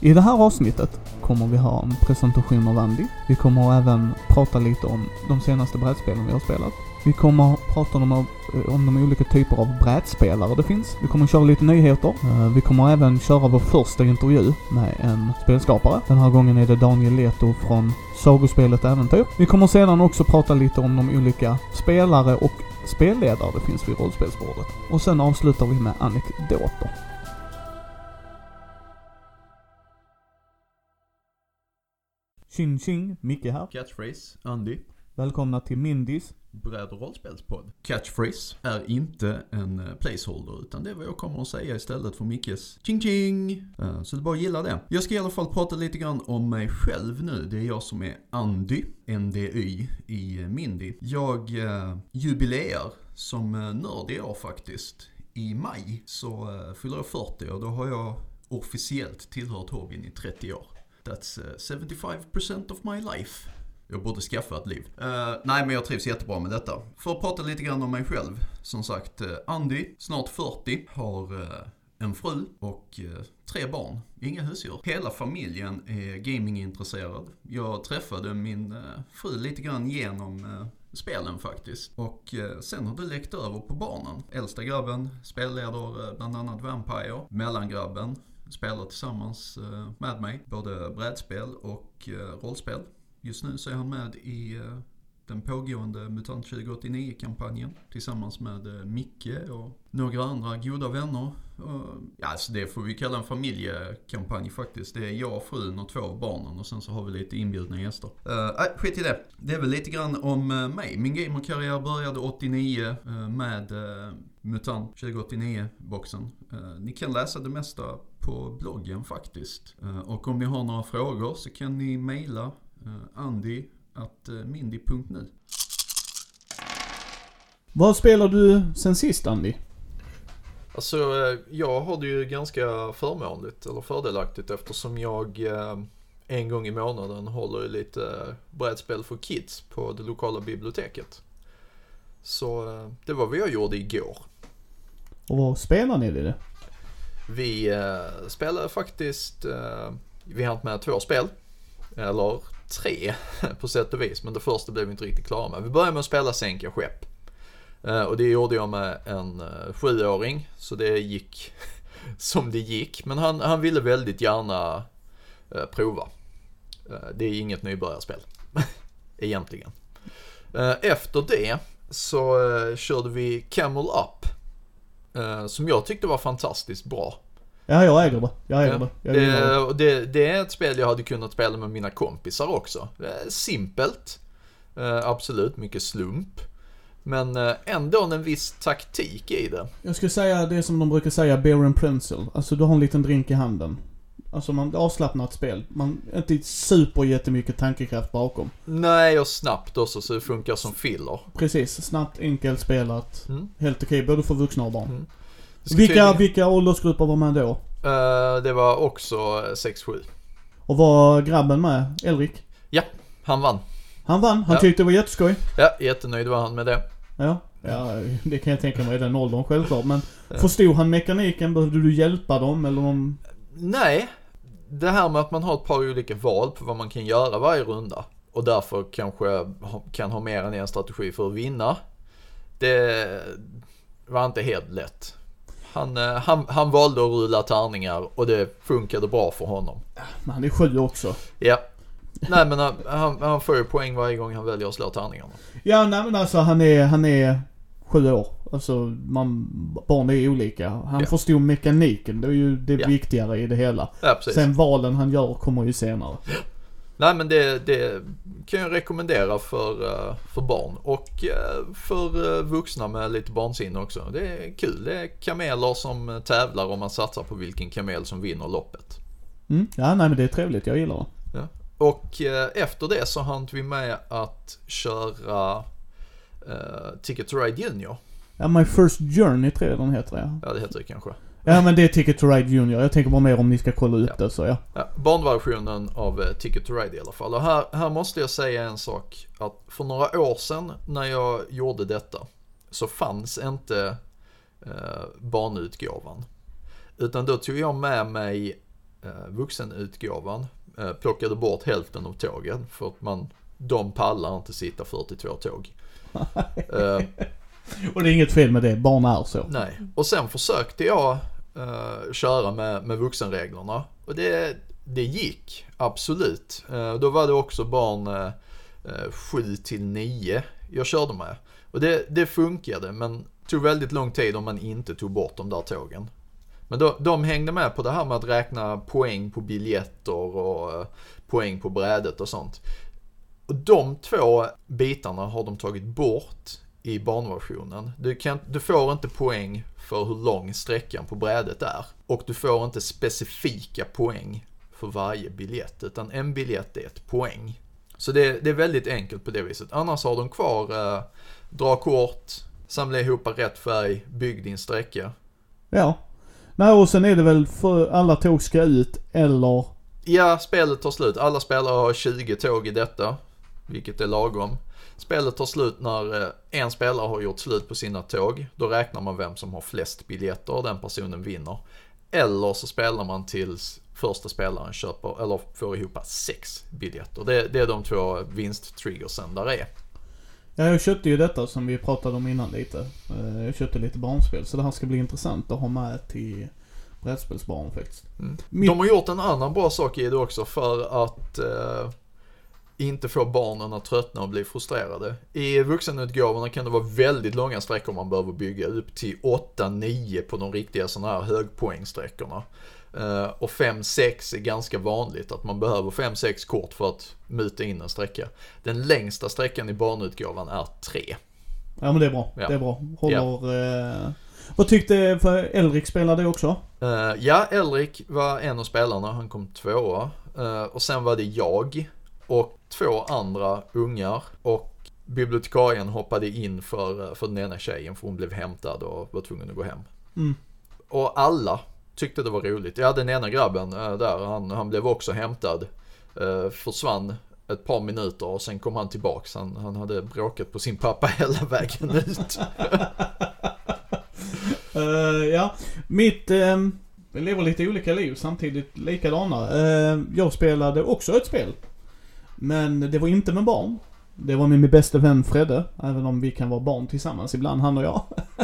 I det här avsnittet kommer vi ha en presentation av Andy. Vi kommer även prata lite om de senaste brädspelen vi har spelat. Vi kommer prata om de olika typer av brädspelare det finns. Vi kommer köra lite nyheter. Vi kommer även köra vår första intervju med en spelskapare. Den här gången är det Daniel Leto från Sagospelet Äventyr. Vi kommer sedan också prata lite om de olika spelare och spelledare det finns vid rollspelsbordet. Och sen avslutar vi med anekdoter. Tjing tjing, Micke här. Catchphrase, Andy. Välkomna till Mindys Bräd- och rollspelspodd. Catchphrase är inte en placeholder utan det är vad jag kommer att säga istället för Mickes tjing tjing. Så det är bara att gilla det. Jag ska i alla fall prata lite grann om mig själv nu. Det är jag som är Andy, NDY i Mindy. Jag jubilerar som nörd i år faktiskt. I maj så fyller jag 40 och då har jag officiellt tillhört hobbyn i 30 år. That's 75% of my life. Jag borde skaffa ett liv. Nej, men jag trivs jättebra med detta. För att prata lite grann om mig själv. Som sagt, Andy, snart 40, har en fru och 3 barn. Inga husdjur. Hela familjen är gamingintresserad. Jag träffade min fru lite grann genom spelen faktiskt. Och sen har det läckt över på barnen. Äldsta grabben spelleder bland annat Vampire. Mellangrabben spelar tillsammans med mig. Både brädspel och rollspel. Just nu så är han med i den pågående MUTANT 2089-kampanjen tillsammans med Micke och några andra goda vänner. Ja, alltså det får vi kalla en familjekampanj faktiskt. Det är jag, frun och 2 av barnen och sen så har vi lite inbjudna gäster. Skit i det. Det är väl lite grann om mig. Min gamerkarriär började 89 med MUTANT 2089-boxen. Ni kan läsa det mesta på bloggen faktiskt. Och om ni har några frågor så kan ni mejla andy@mindy.nu. Vad spelar du sen sist, Andy? Alltså, jag har det ju ganska förmånligt eller fördelaktigt eftersom jag en gång i månaden håller lite brädspel för kids på det lokala biblioteket. Så det var vad jag gjorde igår. Och vad spelar ni det? Vi spelade faktiskt, vi har haft med 2 spel. Eller 3 på sätt och vis, men det första blev vi inte riktigt klara med. Vi började med att spela Sänka skepp. Och det gjorde jag med en 7-åring, så det gick som det gick. Men han ville väldigt gärna prova. Det är inget nybörjarspel, egentligen. Efter det så körde vi Camel Up, som jag tyckte var fantastiskt bra. Ja, jag äger det. Det är ett spel jag hade kunnat spela med mina kompisar också. Simpelt. Absolut, mycket slump. Men ändå en viss taktik i det. Jag skulle säga det som de brukar säga, bear and pencil. Alltså du har en liten drink i handen. Alltså man avslappnat spel. Man inte super jättemycket tankekraft bakom. Nej, och snabbt också så det funkar som filler. Precis, snabbt, enkelt spelat. Helt okej, både för vuxna och barn. Vilka åldersgrupper var man då? Det var också 6-7. Och var grabben med? Elrik? Ja, han vann. Han tyckte det var jätteskoj. Ja, jättenöjd var han med det. Ja, det kan jag tänka mig i den åldern självklart. Men förstod han mekaniken? Behövde du hjälpa dem? Eller de... Nej, det här med att man har ett par olika val på vad man kan göra varje runda. Och därför kanske kan ha mer än en strategi för att vinna. Det var inte helt lätt. Han valde att rulla tärningar och det funkade bra för honom. Men han är 7 också. Ja. Nej, men han får ju poäng varje gång han väljer att slå tärningarna. Ja, nej men alltså han är 7 år. Alltså barn är olika. Han förstod mekaniken. Det är ju det viktigare i det hela. Ja, precis. Sen valen han gör kommer ju senare. Nej, men det kan jag rekommendera för barn och för vuxna med lite barnsinne också. Det är kul. Det är kameler som tävlar och man satsar på vilken kamel som vinner loppet. Ja, nej men det är trevligt. Jag gillar det. Ja. Och efter det så hann vi med att köra Ticket to Ride Junior. Ja, My First Journey tror jag den heter. Ja, det heter det kanske. Ja, men det är Ticket to Ride Junior. Jag tänker bara mer om ni ska kolla upp det så ja. Barnversionen av Ticket to Ride i alla fall. Och här måste jag säga en sak. Att för några år sedan när jag gjorde detta så fanns inte barnutgåvan. Utan då tog jag med mig vuxenutgåvan plockade bort hälften av tågen för att de pallar inte sitta 42 tåg. Och det är inget fel med det, barn är så. Nej, och sen försökte jag köra med vuxenreglerna och det gick, absolut. Då var det också barn 7-9 jag körde med. Och det funkade, men tog väldigt lång tid om man inte tog bort de där tågen. Men de hängde med på det här med att räkna poäng på biljetter och poäng på brädet och sånt. Och de 2 bitarna har de tagit bort i barnversionen. Du får inte poäng för hur lång sträckan på brädet är. Och du får inte specifika poäng för varje biljett, utan en biljett är ett poäng. Så det är väldigt enkelt på det viset. Annars har de kvar dra kort, samla ihop rätt färg, bygg din sträcka. Ja. Nej, och sen är det väl för alla tåg ska ut, eller? Ja, spelet tar slut. Alla spelare har 20 tåg i detta, vilket är lagom. Spelet tar slut när en spelare har gjort slut på sina tåg. Då räknar man vem som har flest biljetter och den personen vinner. Eller så spelar man tills första spelaren köper eller får ihop 6 biljetter. Det är de 2 vinsttriggersen där är. Ja, jag köpte ju detta som vi pratade om innan lite. Jag köpte lite barnspel, så det här ska bli intressant att ha med till brädspelsbarn faktiskt. De har gjort en annan bra sak i det också för att inte få barnen att tröttna och bli frustrerade. I vuxenutgåvorna kan det vara väldigt långa sträckor man behöver bygga, upp till 8-9 på de riktiga sådana här högpoängsträckorna. Och 5-6 är ganska vanligt, att man behöver 5-6 kort för att muta in en sträcka. Den längsta sträckan i barnutgåvan är 3. Ja, men det är bra. Ja. Det är bra. Vad tyckte, för Elrik spelade det också? Ja, Elrik var en av spelarna, han kom 2. Och sen var det jag och 2 andra ungar, och bibliotekarien hoppade in för den ena tjejen, för hon blev hämtad och var tvungen att gå hem. Och alla tyckte det var roligt. Ja, den ena grabben där, han blev också hämtad, försvann ett par minuter och sen kom han tillbaks. Han hade bråkat på sin pappa hela vägen ut. Ja, vi lever lite olika liv, samtidigt likadana. Jag spelade också ett spel, men det var inte med barn. Det var med min bästa vän Fredde, även om vi kan vara barn tillsammans ibland, han och jag.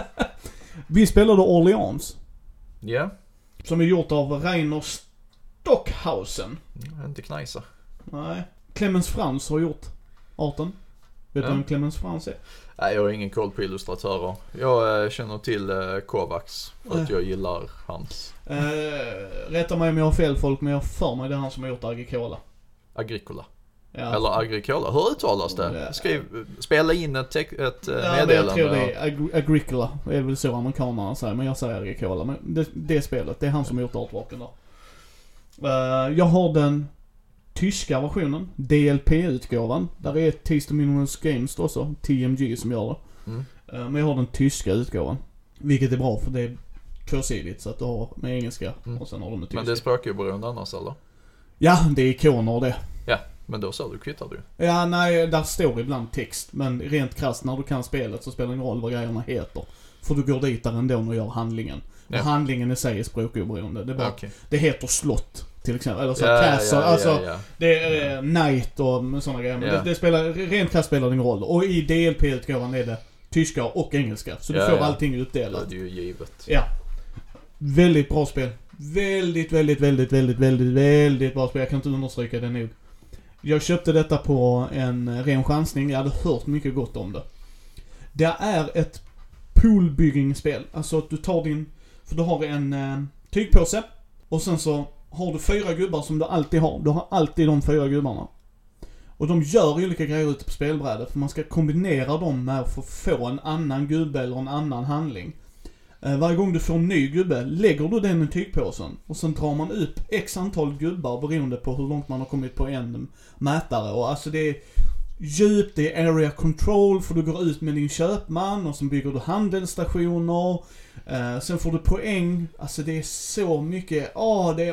Vi spelade Orleans. Ja. Yeah. Som är gjort av Rainer Stockhausen. Inte knajsa. Nej. Clemens Frans har gjort arten. Vet du vem Clemens Frans är? Nej, jag har ingen koll på illustratörer. Jag känner till Kovacs för att jag gillar hans. Rätta mig om jag har fel folk, men jag för mig det är han som har gjort Agricola. Agricola. Ja. Eller Agricola. Hur uttalas det? Spela in ett meddelande. Jag tror det är Agricola. Det är väl så amerikanerna säger, men jag säger Agricola. Men det spelet, det är han som har gjort artworken där. Jag har den tyska versionen, DLP-utgåvan. Där är Taste of Minimums Games också, TMG som gör det. Men jag har den tyska utgåvan. Vilket är bra, för det är tvåsidigt, så att du har med engelska och sen har du med tyska. Men det är språkberoende annars, eller? Ja, det är ikoner det. Ja, men då så, du kvittar du. Ja, nej, där står ibland text. Men rent krasst, när du kan spelet så spelar det ingen roll vad grejerna heter. För du går dit där ändå och gör handlingen. Ja. Och handlingen i sig är språkoberoende. Det är bara, det heter slott till exempel. Eller så castle, det är night och sådana grejer. Men det spelar, rent krasst spelar det ingen roll. Och i DLP-utgåvan är det tyska och engelska. Så du får allting utdelat. Det är ju givet. Ja. Väldigt bra spel. Väldigt bra spel. Jag kan inte understryka det nog. Jag köpte detta på en ren chansning. Jag hade hört mycket gott om det. Det är ett poolbyggingspel. Alltså att du tar för du har en tygpåse. Och sen så har du 4 gubbar som du alltid har. Du har alltid de 4 gubbarna. Och de gör olika grejer ute på spelbrädet. För man ska kombinera dem med att få en annan gubbe eller en annan handling. Varje gång du får en ny gubbe lägger du den i tygpåsen. Och sen drar man upp x antal gubbar beroende på hur långt man har kommit på en mätare. Och alltså det är djupt, det är area control, för du går ut med din köpman och sen bygger du handelsstationer. Sen får du poäng. Alltså det är så mycket. Det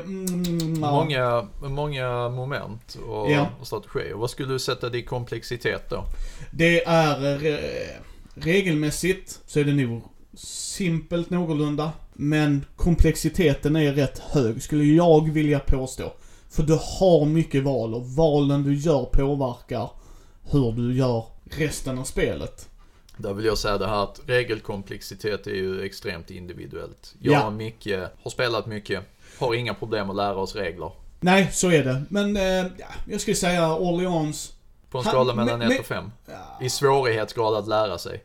är många moment och strategier. Vad skulle du sätta det i komplexitet då? Det är regelmässigt så är det nog simpelt någorlunda. Men komplexiteten är rätt hög, skulle jag vilja påstå. För du har mycket val och valen du gör påverkar hur du gör resten av spelet. Där vill jag säga det här att regelkomplexitet är ju extremt individuellt. Jag har spelat mycket, har inga problem att lära oss regler. Nej, så är det. Men jag skulle säga Orleans... På en skala mellan 1 och 5. I svårighetsgrad att lära sig.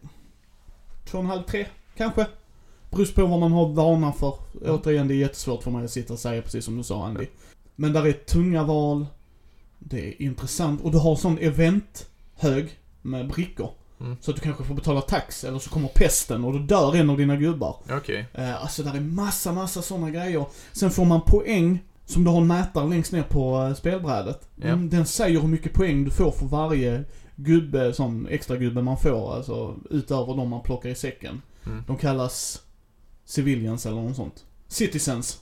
2,5-3 kanske. Beror på vad man har vana för. Återigen, det är jättesvårt för mig att sitta och säga, precis som du sa, Andy. Men där är tunga val. Det är intressant. Och du har sån eventhög med brickor. Så att du kanske får betala tax. Eller så kommer pesten och du dör en av dina gubbar. Okej. Alltså där är massa såna grejer. Sen får man poäng som du har mätare längst ner på spelbrädet. Den säger hur mycket poäng du får för varje gubbe, sån extra gubbe man får. Alltså utöver de man plockar i säcken. De kallas civilians eller något sånt. Citizens.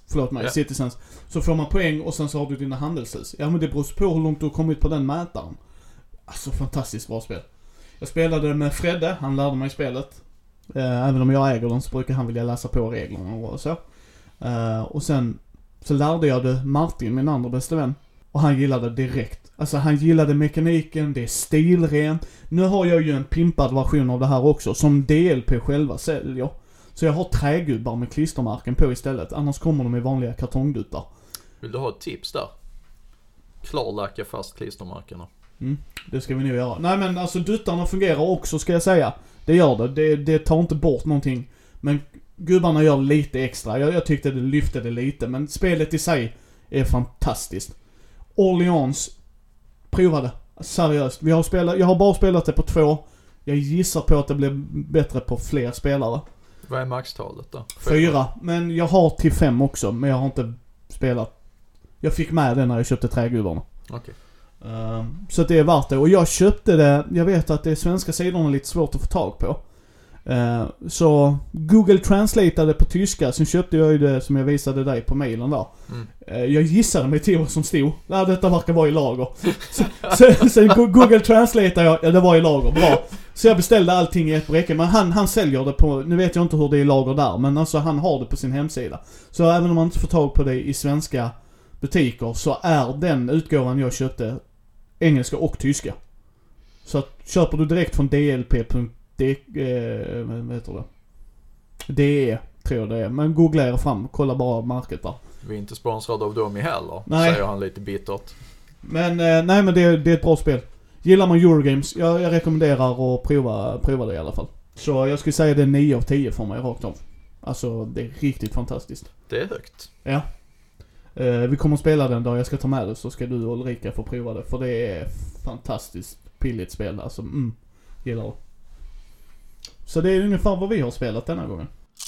Så får man poäng och sen så har du dina handelshus. Ja, men det beror på hur långt du har kommit på den mätaren. Alltså fantastiskt bra spel. Jag spelade med Fredde, han lärde mig spelet. Även om jag äger den så brukar han vilja läsa på reglerna och så. Och sen så lärde jag det Martin, min andra bästa vän. Och han gillade det direkt. Alltså han gillade mekaniken, det är stilrent. Nu har jag ju en pimpad version av det här också, som DLP själva säljer. Så jag har trägubbar med klistermärken på istället. Annars kommer de i vanliga kartongdutar. Vill du ha ett tips där? Klarlacka fast klistermärkena. Det ska vi nu göra. Nej men alltså duttarna fungerar också, ska jag säga. Det gör det. Det tar inte bort någonting. Men gubbarna gör lite extra. Jag tyckte det lyfte det lite. Men spelet i sig är fantastiskt. Orleans, prova det. Seriöst. Jag har bara spelat det på 2. Jag gissar på att det blir bättre på fler spelare. Vad är maxtalet då? 4. Men jag har till 5 också. Men jag har inte spelat. Jag fick med det när jag köpte trägubbarna. Okej. Så det är värt det. Och jag köpte det. Jag vet att det är svenska sidorna lite svårt att få tag på. Så Google translateade på tyska. Sen köpte jag ju det som jag visade dig på mailen där. Jag gissade mig till vad som stod. Detta verkar vara i lager. Sen Google translateade jag. Ja, det var i lager. Bra. Så jag beställde allting i ett bräcke. Men han säljer det på... Nu vet jag inte hur det är i lager där. Men alltså han har det på sin hemsida. Så även om man inte får tag på det i svenska butiker så är den utgåvan jag köpte engelska och tyska. Så att köper du direkt från dlp.de vad heter det? DE tror jag det är. Men googla er fram, kolla bara market där. Vi är inte sponsrade av dem i heller, nej. Säger han lite bittert. Men nej, men det är ett bra spel. Gillar man Eurogames, jag rekommenderar att prova det i alla fall. Så jag skulle säga det är 9 av 10 för mig rakt av. Alltså det är riktigt fantastiskt. Det är högt. Ja. Vi kommer att spela den dag jag ska ta med det, så ska du och Ulrika få prova det. För det är fantastiskt pilligt spel. Alltså, gillar det. Så det är ungefär vad vi har spelat denna gången.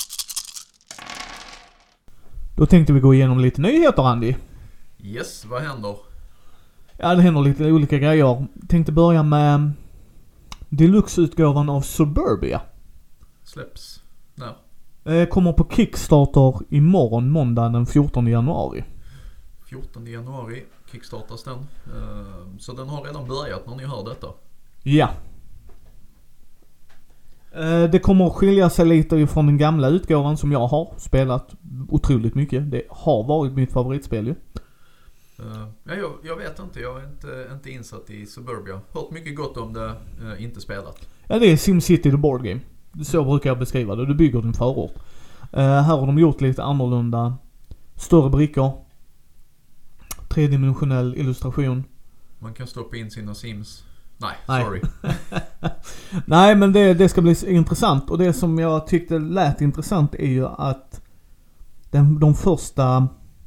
Då tänkte vi gå igenom lite nyheter, Andy. Yes, vad händer? Ja, det händer lite olika grejer. Tänkte börja med deluxe-utgåvan av Suburbia. Släpps. Kommer på Kickstarter imorgon, måndag den 14 januari. 14 januari kickstartas den. Så den har redan börjat när ni hör detta. Ja. Det kommer att skilja sig lite från den gamla utgåvan som jag har spelat otroligt mycket. Det har varit mitt favoritspel ju. Jag vet inte, jag är inte insatt i Suburbia. Hört mycket gott om det, inte spelat. Ja, det är SimCity the board game. Så brukar jag beskriva det. Du bygger din förort. Här har de gjort lite annorlunda. Större brickor. Tredimensionell illustration. Man kan stoppa in sina Sims. Nej. Sorry. Nej, men det ska bli intressant. Och det som jag tyckte lät intressant är ju att de första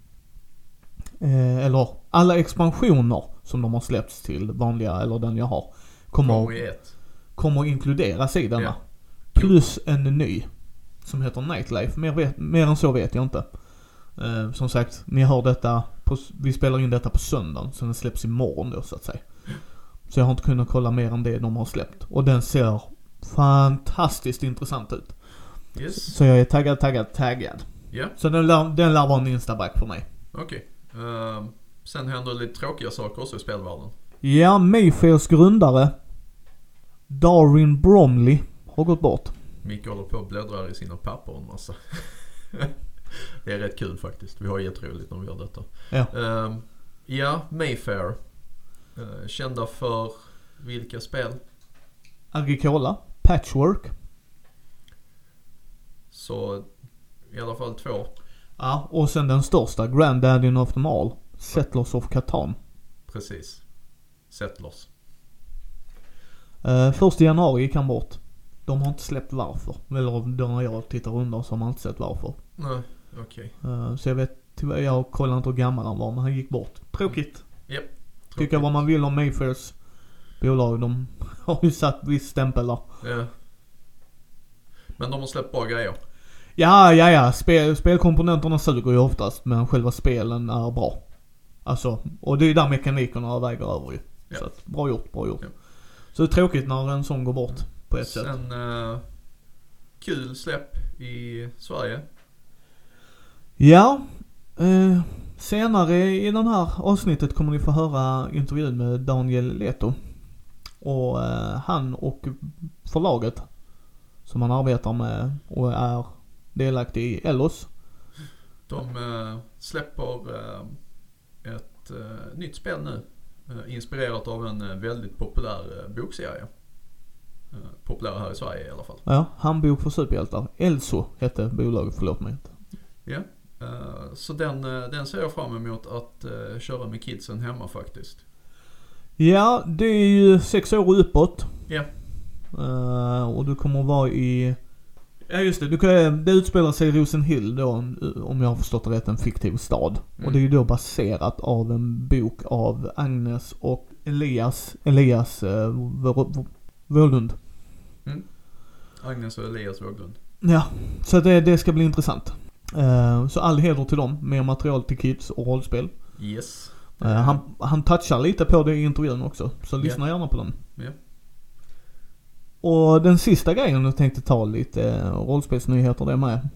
eller alla expansioner som de har släppts till vanliga, eller den jag har, kommer att inkluderas i denna. Yeah. Plus en ny som heter Nightlife. Mer än så vet jag inte. Som sagt, ni hör detta vi spelar in detta på söndagen, så den släpps imorgon då, så att säga. Så jag har inte kunnat kolla mer än det de har släppt. Och den ser fantastiskt intressant ut. Yes. Så jag är taggad. Yeah. Så den lär vara en instaback för mig. Okej. Sen händer lite tråkiga saker också i spelvärlden. Ja, Mayfairs grundare Darwin Bromley har gått bort. Micke håller på och bläddrar i sina papper en massa. Det är rätt kul faktiskt. Vi har jätteroligt när vi gör detta. Ja. Ja, Mayfair. Kända för vilka spel? Agricola, Patchwork. Så i alla fall 2. Ja, och sen den största, Granddaddy of them all, Settlers of Catan. Precis. Settlers. 1 januari gick han bort. De har inte släppt varför. Eller när jag tittar runt så har man inte sett varför. Nej, okej. Så jag vet, jag kollar inte hur gammal han var, men han gick bort. Tråkigt. Japp. Tycka vad man vill om Mayfairs bolag, de har ju satt viss stämpel där. Ja. Men de har släppt bra grejer. Ja. Spelkomponenterna suger ju oftast, men själva spelen är bra. Alltså, och det är där mekanikerna väger över ju. Ja. Så att, bra gjort. Ja. Så det är tråkigt när en sån går bort på ett sätt. Sen kul släpp i Sverige. Ja, senare i den här avsnittet kommer ni få höra intervjun med Daniel Leto. Och han och förlaget som han arbetar med och är delaktig i Ellos. De släpper ett nytt spel nu. Inspirerat av en väldigt populär bokserie. Populär här i Sverige i alla fall. Ja, handbok för superhjältar. Elso hette bolaget, förlåt mig. Ja, så den ser jag fram emot att köra med kidsen hemma faktiskt. Ja, det är ju 6 år och uppåt. Ja. Och du kommer att vara i... Ja just det utspelar sig i Rosenhill då, om jag har förstått det rätt, en fiktiv stad. Och det är ju då baserat av en bok av Agnes och Elias Wåhlund. Agnes och Elias Wåhlund. Ja, så det ska bli intressant. Så all heder till dem, med material till kids och rollspel. Yes. Han touchar lite på det i intervjun också, så lyssna gärna på den. Ja. Och den sista grejen jag tänkte ta lite rollspelsnyheter det med.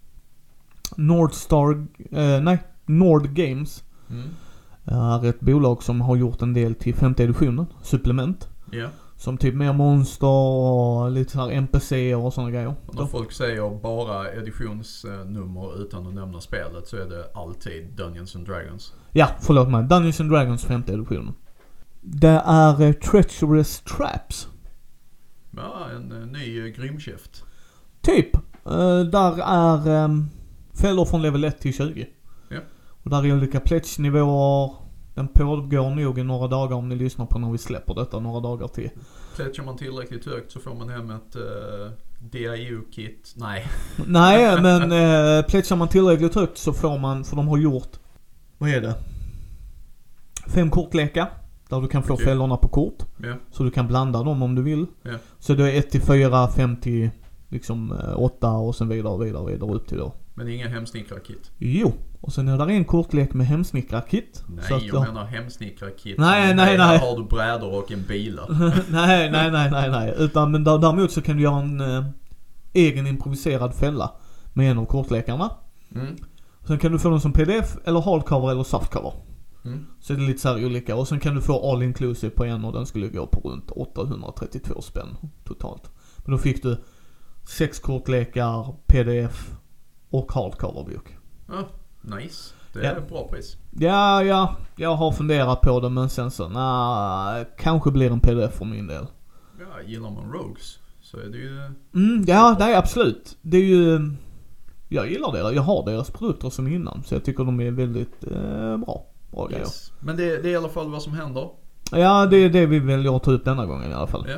Nord Games är ett bolag som har gjort en del till 5:e editionen, supplement. Ja. Som typ mer monster och lite så här NPC och sådana grejer. Och när folk säger bara editionsnummer utan att nämna spelet så är det alltid Dungeons and Dragons. Ja, förlåt mig. Dungeons and Dragons 5:e editionen. Det är Treacherous Traps. Ja, en ny grymkäft. Typ. Där är fällor från level 1 till 20. Ja. Och där är olika pledge-nivåer. Den pågår nog i några dagar om ni lyssnar på när vi släpper detta, några dagar till. Pledgar man tillräckligt högt så får man hem ett DIU-kit. Nej. Nej, men pledgar man tillräckligt högt så får man, för de har gjort, vad är det? 5 kortlekar. Där du kan få fällorna på kort. Ja. Så du kan blanda dem om du vill. Ja. Så det är 1-4, 5 liksom 8 och sen vidare upp till då. Men inga hemsnickrar-kit. Jo. Och sen är det en kortlek med hemsnickrar-kit. Nej, så att jag menar hemsnickrar-kit. Nej. Här har du brädor och en bila. nej. Utan men däremot så kan du göra en egen improviserad fälla med en av kortlekarna. Sen kan du få den som pdf eller hardcover eller softcover. Så är det lite så här olika. Och sen kan du få all inclusive på en och den skulle gå på runt 832 spänn totalt. Men då fick du 6 kortlekar, pdf och hardcoverbok. Ja, nice. Det är ett bra pris. Ja, jag har funderat på det men sen så, kanske blir en pdf för min del. Ja, gillar man Rogues så är det ju... Ja, nej absolut. Det är ju... Jag gillar det. Jag har deras produkter som innan så jag tycker de är väldigt bra. Yes. Men det är i alla fall vad som händer. Ja, det är det vi väljer att ta upp denna gången i alla fall. Ja.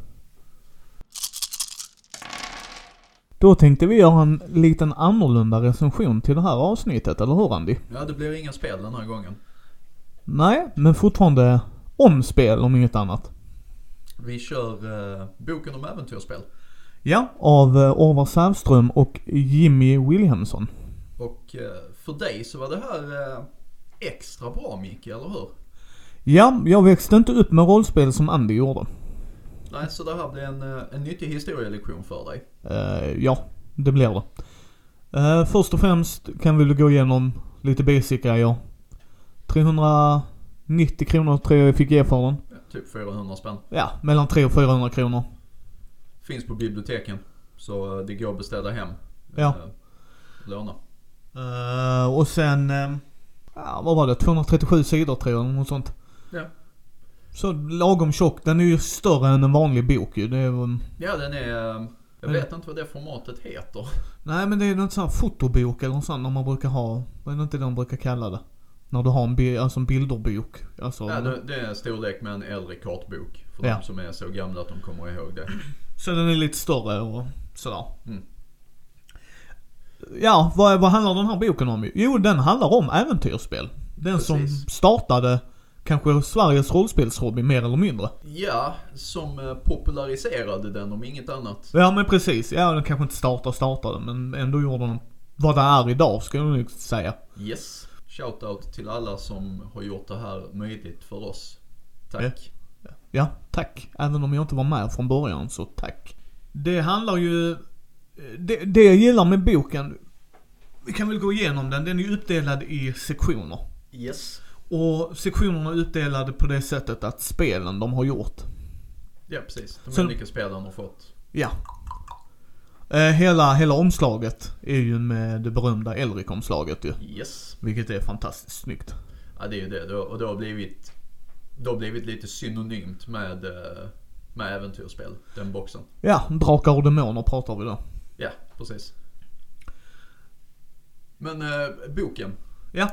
Då tänkte vi göra en liten annorlunda recension till det här avsnittet, eller hur Andy? Ja, det blir inga spel den här gången. Nej, men fortfarande om spel om inget annat. Vi kör boken om äventyrsspel. Ja, av Orvar Sävström och Jimmy Williamson. Och för dig så var det här extra bra, Micke, eller hur? Ja, jag växte inte upp med rollspel som Andy gjorde. Nej, så det här blir en nyttig historielektion för dig. Ja, det blir det. Först och främst kan vi gå igenom lite basic grejer. 390 kronor tror jag fick ge för den. Ja, typ 400 spänn. Ja, mellan 300 och 400 kronor. Finns på biblioteken. Så det går att beställa hem. Ja. Låna. Och sen, vad var det? 237 sidor tror jag, något sånt. Ja. Så lagom tjock. Den är ju större än en vanlig bok ju. Det är, Ja, den är... Jag vet inte vad det formatet heter. nej, men det är något sån här fotobok eller något sånt när man brukar ha. Vad är det inte det de brukar kalla det? När du har en bilderbok. Alltså, Ja, det är en storlek med en äldre kartbok. För de som är så gamla att de kommer ihåg det. Så den är lite större och sådär. Mm. Ja, vad handlar den här boken om? Jo, den handlar om äventyrsspel. Den Precis. som startade kanske Sveriges rollspelshobby mer eller mindre. Ja, som populariserade den om inget annat. Ja, men precis. Ja, den kanske inte startade, men ändå gjorde den vad det är idag, ska jag nog säga. Yes. Shoutout till alla som har gjort det här möjligt för oss. Tack. Ja, tack. Även om jag inte var med från början, så tack. Det handlar ju... Det jag gillar med boken, vi kan väl gå igenom den. Den är uppdelad i sektioner. Yes. Och sektionerna är uppdelade på det sättet att spelen de har gjort. Ja, precis. De så, olika spelen har fått. Ja. Hela omslaget är ju med det berömda Elric-omslaget ju. Yes. Vilket är fantastiskt snyggt. Ja, det är ju det. Och det har blivit lite synonymt med äventyrsspel, den boxen. Ja, drakar och demoner pratar vi då. Ja, precis. Men boken. Ja.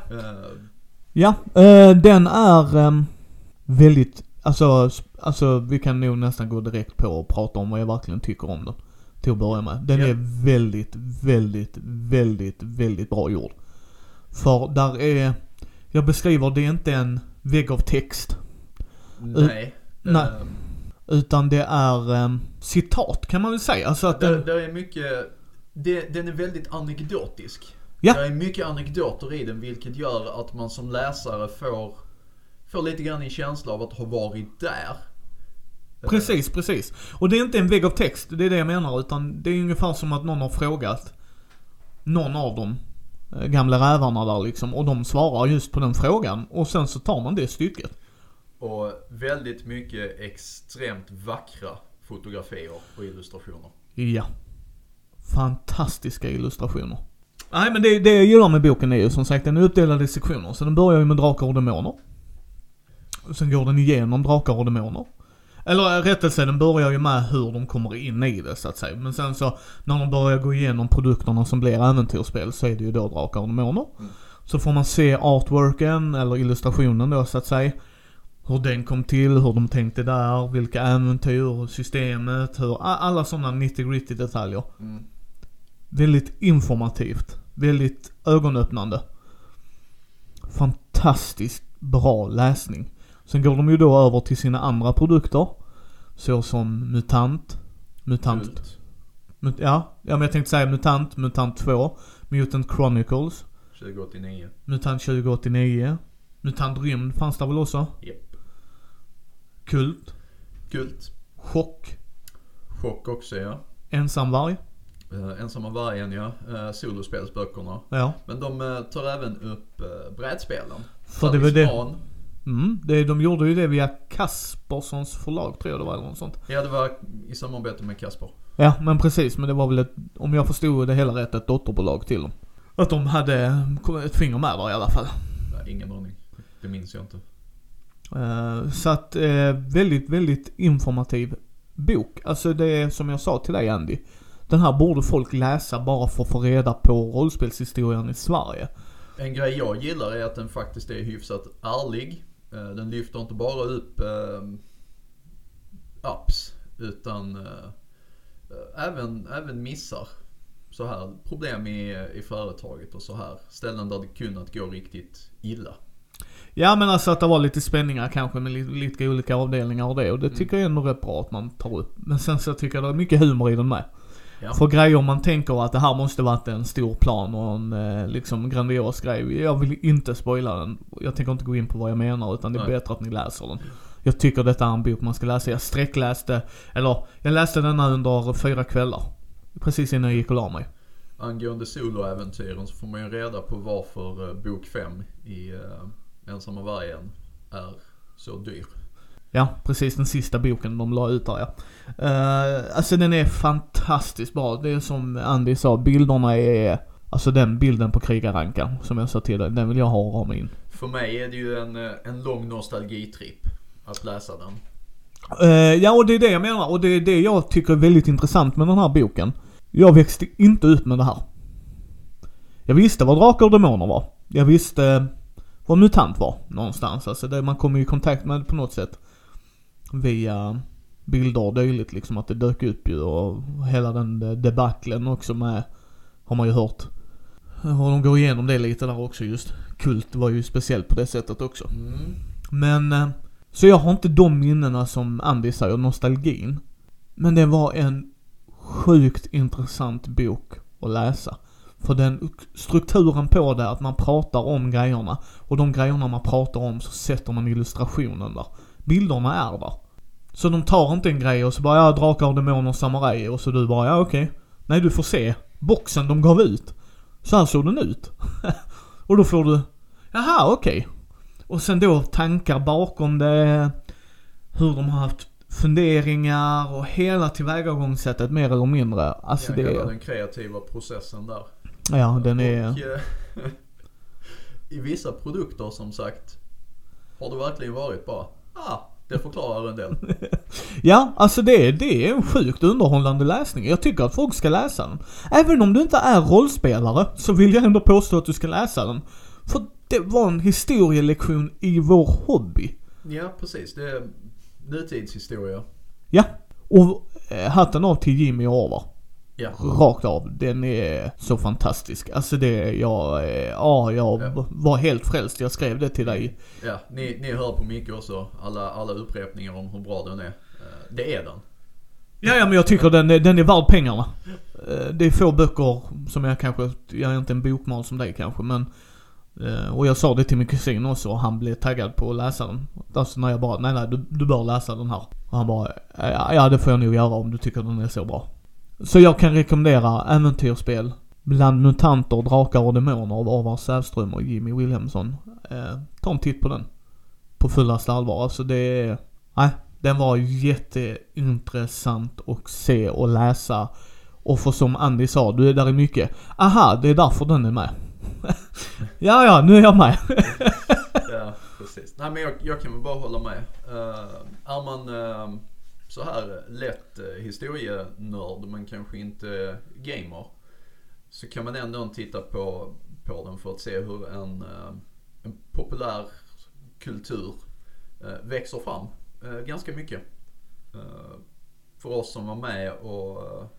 Den är väldigt, alltså vi kan nog nästan gå direkt på och prata om vad jag verkligen tycker om den. Till att börja med. Den är väldigt, väldigt, väldigt, väldigt bra gjord. För där är, jag beskriver, det är inte en vägg av text. Nej. Nej. Utan det är citat kan man väl säga. Alltså att det är mycket, den är väldigt anekdotisk. Ja. Det är mycket anekdoter i den, vilket gör att man som läsare får lite grann en känsla av att ha varit där. Precis. Och det är inte en vägg av text, det är det jag menar, utan det är ungefär som att någon har frågat någon av dem, gamla rävarna där liksom, och de svarar just på den frågan, och sen så tar man det stycket. Och väldigt mycket extremt vackra fotografier och illustrationer. Ja. Fantastiska illustrationer. Nej, men det jag gillar med boken är ju som sagt, den är uppdelad i sektioner. Så den börjar ju med drakar och demoner. Och sen går den igenom drakar och demoner. Eller rättelse, den börjar ju med hur de kommer in i det så att säga. Men sen så när de börjar gå igenom produkterna som blir äventyrsspel, så är det ju då drakar och demoner. Så får man se artworken eller illustrationen då så att säga. Hur den kom till, hur de tänkte där, vilka äventyr, systemet, hur alla sådana nitty-gritty detaljer. Väldigt informativt, väldigt ögonöppnande. Fantastiskt bra läsning. Sen går de ju då över till sina andra produkter, så som Mutant. Ja, men jag tänkte säga Mutant 2, Mutant Chronicles 2089. Mutant 2089, Mutant Rymd fanns det väl också? Japp. Kult. Chock också, ja. Ensamvarg. Ensamma vargen, ja. Solospelsböckerna. Ja. Men de tar även upp brädspelen. För det var det. De gjorde ju det via Kasperssons förlag, tror jag det var, eller något sånt. Ja, det var i samarbete med Kasper. Ja, men precis. Men det var väl om jag förstod det hela rätt, ett dotterbolag till dem. Att de hade ett finger med där i alla fall. Nej, ingen aning. Det minns jag inte. Så att väldigt, väldigt informativ bok. Alltså det är som jag sa till dig, Andy. Den här borde folk läsa bara för att få reda på rollspelshistorien i Sverige. En grej jag gillar är att den faktiskt är hyfsat ärlig. Den lyfter inte bara upp apps, utan även missar. Så här problem i företaget och så här ställen där det kunnat gå riktigt illa. Ja, men alltså att det var lite spänningar kanske med lite olika avdelningar och det. Och det tycker jag är ändå rätt bra att man tar upp. Men sen så tycker jag det är mycket humor i den med. Ja. För grejer man tänker att det här måste varit en stor plan och en liksom grandios grej. Jag vill inte spoila den. Jag tänker inte gå in på vad jag menar, utan det är bättre att ni läser den. Jag tycker detta är en bok man ska läsa. Jag läste denna under 4 kvällar. Precis innan jag gick och la mig. Angående soloäventyren så får man ju reda på varför bok 5 i Ensamma vargen är så dyr. Ja, precis, den sista boken de la ut där, ja. Alltså den är fantastiskt bra. Det är som Andy sa, bilderna är Alltså den bilden på krigarankan som jag sa till dig, den vill jag ha och rama in. För mig är det ju en lång nostalgitripp att läsa den. Ja, och det är det jag menar. Och det är det jag tycker är väldigt intressant med den här boken. Jag växte inte ut med det här. Jag visste vad drakar och demoner var. Jag visste vad mutant var någonstans. Alltså det, man kommer i kontakt med det på något sätt. Via bilder och dylikt liksom, att det dök upp ju. Och hela den debaclen också med, har man ju hört. Och de går igenom det lite där också just. Kult var ju speciellt på det sättet också. Men så jag har inte de minnena som Andy säger, nostalgin. Men det var en sjukt intressant bok att läsa. För den strukturen på det, att man pratar om grejerna. Och de grejerna man pratar om så sätter man illustrationen där. Bilderna är där. Så de tar inte en grej och så bara, ja, drakar och demoner och samurai. Och så du bara, ja okej. Nej, du får se boxen de gav ut. Så här såg den ut. Och då får du, jaha okej. Och sen då tankar bakom det, hur de har haft funderingar och hela tillvägagångssättet mer eller mindre. Alltså ja, det hela är den kreativa processen där. Ja, den är Och i vissa produkter som sagt har det verkligen varit bara, det förklarar en del. Ja, alltså det är en sjukt underhållande läsning. Jag tycker att folk ska läsa den. Även om du inte är rollspelare så vill jag ändå påstå att du ska läsa den. För det var en historielektion i vår hobby. Ja, precis. Det är nutidshistoria. Ja, och hatten av till Jimmy och Orvar. Ja. Rakt av. Den är så fantastisk. Alltså det, jag var helt frälst. Jag skrev det till dig. Ja, ni hör på mycket också. Alla upprepningar om hur bra den är. Det är den. Ja, men jag tycker den är värd pengarna. Det är få böcker som jag är inte en bokmal som dig kanske, men och jag sa det till min kusin också och han blev taggad på att läsa den. Alltså när jag bara, nej du bör läsa den här. Och han bara, ja det får jag nog göra om du tycker den är så bra. Så jag kan rekommendera äventyrsspel bland mutanter, drakar och demoner av Orvar Sävström och Jimmy Wilhelmsson. Ta en titt på den. På fullaste allvar. Alltså den var jätteintressant att se och läsa. Och för som Andy sa, du är där i mycket. Aha, det är därför den är med. ja, nu är jag med. Ja, precis. Nej men jag kan väl bara hålla med. Är man så här lätt historienörd men kanske inte gamer, så kan man ändå titta på den för att se hur en populär kultur växer fram ganska mycket. För oss som var med och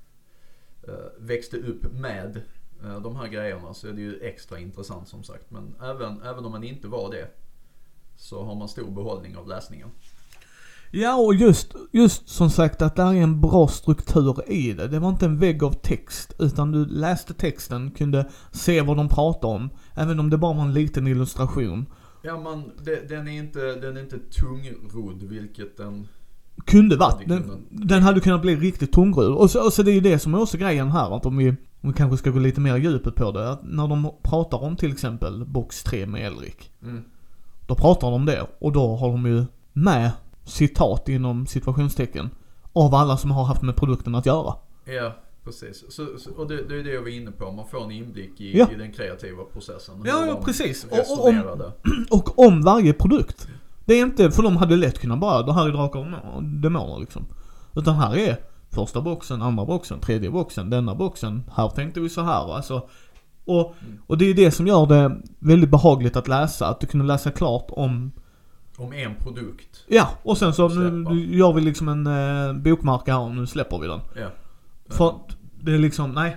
växte upp med de här grejerna så är det ju extra intressant som sagt. Men även om man inte var det så har man stor behållning av läsningen. Ja, och just som sagt att det är en bra struktur i det. Det var inte en vägg av text utan du läste texten, kunde se vad de pratade om. Även om det bara var en liten illustration. Ja, den är inte tungrodd, vilket den kunde varit. Den hade kunnat bli riktigt tungrodd. Och så det är ju det som är också grejen här, att om vi kanske ska gå lite mer djupet på det, att när de pratar om till exempel box 3 med Elric, då pratar de om det och då har de ju med citat inom situationstecken av alla som har haft med produkten att göra. Ja, precis. Och det är det jag var inne på. Man får en inblick i den kreativa processen. Ja, precis. Och om varje produkt. Det är inte, för de hade lätt kunnat bara, det här är drakar och demoner liksom. Utan här är första boxen, andra boxen, tredje boxen, denna boxen. Här tänkte vi så här. Alltså, och det är det som gör det väldigt behagligt att läsa. Att du kunde läsa klart om en produkt. Ja, och sen så nu gör vi liksom en bokmarka här och nu släpper vi den. Ja. För det är liksom,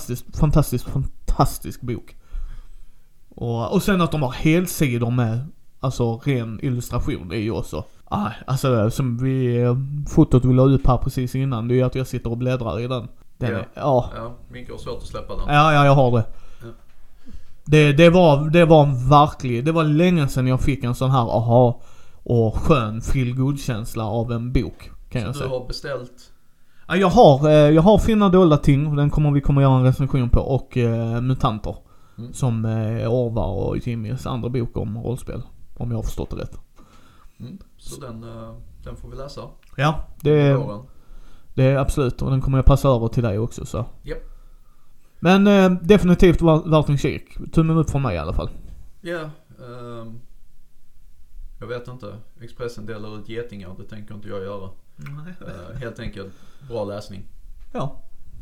fantastisk bok. Och sen att de har helsidor med alltså ren illustration är ju också. Alltså som fotot vi la upp här precis innan, det är ju att jag sitter och bläddrar i den. Ja, mycket har svårt att släppa den. Ja, jag har det. Det var verkligen, det var länge sedan jag fick en sån här och skön feel-good-känsla av en bok, kan jag säga. Du har beställt? Ja, jag har Finna dolda ting, den kommer vi göra en recension på, och Mutanter, som Orvar och Jimmys andra bok om rollspel, om jag har förstått det rätt. Så den får vi läsa? Ja, det är absolut, och den kommer jag passa över till dig också så. Yep. Men definitivt värt en kik. Tummen upp från mig i alla fall. Ja, jag vet inte. Expressen delar ut getingar, det tänker inte jag göra. Helt enkelt, bra läsning. Ja.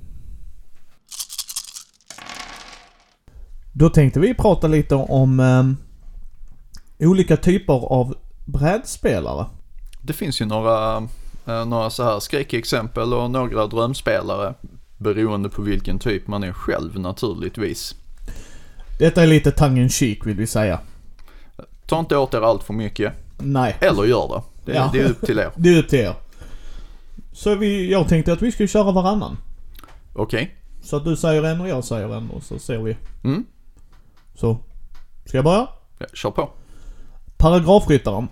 Då tänkte vi prata lite om olika typer av brädspelare. Det finns ju några så här skräckexempel och några drömspelare beroende på vilken typ man är själv naturligtvis. Detta är lite tongue in cheek vill vi säga. Ta inte åt er allt för mycket. Nej. Eller gör det. Det är upp till er. Det är upp till er. Så jag tänkte att vi skulle köra varannan. Okej. Så att du säger en och jag säger en och så ser vi. Mm. Så, ska jag börja? Ja, kör på. Paragrafryttaren.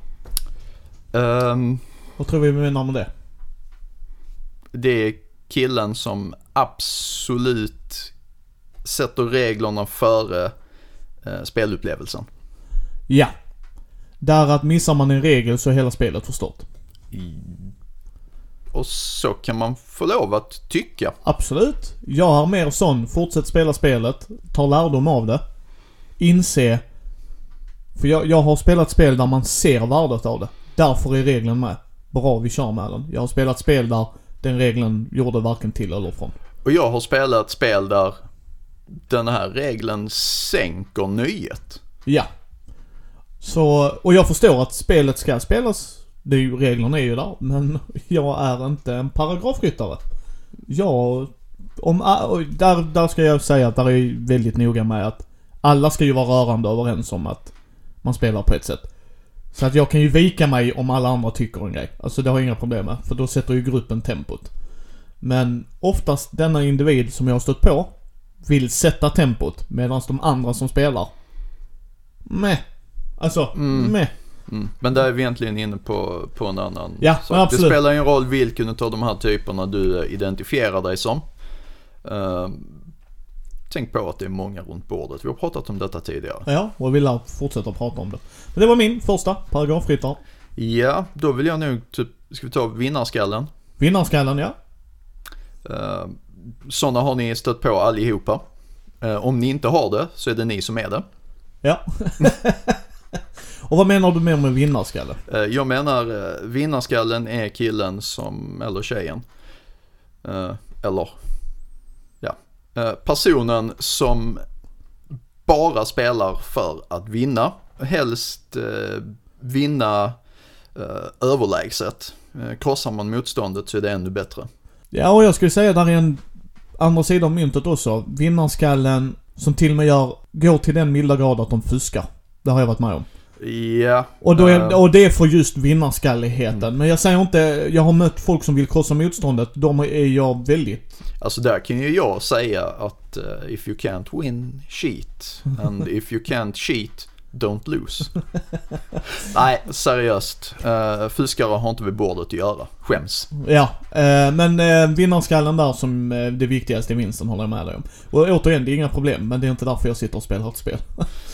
Vad tror vi menar med det? Det är killen som absolut sätter reglerna före spelupplevelsen. Ja. Där att missar man en regel så är hela spelet förstört. Och så kan man få lov att tycka. Absolut. Jag har mer sån. Fortsätt spela spelet. Ta lärdom av det. Inse. För jag har spelat spel där man ser värdet av det. Därför är regeln med. Bra, vi kör med den. Jag har spelat spel där den regeln gjorde varken till eller från. Och jag har spelat spel där den här regeln sänker nöjet. Ja. Så, och jag förstår att spelet ska spelas. Det är ju, reglerna är ju där. Men jag är inte en paragrafryttare. Där ska jag säga att där är väldigt noga med att alla ska ju vara rörande överens om att man spelar på ett sätt. Så att jag kan ju vika mig om alla andra tycker en grej. Alltså det har jag inga problem med. För då sätter ju gruppen tempot. Men oftast denna individ som jag har stött på vill sätta tempot. Medan de andra som spelar Men där är vi egentligen inne på en annan sak. Det spelar en roll vilken av de här typerna du identifierar dig som. Tänk på att det är många runt bordet. Vi har pratat om detta tidigare. Ja, och jag vill fortsätta prata om det. Men det var min första paragrafryttare. Ja, då vill jag nog ska vi ta vinnarskallen? Vinnarskallen, ja. Sådana har ni stött på allihopa. Om ni inte har det så är det ni som är det. Ja. Och vad menar du med vinnarskalle? Jag menar vinnarskallen är killen som, eller tjejen. Personen som bara spelar för att vinna. Helst vinna överlägset. Krossar man motståndet så är det ännu bättre. Ja, och jag skulle säga där är en andra sida av myntet också. Vinnarskallen som till och med går till den milda grad att de fuskar. Det har jag varit med om. Ja. Och det är för just vinnarskalligheten. Men jag säger inte, jag har mött folk som vill krossa motståndet. De är jag väldigt. Alltså där kan ju jag säga att if you can't win, cheat. And if you can't cheat, don't lose. Nej, seriöst. Fuskare har inte vid bordet att göra. Skäms. Ja, men vinnarskallen där som det viktigaste är vinsten håller jag med dig om. Och återigen, det är inga problem. Men det är inte därför jag sitter och spelar ett spel.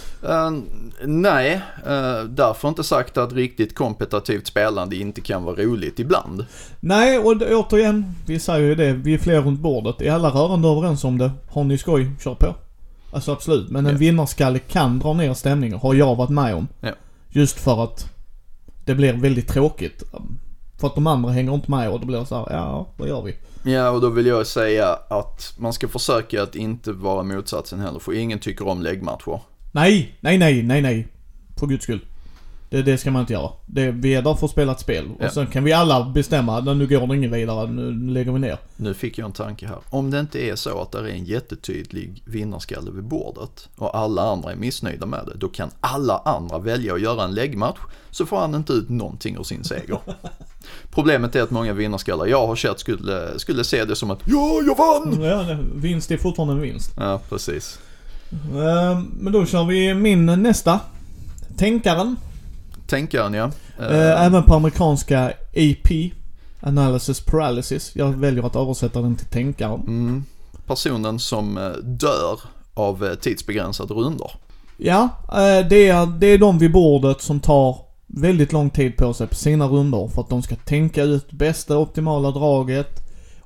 Nej, därför inte sagt att riktigt kompetitivt spelande inte kan vara roligt ibland. Nej, och återigen, vi säger ju det, vi är fler runt bordet. Är alla rörande överens om det? Har ni skoj? Kör på. Alltså absolut, men en vinnarskalle kan dra ner stämningen, har jag varit med om. Ja. Just för att det blir väldigt tråkigt. För att de andra hänger inte med och det blir så här, ja, vad gör vi? Ja, och då vill jag säga att man ska försöka att inte vara motsatsen heller, för ingen tycker om läggmatcher. Nej. För guds skull. Det ska man inte göra. Vi är där för att spela ett spel. Och sen kan vi alla bestämma, nu går det ingen vidare, nu lägger vi ner. Nu fick jag en tanke här. Om det inte är så att det är en jättetydlig vinnarskalle vid bordet och alla andra är missnöjda med det, då kan alla andra välja att göra en läggmatch, så får han inte ut någonting ur sin seger. Problemet är att många vinnarskallar jag har sett skulle se det som att jag vann! Ja, vinst är fortfarande en vinst. Ja, precis. Men då kör vi min nästa. Tänkaren, ja. Även på amerikanska AP, Analysis Paralysis. Jag väljer att översätta den till tänkaren. Personen som dör av tidsbegränsade runder. Ja, det är de vid bordet som tar väldigt lång tid på sig på sina runder för att de ska tänka ut bästa optimala draget.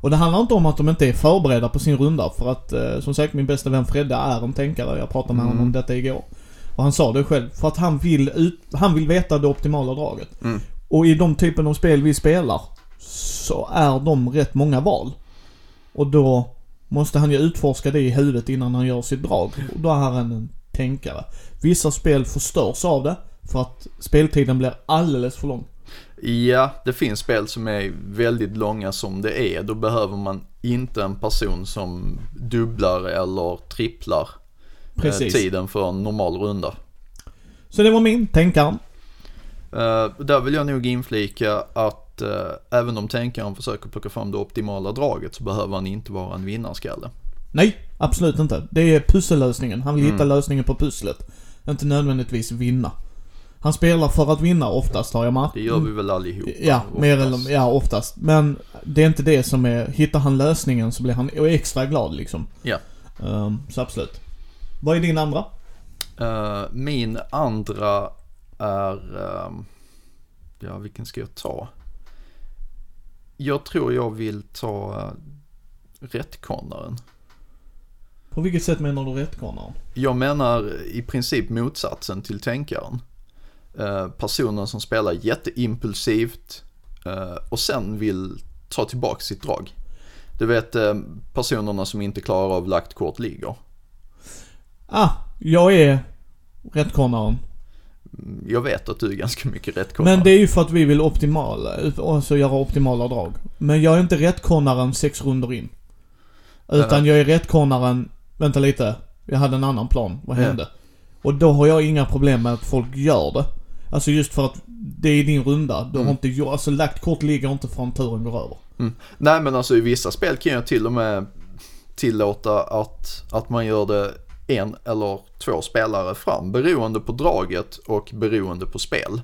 Och det handlar inte om att de inte är förberedda på sin runda. För att, som sagt, min bästa vän Fredde är en tänkare. Jag pratade med honom om detta igår. Och han sa det själv. För att han vill veta det optimala draget. Och i de typen av spel vi spelar så är de rätt många val. Och då måste han ju utforska det i huvudet innan han gör sitt drag. Och då är han en tänkare. Vissa spel förstörs av det för att speltiden blir alldeles för lång. Ja, det finns spel som är väldigt långa som det är. Då behöver man inte en person som dubblar eller tripplar tiden för en normal runda. Så det var min tänkaren. Där vill jag nog inflika att även om tänkaren försöker plocka fram det optimala draget så behöver han inte vara en vinnarskalle. Nej, absolut inte. Det är pussellösningen. Han vill hitta lösningen på pusslet. Inte nödvändigtvis vinna. Han spelar för att vinna oftast, har jag märkt. Det gör vi väl allihop. Ja, mer eller oftast. Men det är inte det som är... Hittar han lösningen så blir han extra glad liksom. Ja. Så absolut. Vad är din andra? Min andra är... vilken ska jag ta? Jag tror jag vill ta rättkonaren. På vilket sätt menar du rättkonaren? Jag menar i princip motsatsen till tänkaren. Personen som spelar jätteimpulsivt och sen vill ta tillbaka sitt drag. Du vet, personerna som inte klarar av lagt kort ligger. Jag är rättkonaren. Jag vet att du är ganska mycket rättkonare. Men det är ju för att vi vill göra optimala drag. Men jag är inte rättkonaren 6 runder in. Utan jag är rättkonaren... Vänta lite, jag hade en annan plan. Vad hände? Och då har jag inga problem med att folk gör det. Alltså just för att det är din runda. Du har inte, alltså lagt kort ligger inte från turen går över. Nej, men alltså i vissa spel kan jag till och med tillåta att man gör det 1 eller 2 spelare fram. Beroende på draget och beroende på spel.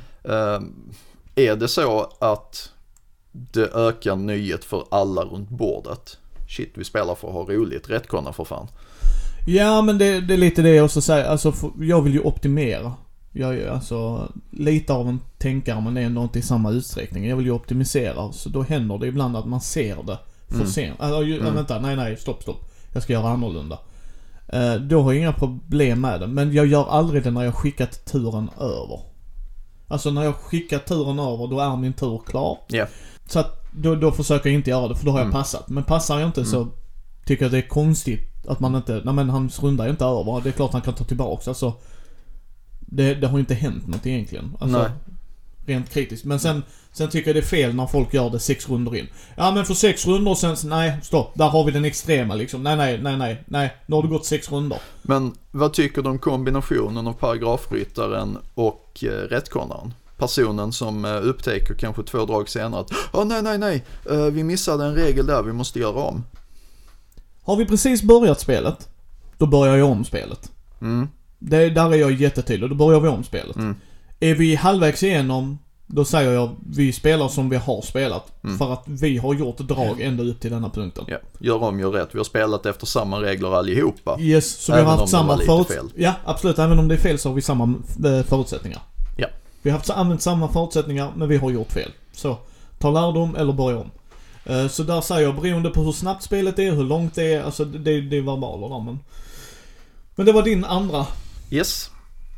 Är det så att det ökar nöjet för alla runt bordet? Shit, vi spelar för att ha roligt. Rättkonna för fan. Ja, men det är lite det jag också säger. Alltså, jag vill ju optimera. Jag är alltså lite av en tänkare, men det är ändå inte i samma utsträckning. Jag vill ju optimisera, så då händer det ibland att man ser det för sent. Vänta, nej, stopp. Jag ska göra annorlunda. Då har jag inga problem med det. Men jag gör aldrig det när jag skickat turen över. Alltså när jag skickat turen över, då är min tur klar. Yeah. Så att då försöker jag inte göra det, för då har jag passat. Men passar jag inte så tycker jag det är konstigt att man inte... Nej, men hans runda är inte över. Det är klart han kan ta tillbaka. Alltså, det har inte hänt något egentligen. Alltså, nej. Rent kritiskt. Men sen tycker jag det är fel när folk gör det 6 runder in. Ja, men för 6 runder sen... Nej, stopp. Där har vi den extrema liksom. Nej. Nu har det gått 6 runder. Men vad tycker du om kombinationen av paragrafryttaren och rättkonaren? Personen som upptäcker kanske 2 drag senare att nej, vi missade en regel där, vi måste göra om. Har vi precis börjat spelet, då börjar jag om spelet. Där är jag jättetydlig, då börjar vi om spelet. Är vi halvvägs igenom, då säger jag vi spelar som vi har spelat. För att vi har gjort drag ända upp till denna punkten. Ja, gör om, gör rätt. Vi har spelat efter samma regler allihopa. Yes, så vi har haft samma förutsättningar. Ja, absolut. Även om det är fel så har vi samma förutsättningar. Ja. Vi har använt samma förutsättningar, men vi har gjort fel. Så, ta lärdom eller börja om. Så där säger jag, beroende på hur snabbt spelet är, hur långt det är, alltså det är verbaler där, men det var din andra. Yes.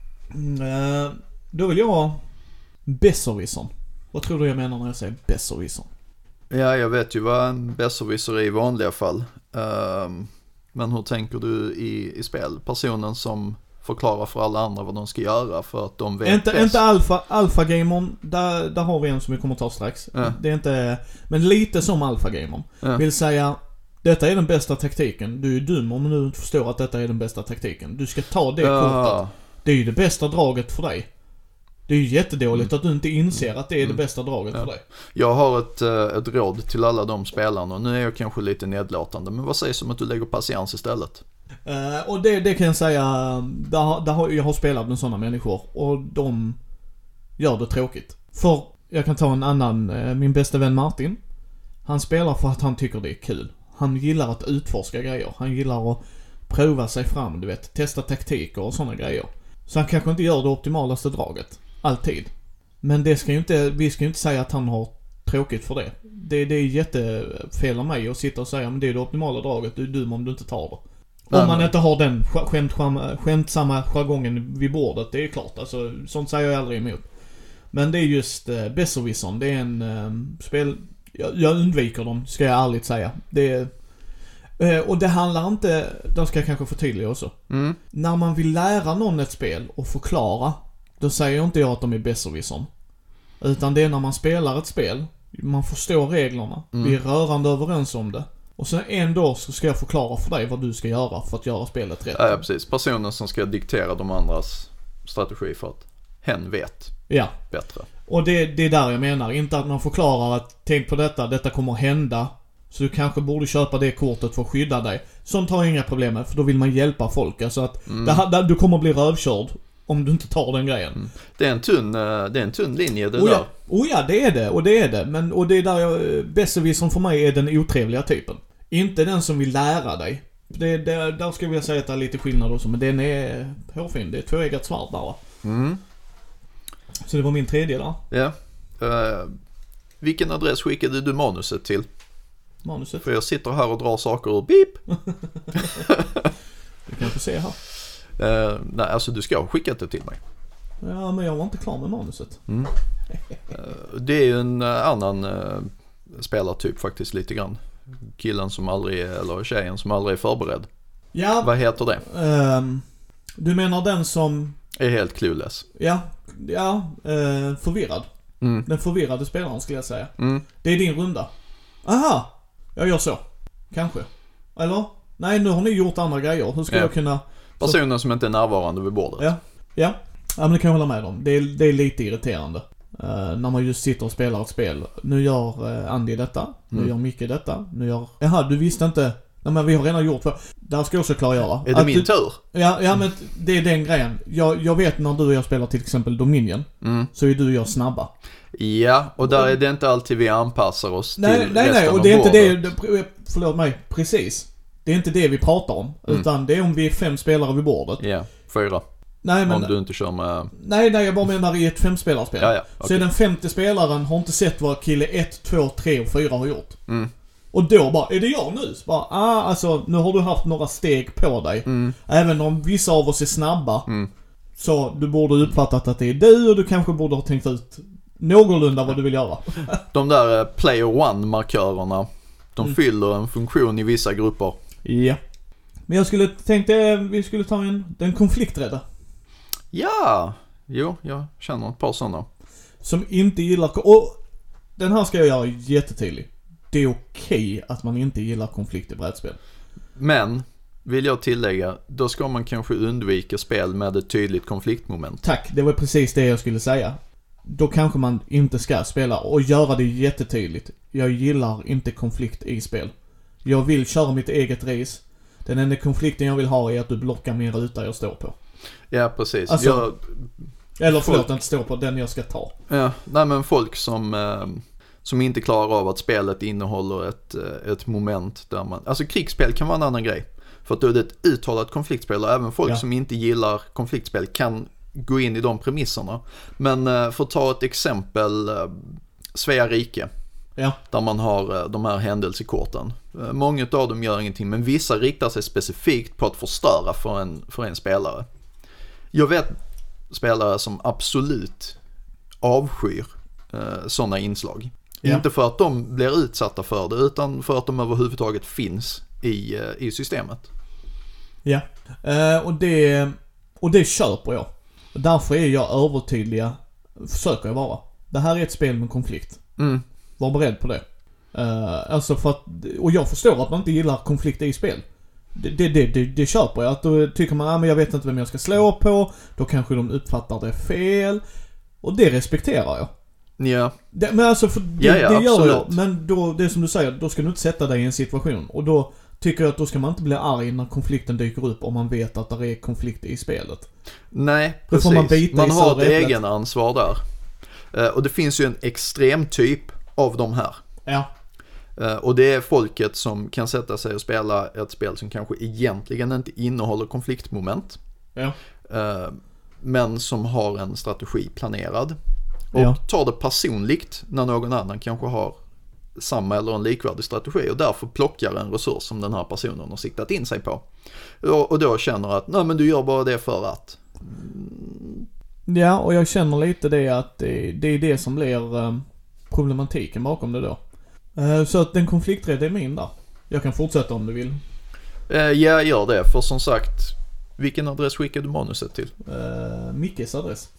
Då vill jag ha besserwissern. Vad tror du jag menar när jag säger besserwissern? Ja, jag vet ju vad en besserwisser är i vanliga fall. Men hur tänker du i spel? Personen som förklarar för alla andra vad de ska göra för att de vet bäst. Inte alfa-gamern, där har vi en som vi kommer ta strax. Det är inte, men lite som alfa-gamern. Vill säga, detta är den bästa taktiken. Du är dum om du inte förstår att detta är den bästa taktiken. Du ska ta det kortet. Det är ju det bästa draget för dig. Det är ju jättedåligt att du inte inser att det är det bästa draget för dig. Jag har ett råd till alla de spelarna. Nu är jag kanske lite nedlåtande, men vad sägs om att du lägger patiens istället? Och det kan jag säga, jag har spelat med sådana människor och de gör det tråkigt. För jag kan ta en annan, min bästa vän Martin. Han spelar för att han tycker det är kul. Han gillar att utforska grejer. Han gillar att prova sig fram, du vet, testa taktiker och sådana grejer. Så han kanske inte gör det optimalaste draget alltid. Men vi ska ju inte säga att han har tråkigt för det. Det är jättefel av mig att sitta och säga men det är det optimala draget, du är dum om du inte tar det. Om man inte har den skämtsamma jargongen vid bordet, det är klart. Alltså, sånt säger jag aldrig emot. Men det är just Besserwisser. Det är en spel... Jag undviker dem, ska jag ärligt säga. Och det handlar inte... De ska jag kanske förtydliga också. När man vill lära någon ett spel och förklara, då säger inte jag att de är Besserwisser. Utan det är när man spelar ett spel, man förstår reglerna, vi är rörande överens om det. Och sen en dag så ska jag förklara för dig vad du ska göra för att göra spelet rätt. Ja, precis. Personen som ska diktera de andras strategi för att hen vet bättre. Och det är där jag menar. Inte att man förklarar att tänk på detta kommer hända. Så du kanske borde köpa det kortet för att skydda dig. Sånt har jag inga problem med, för då vill man hjälpa folk. Alltså att du kommer bli rövkörd om du inte tar den grejen. Det är en tunn linje det där. Ja, det är det. Och det är det. Och det är där Besserwisser för mig är den otrevliga typen. Inte den som vill lära dig. Där skulle jag säga att det är lite skillnad också. Men den är hårfin. Det är tvåeggat svart där, va? Så det var min tredje där. Ja. Vilken adress skickade du manuset till? Manuset? För jag sitter här och drar saker och beep. Du kan få se här. Nej, alltså du ska ha skickat det till mig. Ja, men jag var inte klar med manuset. Det är ju en annan spelartyp faktiskt lite grann. Killen som aldrig är, eller tjejen som aldrig är förberedd. Ja. Vad heter det? Du menar den som... Är helt clueless. Ja, förvirrad. Den förvirrade spelaren skulle jag säga. Det är din runda. Aha, jag gör så. Kanske. Eller? Nej, nu har ni gjort andra grejer. Hur ska jag kunna... Personen som inte är närvarande vid bordet. Ja, men det kan jag hålla med om. Det är lite irriterande. När man just sitter och spelar ett spel. Nu gör Andy detta. Nu gör Micke detta. Nu gör... Jaha, du visste inte... Nej, men vi har redan gjort för... Där ska jag också klargöra. Är det min tur? Ja, men det är den grejen. Jag vet när du och jag spelar till exempel Dominion. Så är du och jag snabba. Ja, och där är det inte alltid vi anpassar oss till Nej, och det är inte det... Förlåt mig, precis. Det är inte det vi pratar om. Utan det är om vi är 5 spelare vid bordet. Ja, 4. Nej, men, om du inte kör med... Nej, jag bara menar i ett 5-spelarspel. Ja, okay. Så är den 5:e spelaren har inte sett vad kille 1, 2, 3 och 4 har gjort. Och då bara, är det jag nu? Så bara, alltså nu har du haft några steg på dig. Även om vissa av oss är snabba. Så du borde uppfattat att det är du och du kanske borde ha tänkt ut någorlunda vad du vill göra. De där player 1-markörerna, de fyller en funktion i vissa grupper. Ja. Men jag tänkte vi skulle ta den konflikträdda. Ja, jo, jag känner ett par sådana. Som inte gillar... Och den här ska jag göra jättetydlig. Det är okej att man inte gillar konflikt i brädspel. Men, vill jag tillägga, då ska man kanske undvika spel med ett tydligt konfliktmoment. Tack, det var precis det jag skulle säga. Då kanske man inte ska spela och göra det jättetydligt. Jag gillar inte konflikt i spel. Jag vill köra mitt eget race. Den enda konflikten jag vill ha är att du blockar min ruta jag står på. Ja, precis. Alltså, eller förlåt, inte står på den jag ska ta. Ja, nej men folk som inte klarar av att spelet innehåller ett moment där man... Alltså krigsspel kan vara en annan grej. För att då är det ett uttalat konfliktspel och även folk som inte gillar konfliktspel kan gå in i de premisserna. Men för att ta ett exempel, Svea rike. Ja. Där man har de här händelsekorten. Många av dem gör ingenting, men vissa riktar sig specifikt på att förstöra för en spelare. Jag vet spelare som absolut avskyr sådana inslag. Ja. Inte för att de blir utsatta för det, utan för att de överhuvudtaget finns i systemet. Ja, och det köper jag. Därför är jag övertydliga, försöker jag vara. Det här är ett spel med konflikt. Var beredd på det. Alltså för att, och jag förstår att man inte gillar konflikt i spel. Det köper jag. Att då tycker man, men jag vet inte vem jag ska slå på. Då kanske de uppfattar det fel. Och det respekterar jag. Ja. Men alltså, för det gör jag. Men då, det som du säger, då ska du inte sätta dig i en situation. Och då tycker jag att då ska man inte bli arg när konflikten dyker upp om man vet att det är konflikt i spelet. Nej, precis. Man har ett egen ansvar där. Och det finns ju en extrem typ av de här. Ja. Och det är folket som kan sätta sig och spela ett spel som kanske egentligen inte innehåller konfliktmoment. Ja. Men som har en strategi planerad. och tar det personligt när någon annan kanske har samma eller en likvärdig strategi och därför plockar en resurs som den här personen har siktat in sig på. Och då känner att nej, men du gör bara det för att. Ja, och jag känner lite det att det är det som blir problematiken bakom det då. Så att den konflikträdd är min där. Jag kan fortsätta om du vill. Ja, gör det. För som sagt, vilken adress skickar du manuset till? Mickes adress.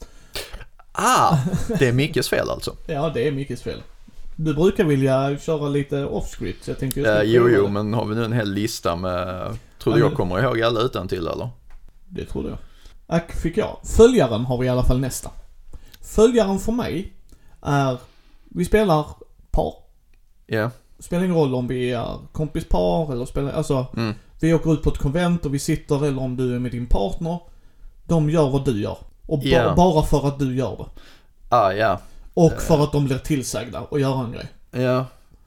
Det är Mickes fel alltså. Ja, det är Mickes fel. Du brukar vilja köra lite off-script, så jag tänker Jo, men har vi nu en hel lista med... Tror du jag kommer ihåg alla utan till eller? Det trodde jag. Fick jag. Följaren har vi i alla fall nästa. Följaren för mig är... Vi spelar par. Ja. Spelar ingen roll om vi är kompispar eller spelar... Alltså, vi åker ut på ett konvent och vi sitter, eller om du är med din partner. De gör vad du gör. Och bara för att du gör det. Ja. Och för att de blir tillsagda och gör en grej. Ja.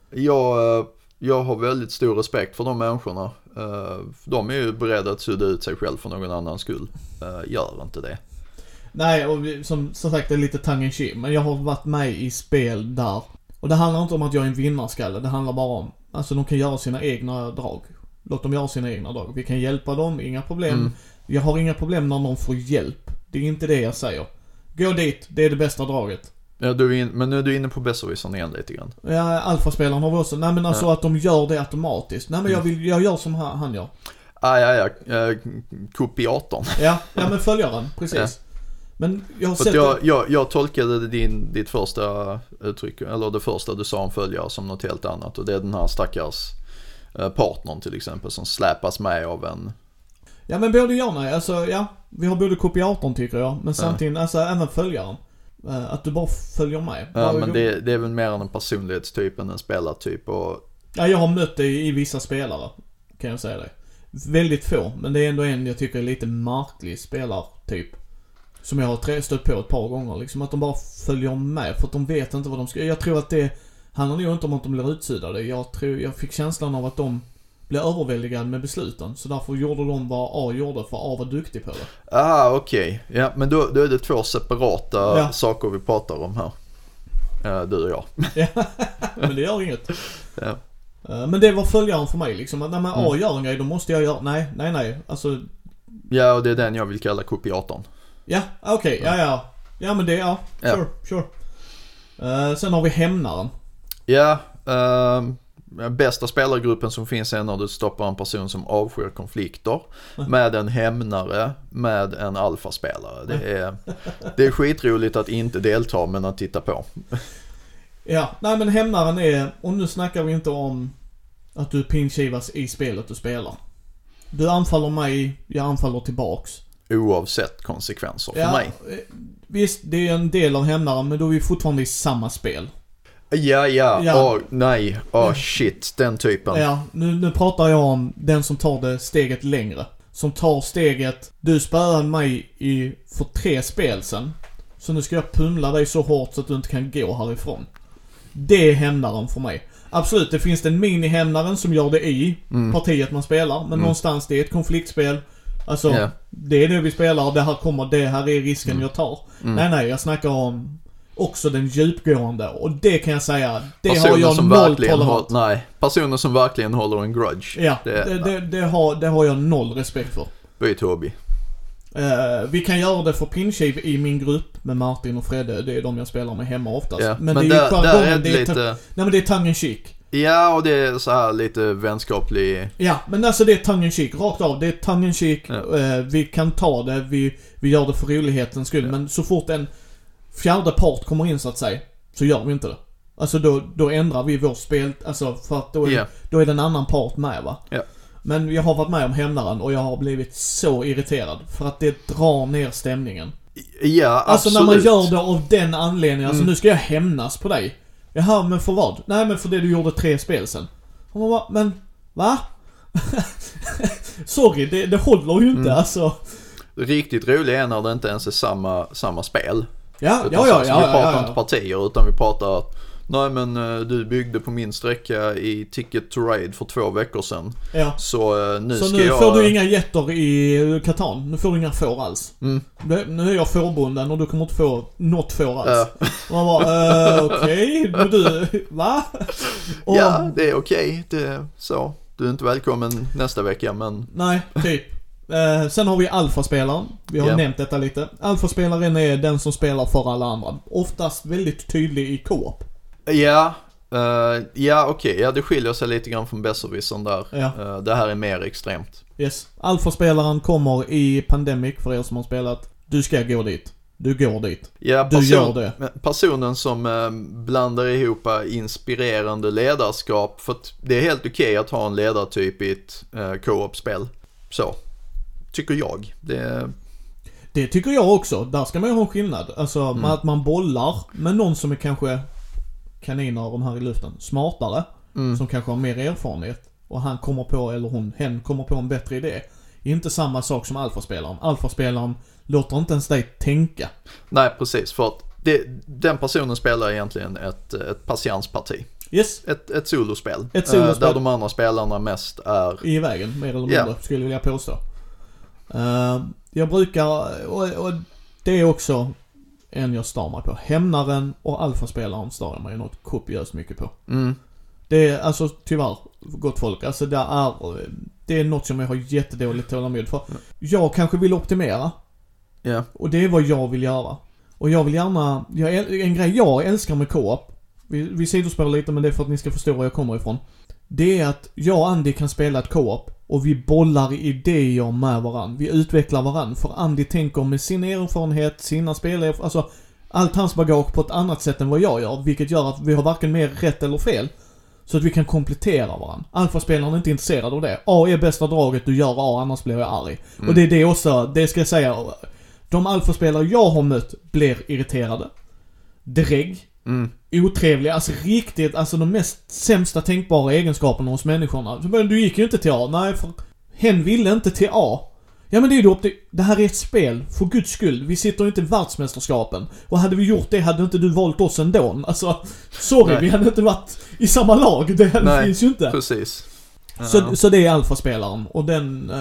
Jag har väldigt stor respekt för de människorna. De är ju beredda att sudda ut sig själv för någon annans skull. Gör inte det. Nej, och som sagt, det är lite tongue-in-cheek. Men jag har varit med i spel där. Och det handlar inte om att jag är en vinnarskalle. Det handlar bara om, alltså de kan göra sina egna drag. Låt dem göra sina egna drag. Vi kan hjälpa dem, inga problem. Jag har inga problem när de får hjälp. Det är inte det jag säger. Gå dit, det är det bästa draget. Ja, men nu är du inne på besserwissern igen lite grann. Ja, alfaspelaren har vi också. Nej, men alltså att de gör det automatiskt. Nej, men jag gör som han gör. Ja. Kopiatorn. Ja, men följaren, precis. Ja. Men jag har sett jag tolkade ditt första uttryck, eller det första du sa om följare, som något helt annat. Och det är den här stackars partnern till exempel som släpas med av en... Ja, men både jag och nej. Alltså, ja, vi har både kopiatorn tycker jag. Men samtidigt, alltså även följaren. Att du bara följer med. Ja, men det är väl mer en personlighetstyp än en spelartyp. Ja, jag har mött det i vissa spelare, kan jag säga det. Väldigt få, men det är ändå en jag tycker är lite märklig spelartyp. Som jag har stött på ett par gånger. Liksom att de bara följer med för att de vet inte vad de ska. Jag tror att det handlar ju inte om att de blir utsuddade. Jag fick känslan av att de blev överväldigade med besluten. Så därför gjorde de vad A gjorde, för A var duktig på det. Okej. Ja, men då är det två separata saker vi pratar om här. Du och jag. Ja, men det gör inget. Ja. Men det var följaren för mig liksom. Att när man A gör en grej, då måste jag göra... Nej. Alltså... Ja, och det är den jag vill kalla kopiatorn. Ja, okej. Ja. Ja, men det Sure. Sen har vi hämnaren. Ja, bästa spelargruppen som finns är när du stoppar en person som avskyr konflikter med en hämnare, med en alfaspelare. Det är skitroligt att inte delta, men att titta på. Ja, nej, men hämnaren är, och nu snackar vi inte om att du pinchivas i spelet du spelar. Du anfaller mig, jag anfaller tillbaks. Oavsett konsekvenser för mig. Visst, det är en del av hämnaren, men då är vi fortfarande i samma spel. Ja. Nej. Shit, den typen. Ja, nu pratar jag om den som tar det steget längre. Som tar steget, du spärrade mig för 3 spel sen. Så nu ska jag pumla dig så hårt så att du inte kan gå härifrån. Det är hämnaren för mig. Absolut, det finns den mini-hämnaren som gör det i partiet man spelar. Men någonstans, det är ett konfliktspel. Alltså, det är det vi spelar. Det här är risken jag tar. Nej, jag snackar om också den djupgående. Och det kan jag säga, det personer har jag noll tolerans. Personer som verkligen håller en grudge. Ja, det har jag noll respekt för. Byt hobby. Vi kan göra det för pinchiv i min grupp med Martin och Fredde. Det är de jag spelar med hemma oftast. Ja, men det är ju där är lite... Nej, men det är tongue-in-cheek. Ja, och det är så här lite vänskaplig... Ja, men alltså det är tongue-in-cheek. Rakt av, det är tongue-in-cheek. Vi kan ta det, vi gör det för rolighetens skull. Men så fort en fjärde part kommer in så att säga, så gör vi inte det. Alltså då ändrar vi vår spel. Alltså för att då är det en annan part med, va? Ja. Men jag har varit med om hämnaren och jag har blivit så irriterad. För att det drar ner stämningen. Ja, alltså absolut. när man gör det av den anledningen. Alltså nu ska jag hämnas på dig. Jaha, men för vad? Nej, men för det du gjorde 3 spel sen. Och man bara, men va? Sorry, det håller ju inte alltså. Riktigt roligt är när det inte ens är samma spel. Ja. Vi pratar inte partier, utan vi pratar att Nej, men du byggde på min sträcka i Ticket to Ride för 2 veckor sedan. Ja. Så nu så ska nu jag... får du inga getter i Catan. Nu får du inga får alls. Mm. Nu är jag fårbunden och du kommer inte få något får alls. Och man bara, okej, men du, va? Och, ja, det är okej. Det är så. Du är inte välkommen nästa vecka, men... Nej, typ. Sen har vi alfaspelaren. Vi har nämnt detta lite. Alfaspelaren är den som spelar för alla andra. Oftast väldigt tydlig i co-op. Ja, okej. Ja, det skiljer sig lite grann från Besserwissern där. Ja. Det här är mer extremt. Yes. Alfaspelaren kommer i Pandemic, för er som har spelat. Du ska gå dit. Du går dit. Ja, du gör det. Personen som blandar ihop inspirerande ledarskap, för att det är helt okej att ha en ledartyp i ett co-op-spel. Så, tycker jag. Det tycker jag också. Där ska man ju ha en skillnad. Alltså att man bollar med någon som är kanske kaninöron här i luften. Smartare. Som kanske har mer erfarenhet. Och han kommer på, eller hen kommer på en bättre idé. Inte samma sak som alfaspelaren. Alfaspelaren låter inte ens dig tänka. Nej, precis. För att den personen spelar egentligen ett patiensparti. Yes. Ett solospel. Där de andra spelarna mest är... i vägen, mer eller mindre, skulle jag vilja påstå. Jag brukar, och det är också en jag stör mig på. Hämnaren och alfaspelaren stör jag mig något kopiöst mycket på. Det är alltså tyvärr, gott folk, alltså det är något som jag har jättedåligt tålamod för. Jag kanske vill optimera. Yeah. Och det är vad jag vill göra. Och jag vill gärna, en grej jag älskar med co-op, vi sidospår lite, men det är för att ni ska förstå var jag kommer ifrån. Det är att jag och Andy kan spela ett co-op och vi bollar idéer med varann. Vi utvecklar varann. För Andy tänker med sin erfarenhet, sina spelare, alltså allt hans bagage på ett annat sätt än vad jag gör. Vilket gör att vi har varken mer rätt eller fel. Så att vi kan komplettera varann. Alfaspelaren är inte intresserad av det. A är bästa draget, du gör A, annars blir jag arg. Och det är det också, det ska jag säga. De alfaspelare jag har mött blir irriterade. Drägg. Otrevliga, alltså riktigt, alltså de mest sämsta tänkbara egenskaperna hos människorna. Du gick ju inte till A. Nej, för hen ville inte till A. Ja, men det är ju det här är ett spel, för guds skull. Vi sitter inte i världsmästerskapen. Och hade vi gjort det hade inte du valt oss ändå. Alltså, sorry, vi hade inte varit i samma lag. Det finns ju inte. Precis. Så det är alfaspelaren. Och den,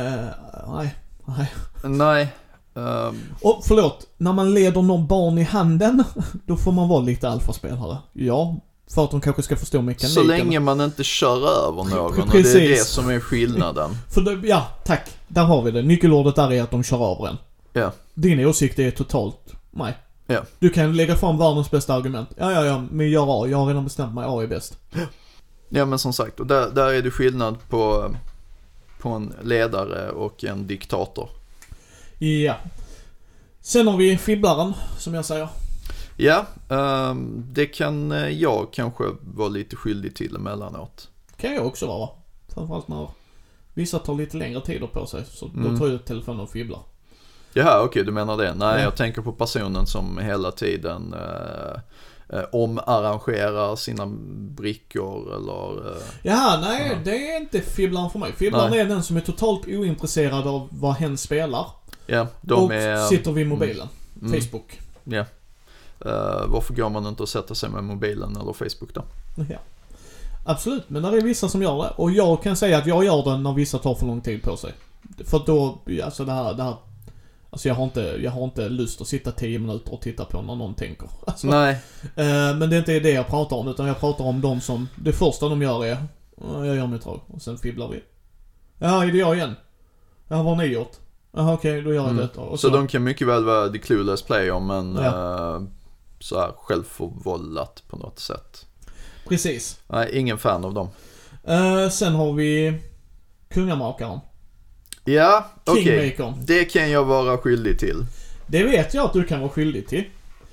Nej. Och förlåt, när man leder någon barn i handen, då får man vara lite alfaspelare. Ja, för att de kanske ska förstå mekaniken. Så länge man inte kör över någon. Precis. Och det är det som är skillnaden. Ja, tack. Där har vi det. Nyckelordet där är att de kör över en. Ja. Din åsikt är totalt nej. Ja. Du kan lägga fram världens bästa argument. Ja, men gör A. Jag har redan bestämt mig. A är bäst. Ja, men som sagt. Och där är det skillnad på en ledare och en diktator. Ja. Sen har vi fibblaren, som jag säger. Ja, det kan jag kanske vara lite skyldig till emellanåt. Kan jag också vara. Framförallt när vissa tar lite längre tid på sig. Så då tar jag ut telefonen och fibblar. Jaha, okej, du menar det. Nej, jag tänker på personen som hela tiden omarrangerar sina brickor eller... Jaha, nej, det är inte fibblaren för mig. Fibblaren är den som är totalt ointresserad av vad hen spelar. Ja, och sitter vid mobilen. Facebook. Ja. Varför går man inte och sätter sig med mobilen eller Facebook då? Ja. Absolut, men där är vissa som gör det. Och jag kan säga att jag gör det när vissa tar för lång tid på sig. För då, alltså det här alltså jag har inte lust att sitta 10 minuter och titta på när någon tänker. Alltså, nej. Men det är inte det jag pratar om, utan jag pratar om de som, det första de gör är, jag gör mitt drag och sen fibblar vi. Ja, är det jag igen? Ja, vad har ni gjort? Jaha, okej, då gör jag det. Och så de kan mycket väl vara the clueless player, men så här självförvållat på något sätt. Precis. Nej, ingen fan av dem. Sen har vi kungamakaren. Ja, okej. Kingmaker. Det kan jag vara skyldig till. Det vet jag att du kan vara skyldig till.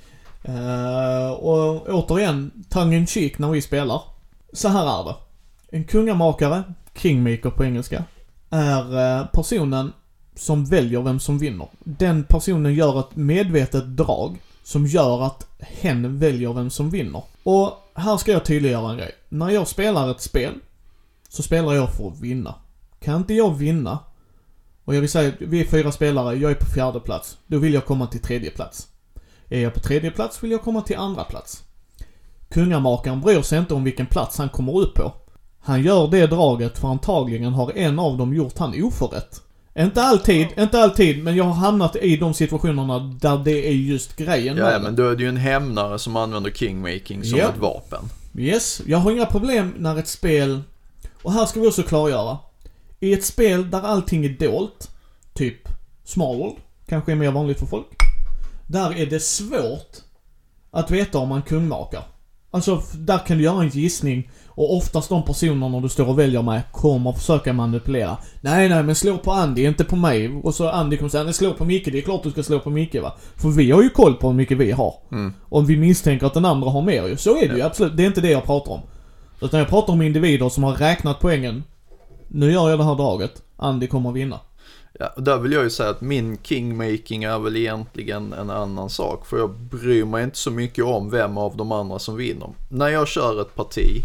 Och återigen, tongue in cheek när vi spelar. Så här är det. En kungamakare, kingmaker på engelska, är personen som väljer vem som vinner. Den personen gör ett medvetet drag som gör att hen väljer vem som vinner. Och här ska jag tydliggöra en grej. När jag spelar ett spel så spelar jag för att vinna. Kan inte jag vinna, och jag vill säga, vi är 4 spelare, jag är på 4:e plats, då vill jag komma till 3:e plats. Är jag på 3:e plats vill jag komma till 2:a plats. kungamakaren bryr sig inte om vilken plats han kommer upp på. Han gör det draget för antagligen har en av dem gjort han oförrätt. Inte alltid, men jag har hamnat i de situationerna där det är just grejen. Ja, men då är det ju en hämnare som använder kingmaking som ett vapen. Yes, jag har inga problem när ett spel, och här ska vi också klargöra, i ett spel där allting är dolt, typ Smallworld, kanske är mer vanligt för folk, där är det svårt att veta om man kungmakar. Alltså, där kan du göra en gissning och oftast de personerna du står och väljer med kommer försöka manipulera. Nej, men slå på Andy, inte på mig. Och så Andy kommer säga, nej, slå på Micke, det är klart du ska slå på Micke, va? För vi har ju koll på hur mycket vi har. Om vi misstänker att den andra har mer, så är det ju absolut. Det är inte det jag pratar om. Utan jag pratar om individer som har räknat poängen. Nu gör jag det här draget, Andy kommer att vinna. Ja, och där vill jag ju säga att min kingmaking är väl egentligen en annan sak. För jag bryr mig inte så mycket om vem av de andra som vinner. När jag kör ett parti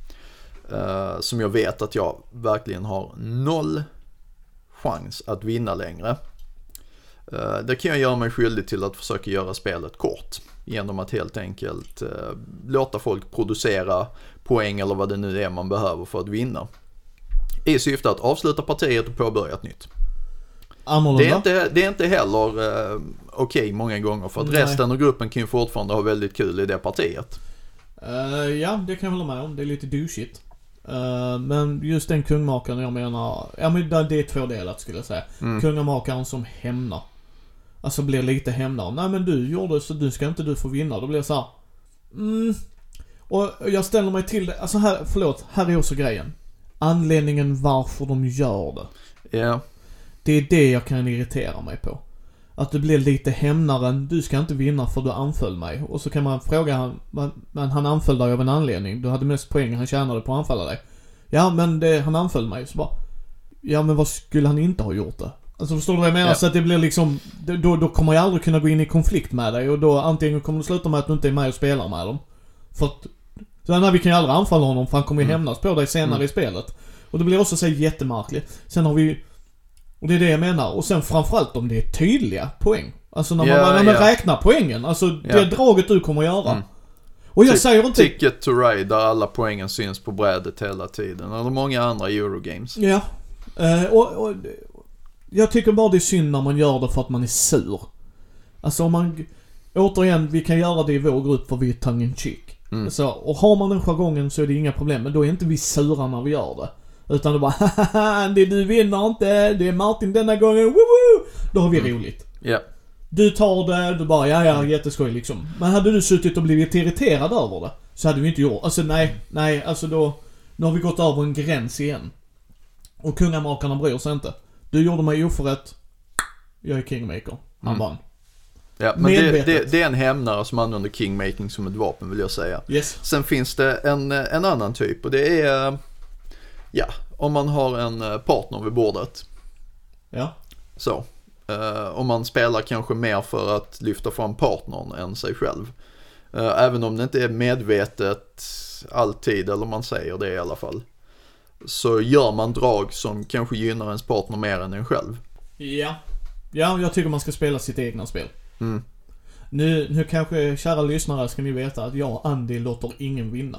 som jag vet att jag verkligen har 0 chans att vinna längre. Där kan jag göra mig skyldig till att försöka göra spelet kort. Genom att helt enkelt låta folk producera poäng eller vad det nu är man behöver för att vinna. I syfte att avsluta partiet och påbörja ett nytt. Det är inte heller okej många gånger, för att resten av gruppen kan ju fortfarande ha väldigt kul i det partiet. Ja, det kan jag hålla med om. Det är lite douchigt. Men just den kungmakaren, jag menar, ja, men det är tvådelat skulle jag säga. Kungamakaren som hämnar. Alltså blir lite hämnare. Nej, men du gjorde så, du ska inte du få vinna. Då blir det så här. Och jag ställer mig till det. Alltså här är också grejen. Anledningen varför de gör det. Ja. Det är det jag kan irritera mig på. Att du blir lite hämnaren. Du ska inte vinna för du anföll mig. Och så kan man fråga han, men han anföll dig av en anledning. Du hade mest poäng, han tjänade på att anfalla dig. Ja, men han anföll mig. Så bara, ja, men vad skulle han inte ha gjort det? Alltså förstår du vad jag menar? Ja. Så att det blir liksom, då kommer jag aldrig kunna gå in i konflikt med dig. Och då antingen kommer du sluta med att du inte är med och spelar med dem. För att, så vi kan ju aldrig anfalla honom, för han kommer ju hämnas på dig senare i spelet. Och det blir också så jättemärkligt. Sen har vi, och det är det jag menar. Och sen framförallt om det är tydliga poäng. Alltså när man räknar poängen. Alltså det draget du kommer att göra. Och jag säger inte... Ticket to Ride, där alla poängen syns på brädet hela tiden. Eller många andra Eurogames. Ja. Och jag tycker bara det är synd när man gör det för att man är sur. Alltså om man... Återigen, vi kan göra det i vår grupp för vi är tongue in cheek. Så, och har man den jargongen så är det inga problem. Men då är inte vi sura när vi gör det. Utan det bara, haha, det du vinner inte, det är Martin denna gången, woho! Då har vi roligt. Yeah. Du tar det, du bara, ja, jätteskoj liksom. Men hade du suttit och blivit irriterad över det, så hade vi inte gjort. Alltså nej, alltså då har vi gått över en gräns igen. Och kungamakarna bryr sig inte. Du gjorde mig oförrätt, jag är kingmaker. Han vann. Ja, men det är en hämnare som använder kingmaking som ett vapen, vill jag säga. Yes. Sen finns det en annan typ, och det är... Ja, om man har en partner vid bordet. Ja. Så. Om man spelar kanske mer för att lyfta fram partnern än sig själv. Även om det inte är medvetet alltid, eller man säger det i alla fall. Så gör man drag som kanske gynnar ens partner mer än en själv. Ja, jag tycker man ska spela sitt egna spel. Nu kanske, kära lyssnare, ska ni veta att jag och Andy låter ingen vinna.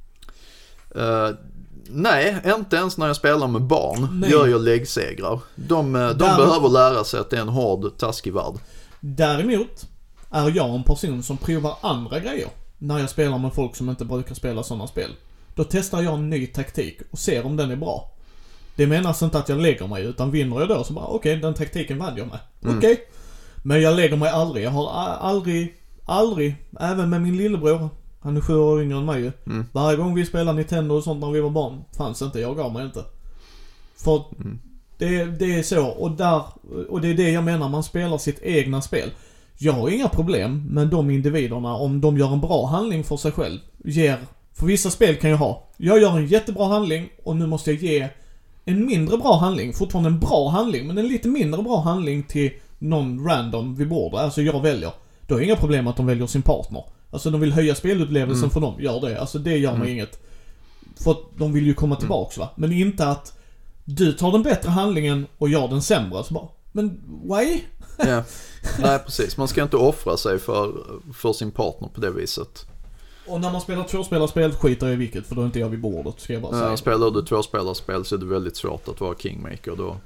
Nej, inte ens när jag spelar med barn gör jag läggsegrar. De behöver lära sig att det är en hård, taskig värld. Däremot är jag en person som provar andra grejer när jag spelar med folk som inte brukar spela sådana spel. Då testar jag en ny taktik och ser om den är bra. Det menas inte att jag lägger mig, utan vinner jag då så bara okej, den taktiken vann jag med. Okej. Men jag lägger mig aldrig. Jag har aldrig, även med min lillebror. Han är 7 år yngre än mig ju. Varje gång vi spelar Nintendo och sånt när vi var barn fanns inte, jag gav mig inte. För det är så. Och det är det jag menar, man spelar sitt egna spel. Jag har inga problem med de individerna om de gör en bra handling för sig själv. För vissa spel kan jag gör en jättebra handling och nu måste jag ge en mindre bra handling. Fortfarande en bra handling, men en lite mindre bra handling till någon random vid bordet. Alltså jag väljer. Då är inga problem att de väljer sin partner. Alltså de vill höja spelupplevelsen för dem, gör det. Alltså det gör mig inget. För att de vill ju komma tillbaks, va. Men inte att du tar den bättre handlingen och jag den sämre. Så bara, men why? Ja. Nej, precis. Man ska inte offra sig för sin partner på det viset. Och när man spelar tvåspelarspel skiter jag i vilket, för då är inte jag vid bordet, ska jag bara säga. Spelar du tvåspelarspel så är det väldigt svårt att vara kingmaker då.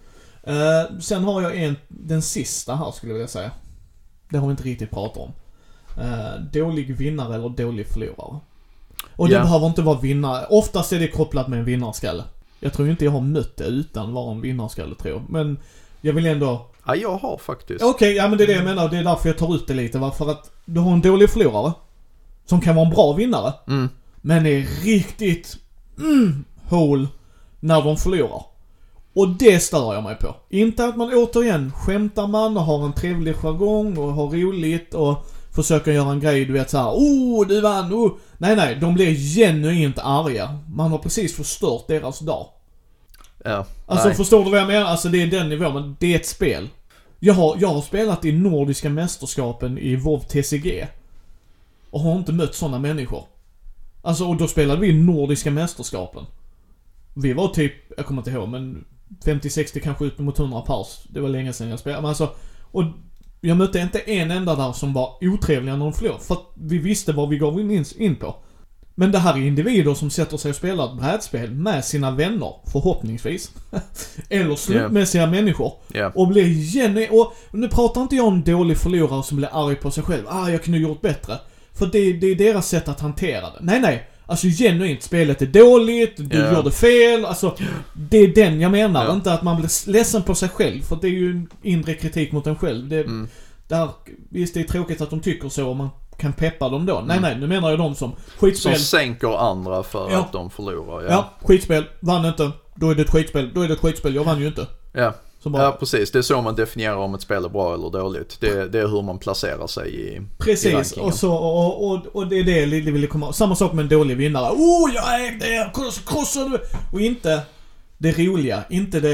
Sen har jag den sista här skulle jag vilja säga. Det har vi inte riktigt pratat om. Dålig vinnare eller dålig förlorare. Och det behöver inte vara vinnare. Oftast är det kopplat med en vinnarskalle. Jag tror inte jag har mött det utan vara en vinnarskalle, tror jag. Men jag vill ändå... Ja, jag har faktiskt. Okej, ja men det är det jag menar. Det är därför jag tar ut det lite. För att du har en dålig förlorare som kan vara en bra vinnare. Men är riktigt hål när de förlorar. Och det stör jag mig på. Inte att man återigen skämtar man och har en trevlig jargong och har roligt och försöker göra en grej, du vet så här, du vann, Nej, de blir genuint arga. Man har precis förstört deras dag. Ja. Alltså förstår du vad jag menar? Alltså det är den nivån, men det är ett spel. Jag har spelat i Nordiska mästerskapen i WoW TCG. Och har inte mött sådana människor. Alltså, och då spelade vi i Nordiska mästerskapen. Vi var typ, jag kommer inte ihåg, men 50-60 kanske ut mot 100 pers. Det var länge sedan jag spelade. Men alltså, och jag mötte inte en enda där som var otrevliga när de förlorade. För att vi visste vad vi gav in på. Men det här är individer som sätter sig och spelar ett brädspel med sina vänner, förhoppningsvis. Eller slumpmässiga människor. Och blir och nu pratar inte jag om dålig förlorare som blir arg på sig själv. Jag kunde gjort bättre. För det är deras sätt att hantera det. Nej. Alltså genuint, spelet är dåligt, du gör det fel. Alltså, det är den jag menar. Inte att man blir ledsen på sig själv. För det är ju en inre kritik mot en själv. Visst, det är tråkigt att de tycker så och man kan peppa dem då. Nej, nu menar jag de som skitspel. Som sänker andra för att de förlorar. Ja, skitspel. Vann inte. Då är det ett skitspel. Jag vann ju inte. Ja. Ja, precis. Det är så man definierar om ett spel är bra eller dåligt. Det är hur man placerar sig i precis, i och det är det Lille ville komma. Samma sak med en dålig vinnare. Jag ägde er, krossar du. Och inte det roliga.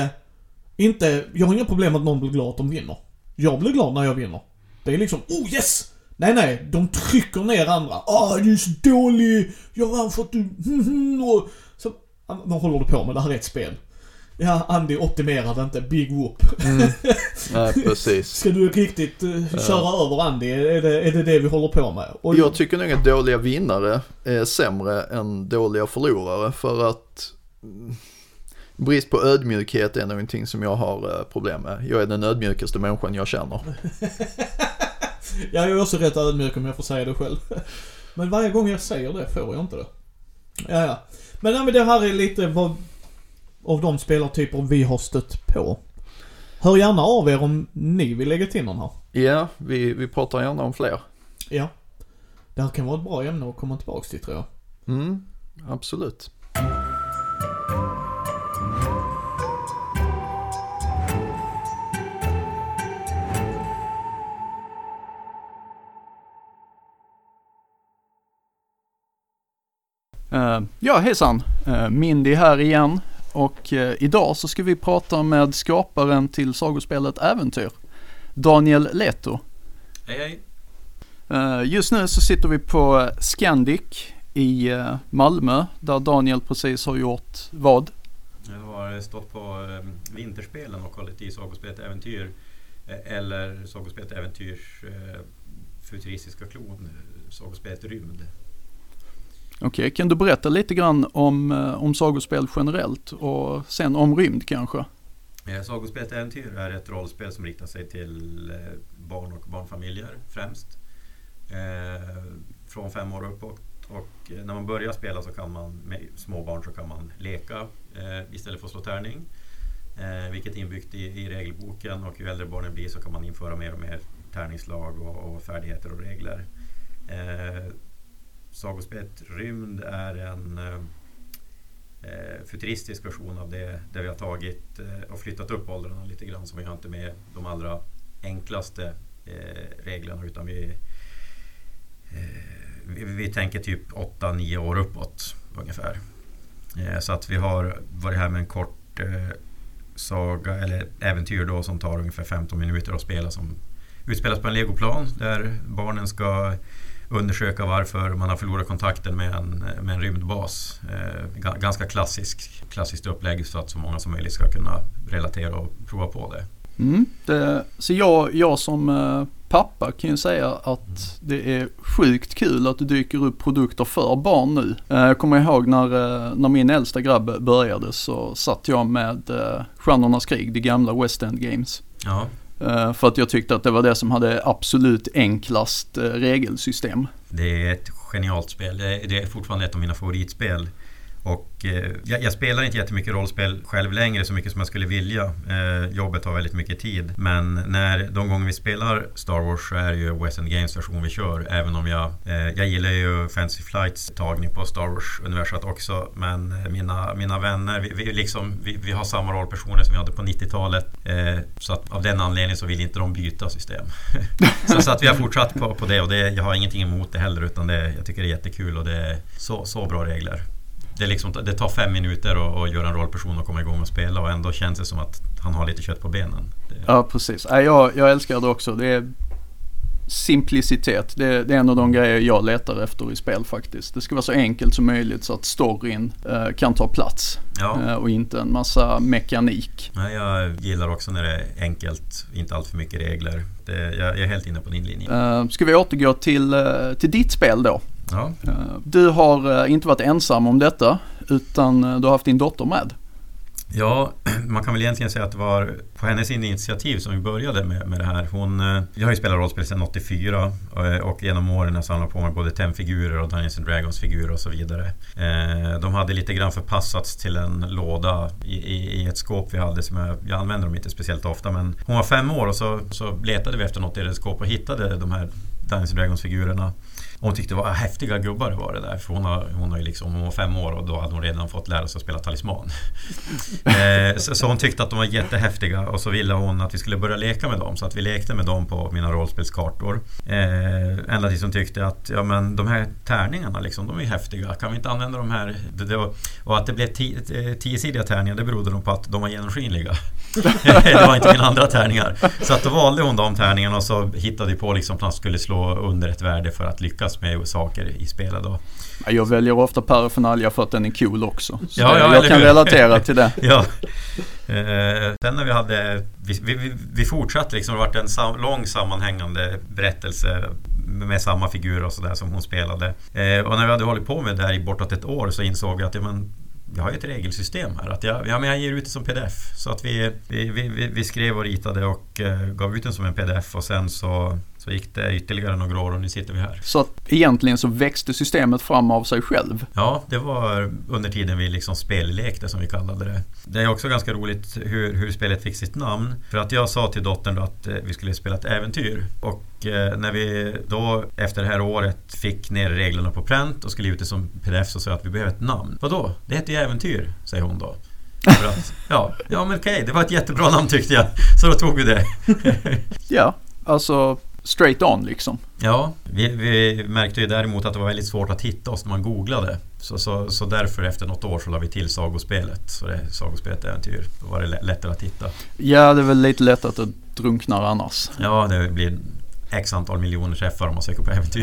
Inte jag har inga problem att någon blir glad att de vinner. Jag blir glad när jag vinner. Det är liksom, yes! Nej, de trycker ner andra. Du är så dålig. Jag vann för att du... och så, vad håller du på med? Det här är ett spel. Ja, Andy optimerade inte. Big whoop. Nej, precis. Ska du riktigt köra över Andy? Är det vi håller på med? Och jag tycker nog att dåliga vinnare är sämre än dåliga förlorare. För att brist på ödmjukhet är någonting som jag har problem med. Jag är den ödmjukaste människan jag känner. Jag är också rätt ödmjuk om jag får säga det själv. Men varje gång jag säger det får jag inte det. Ja. Men det här är lite vad av de spelartyper vi har stött på. Hör gärna av er om ni vill lägga till någon här. Ja, vi pratar gärna om fler. Ja. Det här kan vara ett bra ämne att komma tillbaka till, tror jag. Absolut. Ja, hejsan. Mindy här igen. Och idag så ska vi prata med skaparen till sagospelet Äventyr, Daniel Leto. Hej. Just nu så sitter vi på Scandic i Malmö, där Daniel precis har gjort vad? Jag har stått på Vinterspelen och kollat i sagospelet Äventyr, eller sagospelet Äventyrs futuristiska klon, sagospelet Rymd. Okej, kan du berätta lite grann om sagospel generellt och sen om Rymd kanske? Sagospelet Äventyr är ett rollspel som riktar sig till barn och barnfamiljer främst. Från 5 år uppåt. Och när man börjar spela så kan man, med små barn så kan man leka istället för att slå tärning. Vilket är inbyggt i regelboken, och ju äldre barnen blir så kan man införa mer och mer tärningslag och färdigheter och regler. Sagospelet Rymd är en futuristisk version av det, där vi har tagit och flyttat upp åldrarna lite grann, så vi har inte med de allra enklaste reglerna, utan vi tänker typ 8-9 år uppåt ungefär. Så att vi har varit här med en kort saga eller äventyr då, som tar ungefär 15 minuter att spela, som utspelas på en legoplan där barnen ska undersöka varför man har förlorat kontakten med en rymdbas. Ganska klassiskt upplägg, så att så många som möjligt ska kunna relatera och prova på det. Så jag som pappa kan ju säga att det är sjukt kul att det dyker upp produkter för barn nu. Jag kommer ihåg när min äldsta grabb började så satt jag med Stjärnornas krig, det gamla West End Games. Ja. För att jag tyckte att det var det som hade absolut enklast regelsystem. Det är ett genialt spel. Det är fortfarande ett av mina favoritspel. Och jag spelar inte jättemycket rollspel själv längre så mycket som jag skulle vilja. Jobbet tar väldigt mycket tid. Men de gånger vi spelar Star Wars så är det ju West End Games version vi kör. Även om jag gillar ju Fantasy Flights tagning på Star Wars-universat också. Men mina vänner, vi har samma rollpersoner som vi hade på 90-talet. Så att av den anledningen så vill inte de byta system. så att vi har fortsatt på det och jag har ingenting emot det heller utan jag tycker det är jättekul och det är så bra regler. Det tar 5 minuter att göra en rollperson och komma igång och spela och ändå känns det som att han har lite kött på benen. Ja, precis. Jag älskar det också. Det är simplicitet. Det är en av de grejer jag letar efter i spel faktiskt. Det ska vara så enkelt som möjligt så att storyn kan ta plats. Ja. Och inte en massa mekanik. Nej, jag gillar också när det är enkelt, inte allt för mycket regler. Jag är helt inne på din linje. Ska vi återgå till ditt spel då? Ja. Du har inte varit ensam om detta utan du har haft din dotter med. Ja, man kan väl egentligen säga att det var på hennes initiativ som vi började med det här. Jag har ju spelat rollspel sedan 84 och genom åren har jag samlat på mig både Temfigurer och Dungeons & Dragons-figurer och så vidare. De hade lite grann förpassats till en låda i ett skåp vi hade som jag använder dem inte speciellt ofta. Men hon var 5 år och så letade vi efter något i det skåp och hittade de här Dungeons & Dragons-figurerna. Hon tyckte det var häftiga gubbar var det där. För hon var 5 år och då hade hon redan fått lära sig att spela talisman. Så hon tyckte att de var jättehäftiga och så ville hon att vi skulle börja leka med dem. Så att vi lekte med dem på mina rollspelskartor. Ända tills hon tyckte att men de här tärningarna liksom, de är häftiga. Kan vi inte använda de här? Och att det blev 10-sidiga tärningar, det berodde de på att de var genomskinliga. Det var inte mina andra tärningar. Så att då valde hon de tärningarna och så hittade vi på liksom att man skulle slå under ett värde för att lyckas med saker i spelet då. Jag väljer ofta paraphernalia för att den är cool också. Så ja, jag kan relatera till det. Ja. Sen när vi hade vi fortsatte liksom, det var en lång sammanhängande berättelse med samma figurer och sådär som hon spelade. Och när vi hade hållit på med det här i bortåt ett år så insåg vi att jag har ju ett regelsystem här. Att jag ger ut det som pdf. Så att vi skrev och ritade och gav ut den som en pdf och sen så gick det ytterligare några år och nu sitter vi här. Så att egentligen så växte systemet fram av sig själv? Ja, det var under tiden vi liksom spellekte som vi kallade det. Det är också ganska roligt hur spelet fick sitt namn. För att jag sa till dottern då att vi skulle spela ett äventyr. Och när vi då efter det här året fick ner reglerna på pränt och skulle ut det som pdf så sa jag att vi behöver ett namn. Vadå? Det heter ju äventyr, säger hon då. För att, ja men okej, det var ett jättebra namn tyckte jag. Så då tog vi det. Ja, alltså straight on liksom. Ja, vi märkte ju däremot att det var väldigt svårt att hitta oss när man googlade. Så därför efter något år så la vi till sagospelet. Så det är sagospelet äventyr. Då var det lättare att hitta. Ja, det är väl lite lätt att det drunknar annars. Ja, det blir x antal miljoner träffar om man söker på äventyr.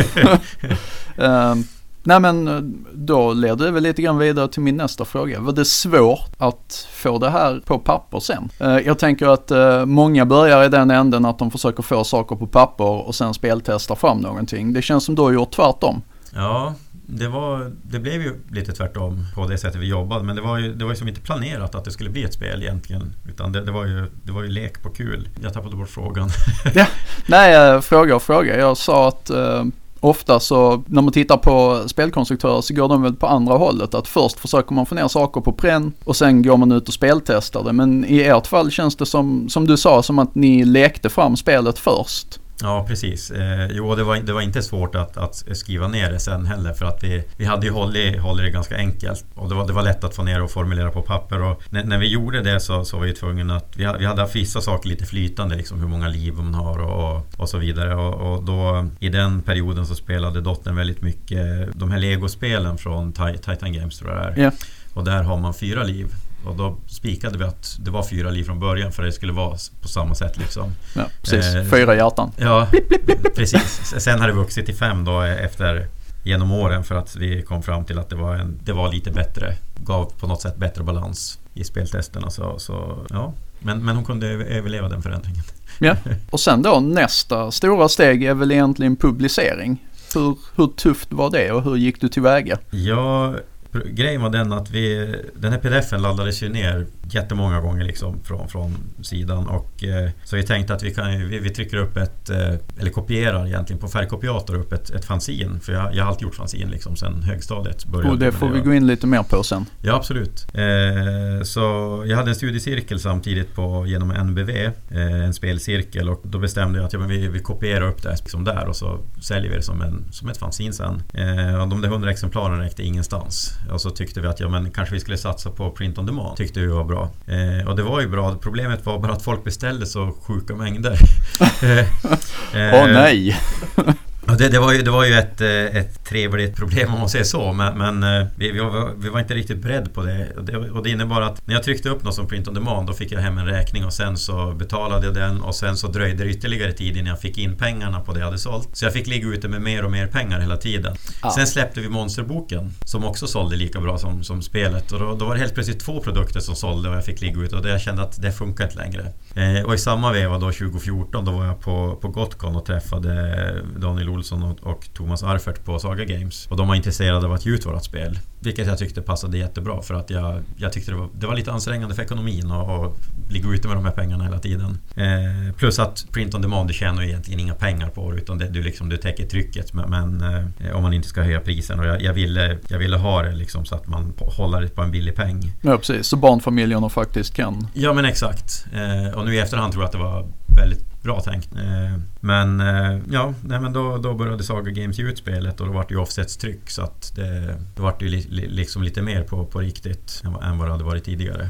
Ja. Nej men då leder det väl lite grann vidare till min nästa fråga. Var det svårt att få det här på papper sen? Jag tänker att många börjar i den änden att de försöker få saker på papper och sen speltestar fram någonting. Det känns som du har gjort tvärtom. Ja, det blev ju lite tvärtom på det sättet vi jobbade. Men det var ju som inte planerat att det skulle bli ett spel egentligen. Utan det var ju lek på kul. Jag tappade bort frågan. Ja. Nej, fråga. Jag sa att ofta så när man tittar på spelkonstruktörer så går de väl på andra hållet. Att först försöker man få ner saker på pränt och sen går man ut och speltestar det. Men i ert fall känns det som du sa som att ni lekte fram spelet först. Ja, precis. Det var inte svårt att skriva ner det sen heller för att vi hade ju hållit det ganska enkelt och det var lätt att få ner och formulera på papper och när vi gjorde det så var vi tvungna att vi hade haft vissa saker lite flytande liksom hur många liv man har och så vidare och då i den perioden så spelade dottern väldigt mycket de här Lego-spelen från Titan Games tror jag det är. Yeah. Och där har man 4 liv. Och då spikade vi att det var 4 liv från början för det skulle vara på samma sätt liksom. Ja, precis. 4 hjärtan. Ja, precis. Sen har det vuxit till 5 då genom åren för att vi kom fram till att det var lite bättre. Gav på något sätt bättre balans i speltesterna. Så ja, Men hon kunde överleva den förändringen. Ja, och sen då nästa stora steg är väl egentligen publicering. Hur tufft var det och hur gick du tillväga? Ja, grejen var den att den här pdf-en laddades ju ner jättemånga gånger liksom från sidan och så vi tänkte att vi trycker upp eller kopierar egentligen på färgkopiator upp ett fanzin, för jag har alltid gjort fanzin liksom sen högstadiet började. Och det får vi gå in lite mer på sen. Ja, absolut. Så jag hade en studiecirkel samtidigt genom NBV, en spelcirkel, och då bestämde jag att vi kopierar upp det liksom där och så säljer vi det som ett fanzin sen. Och de där 100 exemplaren räckte ingenstans. Och så tyckte vi att kanske vi skulle satsa på print on demand. Tyckte vi var bra. Och det var ju bra. Problemet var bara att folk beställde så sjuka mängder. Nej! Det var ju ett trevligt problem om man säger så, men vi var inte riktigt beredd på det. Och det innebar att när jag tryckte upp något som print on demand, då fick jag hem en räkning och sen så betalade jag den och sen så dröjde det ytterligare tid innan jag fick in pengarna på det jag hade sålt. Så jag fick ligga ute med mer och mer pengar hela tiden. Sen släppte vi Monsterboken som också sålde lika bra som spelet, och då var det helt plötsligt 2 produkter som sålde och jag fick ligga ute, och jag kände att det funkar inte längre. Och i samma veva då 2014, då var jag på Gotcon och träffade Daniel Olsson och Thomas Arfert på Saga Games, och de var intresserade av att ge ut vårt spel, vilket jag tyckte passade jättebra, för att jag tyckte det var lite ansträngande för ekonomin och ligga ute med de här pengarna hela tiden. Plus att print on demand, du tjänar ju egentligen inga pengar på det, utan du täcker trycket, men om man inte ska höja prisen, och jag ville ha det liksom så att man håller det på en billig peng. Ja, precis, så barnfamiljerna faktiskt kan. Ja, men exakt. Och nu i efterhand tror jag att det var väldigt bra tänkt. Men då började Saga Games ge ut spelet, och då var det ju offsetstryck, så att det var ju liksom lite mer på riktigt än vad det hade varit tidigare.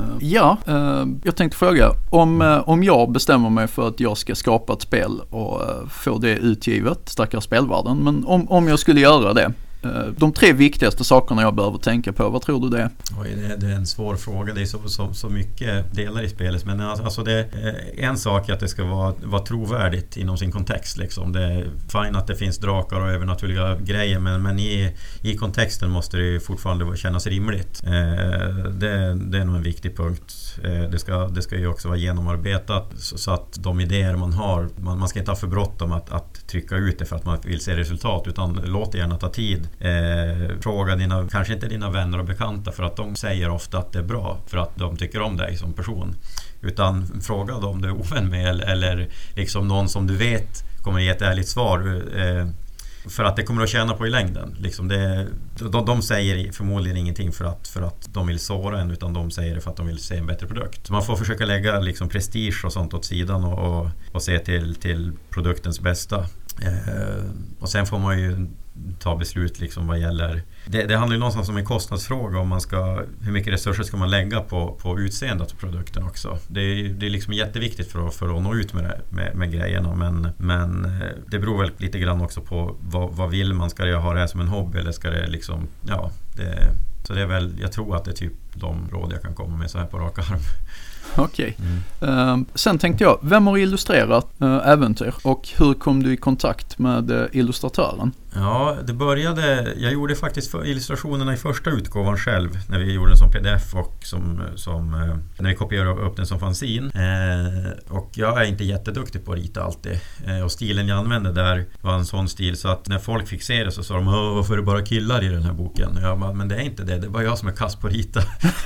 Jag tänkte fråga, om jag bestämmer mig för att jag ska skapa ett spel och få det utgivet, stackars spelvärlden, men om jag skulle göra det, de 3 viktigaste sakerna jag behöver tänka på, vad tror du det är? Oj, det är en svår fråga. Det är så mycket delar i spelet. Men alltså det är en sak att det ska vara trovärdigt inom sin kontext. Liksom. Det är fint att det finns drakar och övernaturliga grejer, men i kontexten måste det ju fortfarande kännas rimligt. Det är nog en viktig punkt. Det ska ju också vara genomarbetat, så att de idéer man har, man ska inte ha för bråttom att trycka ut det för att man vill se resultat, utan låt det gärna ta tid. Fråga kanske inte dina vänner och bekanta, för att de säger ofta att det är bra för att de tycker om dig som person, utan fråga dem du är ovän med, eller liksom någon som du vet kommer ge ett ärligt svar, för att det kommer att tjäna på i längden. Liksom de säger förmodligen ingenting för att de vill såra en, utan de säger det för att de vill se en bättre produkt. Så man får försöka lägga liksom prestige och sånt åt sidan och se till produktens bästa. Och sen får man ju ta beslut liksom vad gäller. Det handlar ju någonstans om en kostnadsfråga, om hur mycket resurser ska man lägga på utseendet av produkten också. Det är liksom jätteviktigt för att nå ut med grejerna, men det beror väl lite grann också på vad vill man, ska jag ha det här som en hobby, eller ska det liksom, så det är väl, jag tror att det är typ de råd jag kan komma med så här på rak arm. Okej. Sen tänkte jag, vem har illustrerat Äventyr och hur kom du i kontakt med illustratören? Ja, jag gjorde faktiskt illustrationerna i första utgåvan själv, när vi gjorde den som pdf och som när vi kopierade upp den som fanzin. Och jag är inte jätteduktig på att rita alltid. Och stilen jag använde där var en sån stil så att när folk fick se det så sa de, varför är det bara killar i den här boken? Och jag bara, men det är inte det är bara jag som är kass på att rita.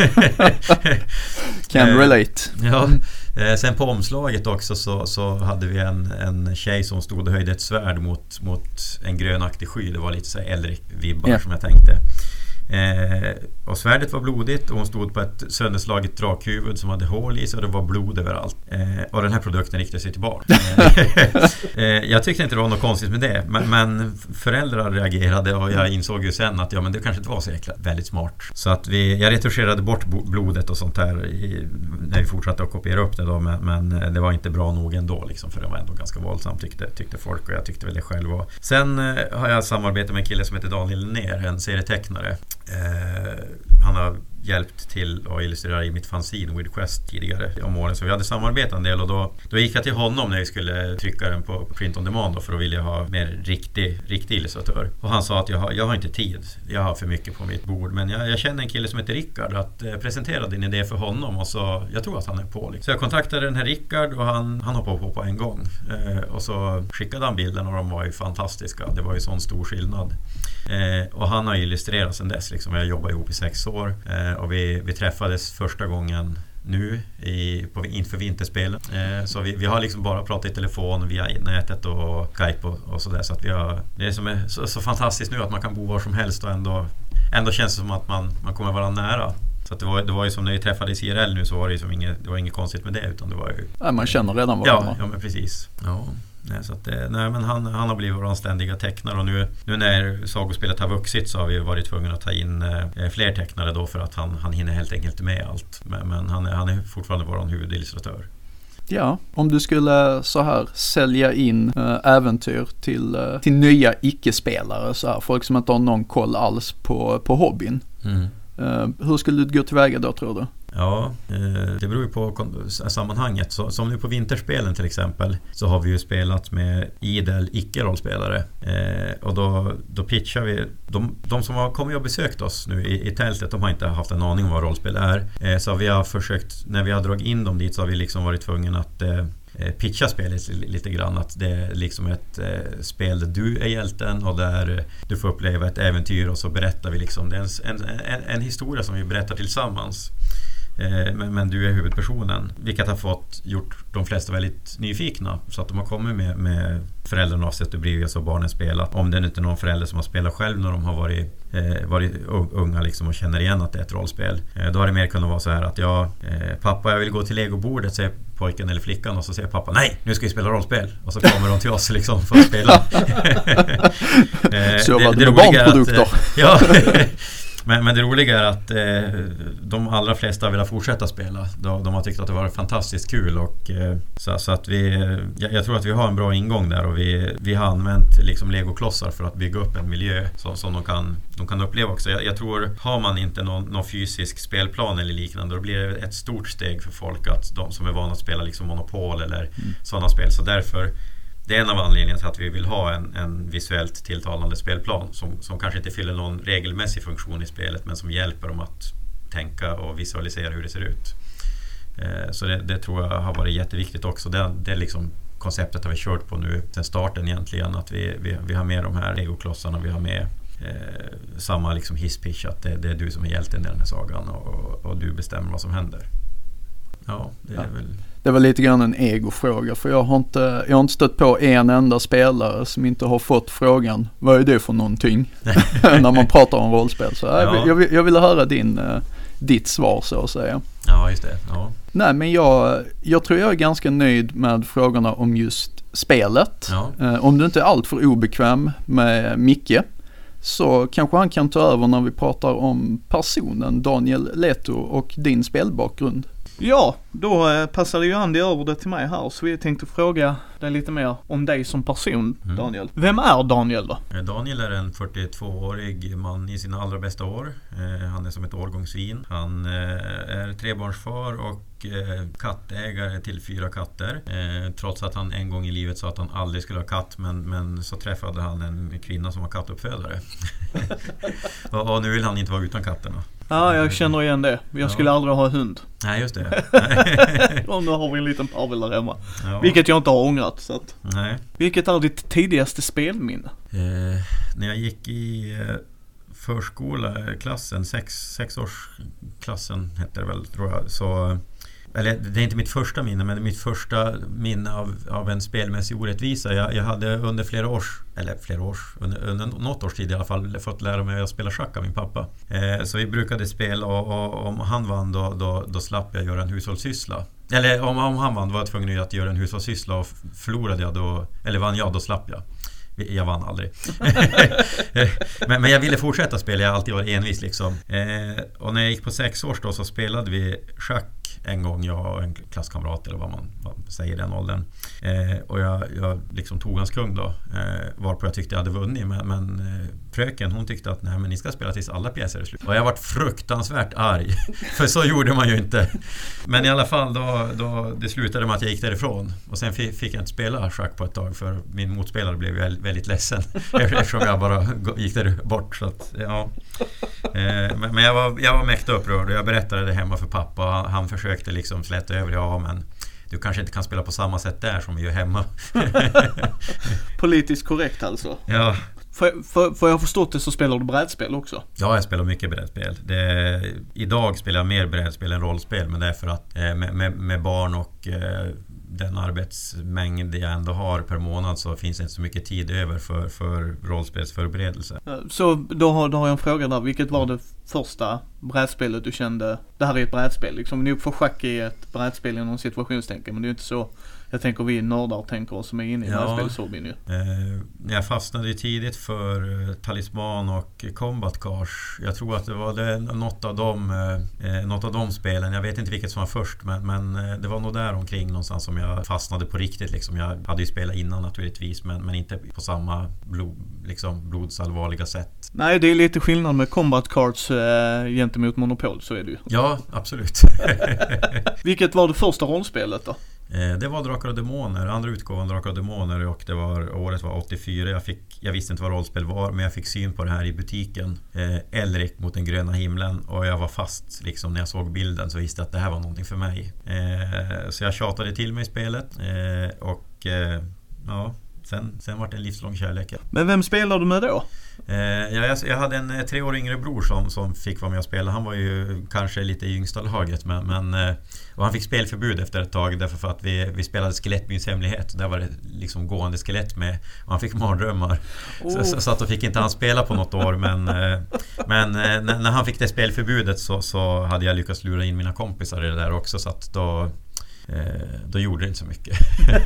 Can relate. Ja. Sen på omslaget också så hade vi en tjej som stod och höjde ett svärd mot en grönaktig sky. Det var lite så här Elric-vibbar som jag tänkte. Och svärdet var blodigt och hon stod på ett sönderslaget drakhuvud som hade hål i sig och det var blod överallt. Och den här produkten riktade sig till barn. Jag tyckte inte det var något konstigt med det, men föräldrar reagerade och jag insåg ju sen att men det kanske inte var så väldigt smart. Så att jag retuscherade bort blodet och sånt här när vi fortsatte att kopiera upp det då, men det var inte bra nog ändå liksom, för det var ändå ganska våldsamt tyckte folk, och jag tyckte väl det själv. Och sen har jag samarbetat med en kille som heter Daniel Linnér, en serietecknare. Han har hjälpt till att illustrera i mitt fanzine With Quest tidigare om åren. Så vi hade samarbetat en del och då gick jag till honom när vi skulle trycka den på print on demand då, för att vilja ha mer riktig illustratör. Och han sa att jag har inte tid. Jag har för mycket på mitt bord. Men jag känner en kille som heter Rickard, att presentera din idé för honom, och så jag tror att han är på. Liksom. Så jag kontaktade den här Rickard och han hoppade på en gång. Och så skickade han bilden och de var ju fantastiska. Det var ju sån stor skillnad. Och han har illustrerat sedan dess. Liksom. Jag jobbar ihop i 6 år. Och vi träffades första gången nu inför vinterspelen. Så vi har liksom bara pratat i telefon via nätet och Skype och sådär. Så att det är som är så fantastiskt nu att man kan bo var som helst och ändå känns det som att man kommer vara nära. Så att det var ju som när vi träffades i IRL nu, så var det ju som inget konstigt med det, utan det var ju... Ja, man känner redan varandra. Ja, men precis. Ja. Så att, men han har blivit vår ständiga tecknare, och nu när sagospelet har vuxit så har vi varit tvungna att ta in fler tecknare då, för att han hinner helt enkelt med allt. Men han är fortfarande vår huvudillustratör. Ja, om du skulle så här sälja in äventyr till nya icke-spelare, så här, folk som inte har någon koll alls på hobbyn. Hur skulle du gå tillväga då, tror du? Ja, det beror ju på sammanhanget. Som nu på vinterspelen till exempel, så har vi ju spelat med idel icke-rollspelare. Och då pitchar vi... De som har kommit och besökt oss nu i tältet, de har inte haft en aning om vad rollspel är. Så vi har försökt, när vi har dragit in dem dit, så har vi liksom varit tvungna att pitcha spelet lite grann, att det är liksom ett spel där du är hjälten och där du får uppleva ett äventyr, och så berättar vi liksom, det är en historia som vi berättar tillsammans. Men du är huvudpersonen, vilket har gjort de flesta väldigt nyfikna, så att de har kommit med föräldrarna och sett bredvid så barnen spelat. Om det inte är någon förälder som har spelat själv när de har varit unga liksom, och känner igen att det är ett rollspel, då har det mer kunnat vara så här att pappa, jag vill gå till legobordet, säger pojken eller flickan, och så säger pappa, nej, nu ska vi spela rollspel, och så kommer de till oss liksom för att spela. Så var det med barnprodukter. Ja. Men det roliga är att de allra flesta vill fortsätta spela. De har tyckt att det var fantastiskt kul, och så att jag tror att vi har en bra ingång där, och vi har använt liksom legoklossar för att bygga upp en miljö som de kan uppleva också. Jag tror, har man inte någon fysisk spelplan eller liknande, då blir det ett stort steg för folk, att de som är vana att spela liksom Monopol eller sådana spel. Så därför, det är en av anledningarna till att vi vill ha en visuellt tilltalande spelplan som kanske inte fyller någon regelmässig funktion i spelet, men som hjälper dem att tänka och visualisera hur det ser ut. Så det tror jag har varit jätteviktigt också. Det liksom konceptet har vi kört på nu sedan starten egentligen, att vi har med de här legoklossarna, vi har med samma liksom hisspitch, att det är du som är hjälten i den här sagan, och du bestämmer vad som händer. Ja, det är väl... Det var lite grann en egofråga, för jag har inte stött på en enda spelare som inte har fått frågan, vad är det för någonting? När man pratar om rollspel. Så jag ville höra ditt svar, så att säga. Ja, just det. Ja. Nej, men jag tror jag är ganska nöjd med frågorna om just spelet. Ja. Om du inte är allt för obekväm med Micke, så kanske han kan ta över när vi pratar om personen Daniel Leto och din spelbakgrund. Ja, då passade ju Andy över det till mig här, så vi tänkte fråga dig lite mer om dig som person, Daniel. Vem är Daniel då? Daniel är en 42-årig man i sina allra bästa år. Han är som ett årgångssvin. Han är trebarnsfar och kattägare till 4 katter. Trots att han en gång i livet sa att han aldrig skulle ha katt, men så träffade han en kvinna som var kattuppfödare. och nu vill han inte vara utan katterna. Ja, jag känner igen det. Jag skulle aldrig ha hund. Nej, just det. Och nu har vi en liten parvel där hemma. Ja. Vilket jag inte har ångrat. Så att. Nej. Vilket är ditt tidigaste spelminne? När jag gick i förskoleklassen, 6-årsklassen hette det väl, tror jag, så... Eller det är inte mitt första minne, men mitt första minne av en spelmässig orättvisa. Jag hade under under något års tid i alla fall fått lära mig att spela schack av min pappa. Så vi brukade spela, och om han vann då slapp jag göra en hushållssyssla. Eller om han vann var jag tvungen att göra en hushållssyssla, och förlorade jag då, eller vann jag, då slapp jag. Jag vann aldrig. men jag ville fortsätta spela, jag har alltid varit envis liksom. Och när jag gick på 6 år då, så spelade vi schack en gång, jag och en klasskamrat eller vad man säger i den åldern. Och jag liksom tog hans kung då, varpå jag tyckte jag hade vunnit, men fröken hon tyckte att nej, men ni ska spela tills alla pjäser är slut. Och jag varit fruktansvärt arg, för så gjorde man ju inte. Men i alla fall då det slutade med att jag gick därifrån, och sen fick jag inte spela schack på ett tag, för min motspelare blev väldigt ledsen eftersom jag bara gick där bort. Så att, ja. Men jag var mäkta upprörd, och jag berättade det hemma för pappa. Han försökte liksom släta över, ja men du kanske inte kan spela på samma sätt där som vi gör hemma. Politiskt korrekt alltså. Ja. För jag har förstått det, så spelar du brädspel också? Ja, jag spelar mycket brädspel. Idag spelar jag mer brädspel än rollspel, men det är för att med barn och den arbetsmängd jag ändå har per månad, så finns det inte så mycket tid över för rollspelsförberedelse. Så då har jag en fråga där. Vilket var det första brädspelet du kände, det här är ett brädspel liksom? Nu får schack i ett brädspel i någon situationstänker, men det är inte så jag tänker vi nördar tänker oss som är inne i brädspelshobbyn ju. Jag fastnade ju tidigt för Talisman och Combat Cars. Jag tror att det var något av de spelen. Jag vet inte vilket som var först, men det var nog där omkring någonstans som jag fastnade på riktigt liksom. Jag hade ju spelat innan naturligtvis, men inte på samma blodsallvarliga sätt. Nej, det är lite skillnad med Combat Cards gentemot Monopol, så är det ju. Ja, absolut. Vilket var det första rollspelet då? Det var Drakar och Demoner, andra utgåvan Drakar och Demoner, och året var 84. Jag visste inte vad rollspel var, men jag fick syn på det här i butiken. Elric mot den gröna himlen, och jag var fast liksom, när jag såg bilden så visste jag att det här var någonting för mig. Så jag tjatade till mig spelet, och ja, sen var det en livslång kärlek. Men vem spelade du med då? Jag hade en 3 år yngre bror som fick vara med och spela. Han var ju kanske lite i yngsta laget, men och han fick spelförbud efter ett tag därför för att vi spelade Skelettbyns hemlighet. Där var det liksom gående skelett med, och han fick mardrömmar. Så att då fick inte han spela på något år, men när han fick det spelförbudet så hade jag lyckats lura in mina kompisar i det där också, så att då gjorde det inte så mycket.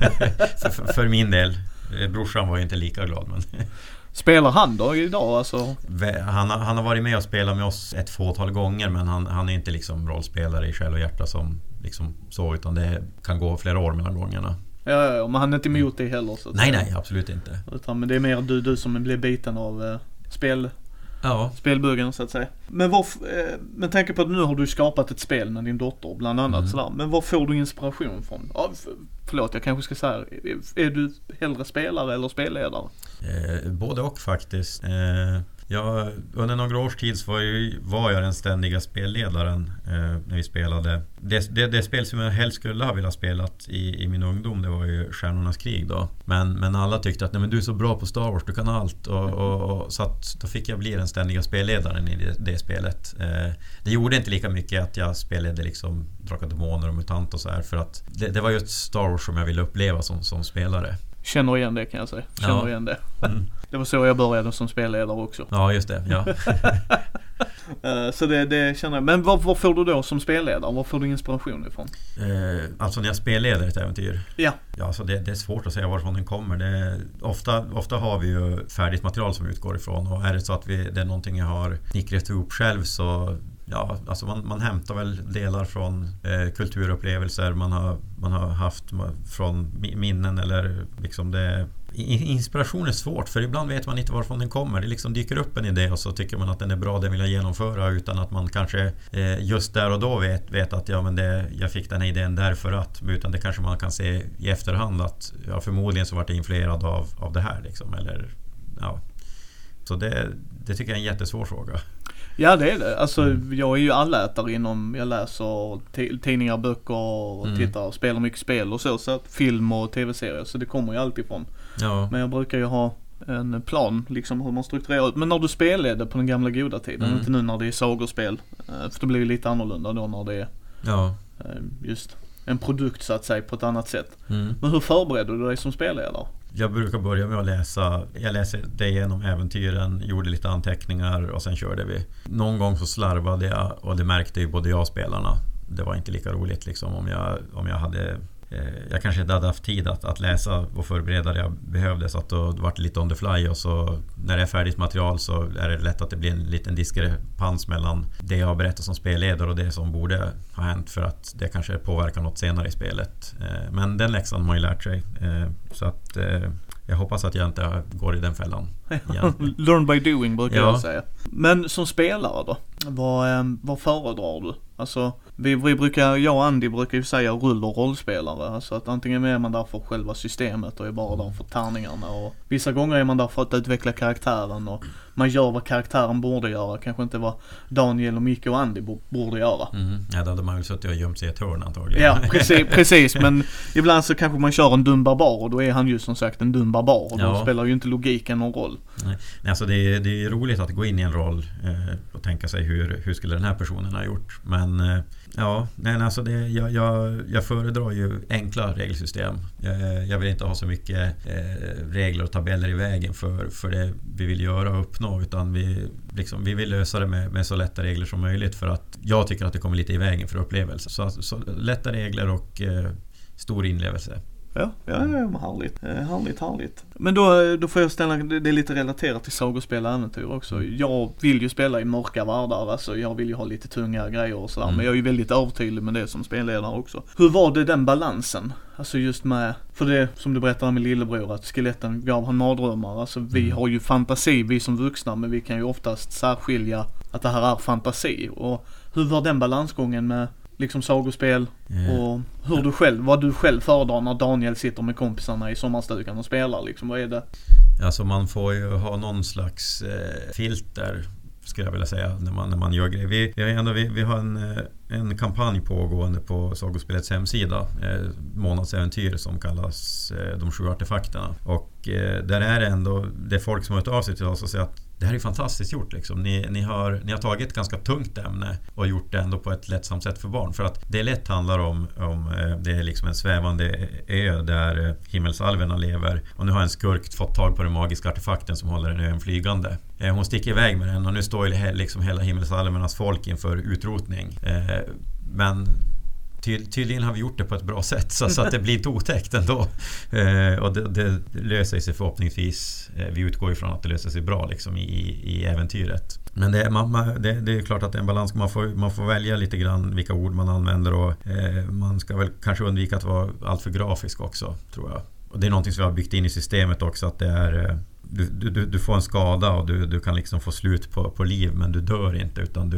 för min del. Brorsan var ju inte lika glad, men spelar han då idag alltså? Han har varit med och spelat med oss ett fåtal gånger, men han är inte liksom rollspelare i själ och hjärta som liksom så, utan det kan gå flera år mellan gångerna. Ja, men han är inte emot det heller så att nej, absolut inte. Men det är mer du som blir biten av spelbuggen så att säga. Men tänk på att nu har du skapat ett spel med din dotter bland annat sådär. Men var får du inspiration från? Förlåt, jag kanske ska säga, är du hellre spelare eller spelledare? Både och faktiskt. Under några års tid så var jag den ständiga spelledaren när vi spelade. Det spel som jag helst skulle ha velat spelat i min ungdom, det var ju Stjärnornas krig då. Men alla tyckte att nej, men du är så bra på Star Wars, du kan allt. Och så att då fick jag bli den ständiga spelledaren i det spelet. Det gjorde inte lika mycket att jag spelade liksom Drakar, Demoner och Mutant och så här, för att det var just Star Wars som jag ville uppleva som spelare. Känner igen det kan jag säga. Igen det. Det var så jag började som spelledare också. Ja, just det. Ja. Så det känner jag. Men vad får du då som spelledare? Var får du inspiration ifrån? Alltså när jag spelleder ett äventyr? Ja. Ja, så det är svårt att säga varifrån den kommer. Ofta har vi ju färdigt material som vi utgår ifrån. Och är det så att det är någonting jag har snickrat ihop själv, så ja, alltså man hämtar väl delar från kulturupplevelser man har haft från minnen, eller liksom det. Inspiration är svårt, för ibland vet man inte varifrån den kommer. Det liksom dyker upp en idé och så tycker man att den är bra, den vill jag genomföra, utan att man kanske just där och då vet att jag fick den här idén därför att, utan det kanske man kan se i efterhand att förmodligen så var det influerad av det här liksom, eller ja. Så det tycker jag är en jättesvår fråga. Ja, det är det. Alltså jag är ju allätare jag läser tidningar, böcker och tittar och spelar mycket spel och så att film och tv-serier, så det kommer ju alltid ifrån. Ja. Men jag brukar ju ha en plan liksom hur man strukturerar ut. Men när du spelade på den gamla goda tiden, inte nu när det är sagospel, för det blir ju lite annorlunda då när det är just en produkt så att säga på ett annat sätt. Men hur förbereder du dig som spelledare? Jag brukar börja med att jag läser det igenom äventyren, gjorde lite anteckningar och sen körde vi. Någon gång så slarvade jag, och det märkte ju både jag och spelarna. Det var inte lika roligt liksom om jag hade jag kanske inte hade haft tid att läsa och förbereda det jag behövde, så att då var det lite on the fly, och så när det är färdigt material så är det lätt att det blir en liten diskrepans mellan det jag har berättat som spelledare och det som borde ha hänt, för att det kanske påverkar något senare i spelet. Men den läxan har man ju lärt sig, så att jag hoppas att jag inte går i den fällan igen. Learn by doing brukar jag säga. Men som spelare då, vad föredrar du? Alltså, jag och Andy brukar ju säga rull- och rollspelare. Alltså att antingen är man där för själva systemet och är bara där för tärningarna. Och vissa gånger är man där för att utveckla karaktären och man gör vad karaktären borde göra. Kanske inte vad Daniel och Micke och Andy borde göra. Ja, då hade man väl suttit och gömt sig i ett hörn antagligen. Ja, precis. Men ibland så kanske man kör en dum barbar och då är han ju som sagt en dum barbar. Och då spelar ju inte logiken någon roll. Nej, alltså det är roligt att gå in i en roll och tänka sig hur skulle den här personen ha gjort. Men alltså jag föredrar ju enkla regelsystem. Jag vill inte ha så mycket regler och tabeller i vägen för det vi vill göra och uppnå, utan vi vill lösa det med så lätta regler som möjligt, för att jag tycker att det kommer lite i vägen för upplevelsen. Så lätta regler och stor inlevelse. Ja, härligt. Men då får jag ställa, det är lite relaterat till sagospel och äventyr också. Jag vill ju spela i mörka världar, alltså jag vill ju ha lite tunga grejer och sådär, men jag är ju väldigt övertydlig med det som spelledare också. Hur var det den balansen? Alltså just med, för det som du berättade med lillebror, att skeletten gav han mardrömmar. Alltså vi har ju fantasi, vi som vuxna, men vi kan ju oftast särskilja att det här är fantasi. Och hur var den balansgången med liksom sagospel och vad du själv föredrar när Daniel sitter med kompisarna i sommarstugan och spelar liksom, vad är det? Alltså man får ju ha någon slags filter, skulle jag vilja säga, när man gör grejer. Vi har en kampanj pågående på Sagospelets hemsida, månadsäventyr som kallas De 7 artefakterna, och där är det ändå det folk som har hört av sig till oss och säger att det här är fantastiskt gjort liksom. Ni har tagit ett ganska tungt ämne och gjort det ändå på ett lättsamt sätt för barn, för att det lätt handlar om det är liksom en svävande ö där himmelsalverna lever, och nu har en skurk fått tag på den magiska artefakten som håller den ön flygande. Hon sticker iväg med den och nu står ju liksom hela himmelsalvernas folk inför utrotning. Men tydligen har vi gjort det på ett bra sätt så att det blir inte otäckt ändå. Och det löser sig förhoppningsvis. Vi utgår ifrån att det löser sig bra liksom i äventyret. Men det är klart att det är en balans. Man får välja lite grann vilka ord man använder, och man ska väl kanske undvika att vara allt för grafisk också, tror jag. Och det är någonting som vi har byggt in i systemet också, att det är du får en skada och du kan liksom få slut på liv, men du dör inte, utan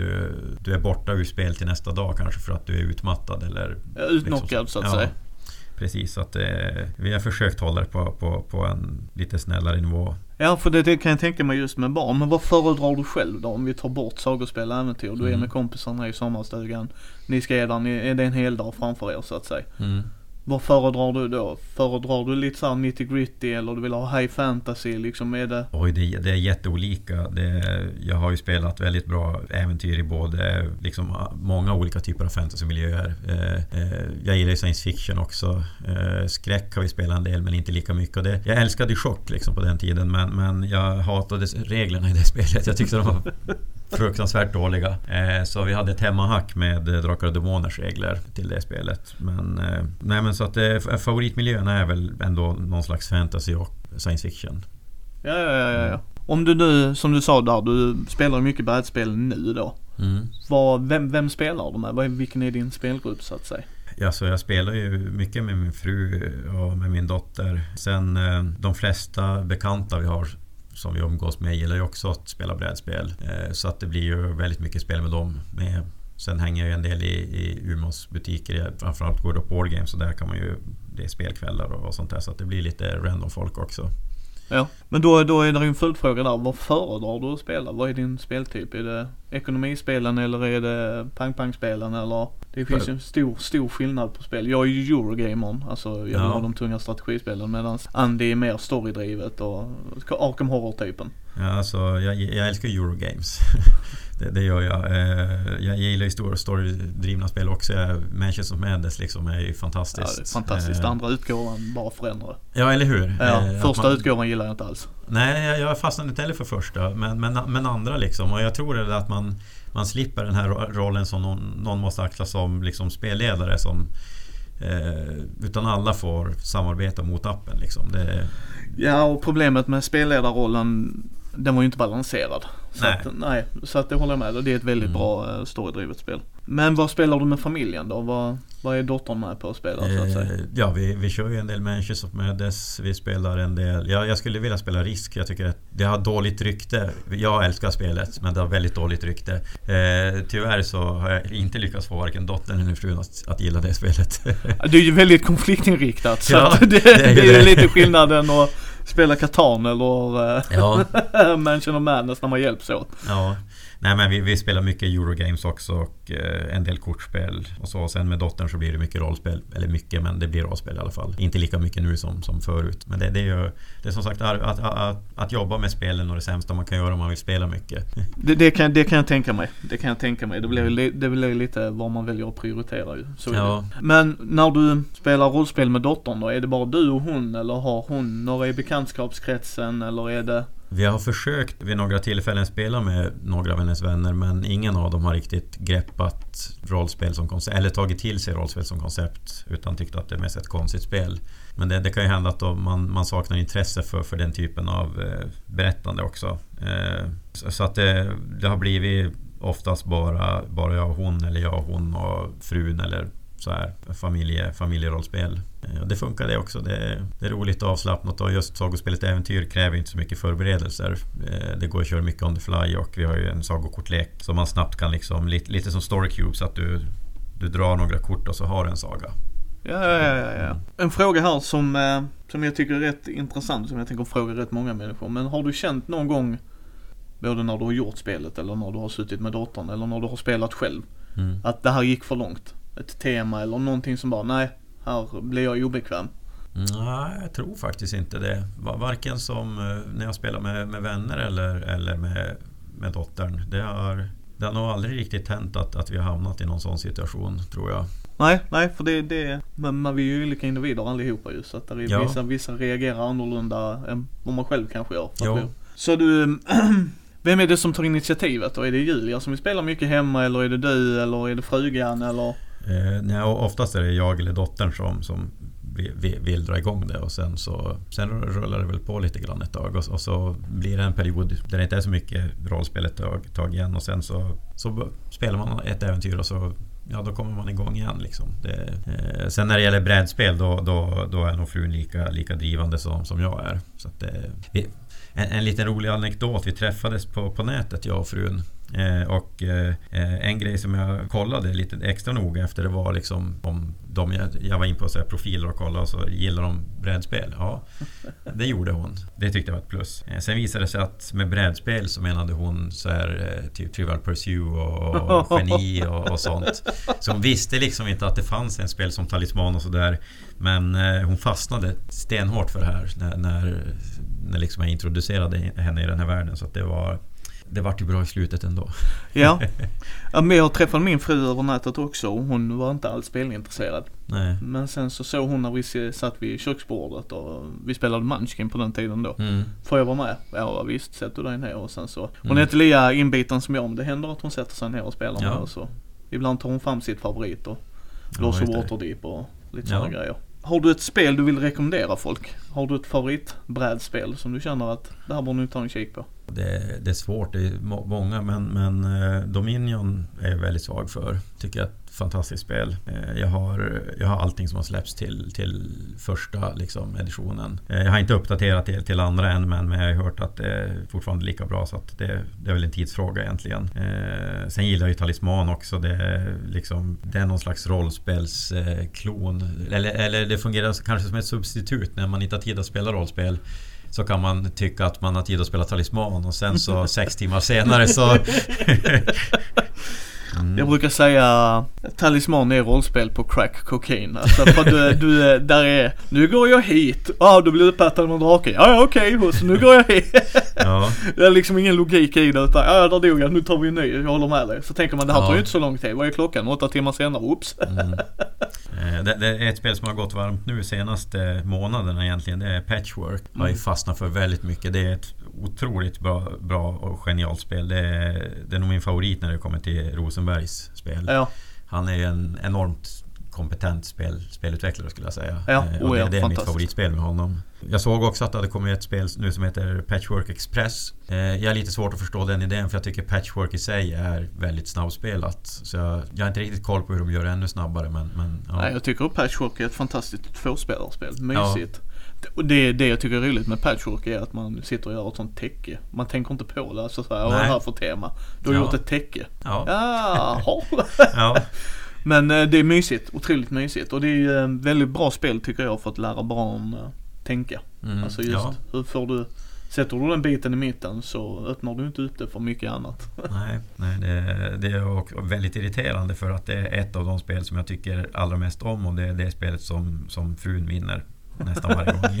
du är borta ur spel till nästa dag kanske för att du är utmattad eller utnockad liksom, så att säga. Precis, att vi har försökt hålla det på en lite snällare nivå. Ja, för det kan jag tänka mig just med barn. Men vad föredrar du själv då, om vi tar bort sagospel och äventyr? Du är med kompisarna i sommarstugan, ni ska är det en hel dag framför er så att säga. Vad föredrar du då? Föredrar du lite såhär nitty-gritty, eller du vill ha high fantasy liksom, är det? Oj, det är jätteolika. Jag har ju spelat väldigt bra äventyr i både liksom många olika typer av fantasymiljöer. Jag gillar ju science fiction också. Skräck har vi spelat en del, men inte lika mycket. Och jag älskade chock liksom på den tiden, men jag hatade reglerna i det spelet. Jag tyckte de var fruktansvärt dåliga. Så vi hade ett hemmahack med Drakar och Demoners regler till det spelet. Men så att favoritmiljön är väl ändå någon slags fantasy och science fiction. Ja. Om du nu, som du sa där, du spelar mycket brädspel nu då. Vem spelar du med? Vilken är din spelgrupp så att säga? Ja, så jag spelar ju mycket med min fru och med min dotter. Sen de flesta bekanta vi har som vi umgås med gillar ju också att spela brädspel. Så att det blir ju väldigt mycket spel med dem med. Sen hänger jag ju en del i Umeås butiker, framförallt går det på Board Games, så där kan man ju, det är spelkvällar och sånt där, så att det blir lite random folk också. Ja, men då är det en följdfråga där. Vad föredrar du att spela? Vad är din speltyp? Är det ekonomispelen eller är det pang-pang-spelen? Eller? Det finns ju en stor skillnad på spel. Jag är ju Eurogamer, alltså jag vill ha de tunga strategispelen, medan Andy är mer storydrivet och Arkham Horror-typen. Ja, alltså jag älskar Eurogames. det gör jag. Jag gillar ju stora storydrivna spel också. Mansions of Madness liksom är ju fantastiskt. Ja, det är fantastiskt. Andra utgåvan bara förändrar. Ja, eller hur? Ja, första utgåvan gillar jag inte alls. Nej, jag fastnade inte heller för första, men andra liksom. Och jag tror att man slipper den här rollen som någon måste axla som liksom spelledare, som Utan alla får samarbeta mot appen liksom. Ja, och problemet med spelledarrollen, den var ju inte balanserad. Så att det håller jag med. Det är ett väldigt bra storydrivet spel. Men vad spelar du med familjen då? Vad är dottern med på att spela så att säga? Ja, vi kör ju en del Manchester of Madness. Vi spelar en del. Jag skulle vilja spela Risk. Jag tycker att det har dåligt rykte. Jag älskar spelet, men det har väldigt dåligt rykte. Tyvärr så har jag inte lyckats få varken dottern eller frun att gilla det spelet. Det är ju väldigt konfliktinriktat. Så Ja, att det är ju lite skillnaden att spela Catan eller Mansion of Madness när man hjälps åt. Ja. Nej, men vi spelar mycket Eurogames också och en del kortspel och så. Sen med dottern så blir det mycket rollspel. Eller mycket, men det blir rollspel i alla fall. Inte lika mycket nu som förut. Men det är som sagt att jobba med spelen och det sämsta man kan göra om man vill spela mycket. Det kan jag tänka mig. Det blir lite vad man väljer att prioritera ju. Så ja. Men när du spelar rollspel med dottern då, är det bara du och hon, eller har hon några i bekantskapskretsen, eller är det... Vi har försökt vid några tillfällen spela med några av hennes vänner, men ingen av dem har riktigt greppat rollspel som koncept eller tagit till sig rollspel som koncept, utan tyckt att det är mest ett konstigt spel. Men det kan ju hända att man saknar intresse för den typen av berättande också. Så att det har blivit oftast bara jag och hon, eller jag och hon och frun, eller så här familjerollspel. Det funkar det också. Det är roligt och avslappnat, och just sagospelet Äventyr kräver inte så mycket förberedelser. Det går att köra mycket on the fly, och vi har ju en sagokortlek som man snabbt kan liksom, lite som Story Cube, så att du drar några kort och så har du en saga. Ja. En fråga här som jag tycker är rätt intressant, som jag tänker fråga rätt många människor. Men har du känt någon gång, både när du har gjort spelet eller när du har suttit med dottern eller när du har spelat själv, att det här gick för långt? Ett tema eller någonting som bara, nej, här blir jag obekväm? Nej, jag tror faktiskt inte det. Varken som när jag spelar med vänner eller med dottern. Det har nog aldrig riktigt hänt att vi har hamnat i någon sån situation, tror jag. Nej, för men vi är ju olika individer allihopa ju, så att det är vissa reagerar annorlunda än vad man själv kanske gör. Så du... Vem är det som tar initiativet? Och är det Julia som vi spelar mycket hemma, eller är det du, eller är det frugan, eller? Nej, oftast är det jag eller dottern som vill dra igång det, och sen rullar det väl på lite grann ett tag, och så blir det en period där det inte är så mycket rollspel ett tag igen, och sen så spelar man ett äventyr och så då kommer man igång igen liksom. Sen när det gäller brädspel då är nog frun lika drivande som jag är, så att en liten rolig anekdot. Vi träffades på nätet, jag och frun. Och en grej som jag kollade lite extra noga efter, det var liksom om jag var in på så här profiler och kollade, och så gillar de brädspel. Ja, det gjorde hon. Det tyckte jag var ett plus. Sen visade det sig att med brädspel så menade hon så här typ Trivial Pursuit och Geni och sånt. Så hon visste liksom inte att det fanns en spel som Talisman och sådär. Men hon fastnade stenhårt för det här när liksom jag introducerade henne i den här världen, så att det var ju bra i slutet ändå. Ja, men jag träffade min fru över nätet också, och hon var inte alls spelintresserad. Nej. Men sen så såg hon när vi satt vid köksbordet och vi spelade Munchkin på den tiden då. Får jag vara med? Ja visst, sätter du dig ner, och sen så. Hon är inte lika inbiten som jag, men det händer att hon sätter sig ner och spelar med, och så. Ibland tar hon fram sitt favorit och Lost Waterdeep och lite sådana grejer. Har du ett spel du vill rekommendera folk? Har du ett favoritbrädspel som du känner att det här borde du ta en kik på? Det är svårt, det är många, men Dominion är jag väldigt svag för. Tycker jag är ett fantastiskt spel. Jag har allting som har släppts till första liksom, editionen. Jag har inte uppdaterat till andra än, men jag har hört att det är fortfarande lika bra, så att det är väl en tidsfråga egentligen. Sen gillar jag ju Talisman också. Det är någon slags rollspelsklon. Eller det fungerar kanske som ett substitut när man inte har tid att spela rollspel. Så kan man tycka att man har tid att spela Talisman, och sen så 6 timmar senare så... Jag brukar säga Talisman är rollspel på crack cocaine. Alltså för du där är, nu går jag hit. Du blir uppätad med drake. Ja, okej, så nu går jag hit. Ja. Det är liksom ingen logik i det, utan där dog jag, nu tar vi en ny. Jag håller med dig. Så tänker man, det här tar ju inte så lång tid. Vad är klockan? 8 timmar senare, oops. Det är ett spel som har gått varmt nu senaste månaderna egentligen. Det är Patchwork. Jag har ju fastnat för väldigt mycket. Det är ett otroligt bra och genialt spel. Det är nog min favorit när det kommer till Rosenbergs spel. Ja. Han är en enormt kompetent spelutvecklare skulle jag säga. Ja, och det är mitt favoritspel med honom. Jag såg också att det hade kommit ett spel nu som heter Patchwork Express. Jag är lite svårt att förstå den idén, för jag tycker Patchwork i sig är väldigt snabbspelat. Så jag har inte riktigt koll på hur de gör det ännu snabbare. Men ja. Nej, jag tycker att Patchwork är ett fantastiskt tvåspelarspel. Mysigt. Ja. Och det jag tycker är roligt med Patchwork är att man sitter och gör ett sånt täcke. Man tänker inte på det. Alltså så här, vad är det här för tema? Du har gjort ett täcke. Ja. Men det är mysigt, otroligt mysigt. Och det är ett väldigt bra spel tycker jag för att lära barn tänka. Alltså just hur sätter du den biten i mitten så öppnar du inte ute för mycket annat. Nej, det är också väldigt irriterande, för att det är ett av de spel som jag tycker allra mest om, och det är det spelet som frun vinner nästan varje gång.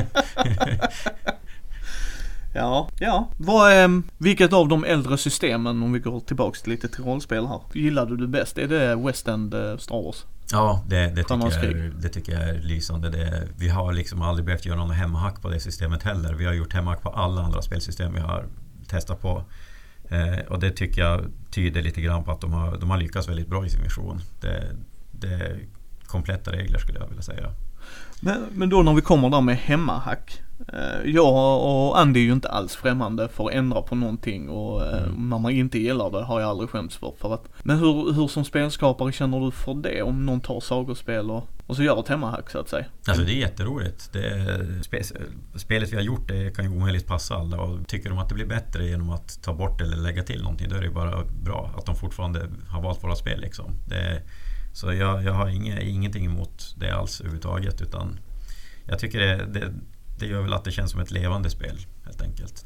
Ja. Vilket av de äldre systemen, om vi går tillbaks lite till rollspel här, gillade du bäst? Är det West End Star Wars? Ja, det tycker jag är lysande. Vi har liksom aldrig behövt göra någon hemmahack på det systemet heller. Vi har gjort hemmahack på alla andra spelsystem vi har testat på. Och det tycker jag tyder lite grann på att de har lyckats väldigt bra i sin vision. Det är kompletta regler skulle jag vilja säga. Men då när vi kommer där med hemmahack, jag och Andy är ju inte alls främmande för att ändra på någonting, och när man inte gillar det har jag aldrig skämts för att. Men hur som spelskapare känner du för det, om någon tar sagospel och så gör ett hemmahack så att säga? Alltså det är jätteroligt. Spelet vi har gjort, det kan ju omöjligt passa alla, och tycker de att det blir bättre genom att ta bort eller lägga till någonting, då är det bara bra att de fortfarande har valt våra spel liksom. Så jag har ingenting emot det alls överhuvudtaget, utan jag tycker det gör väl att det känns som ett levande spel helt enkelt.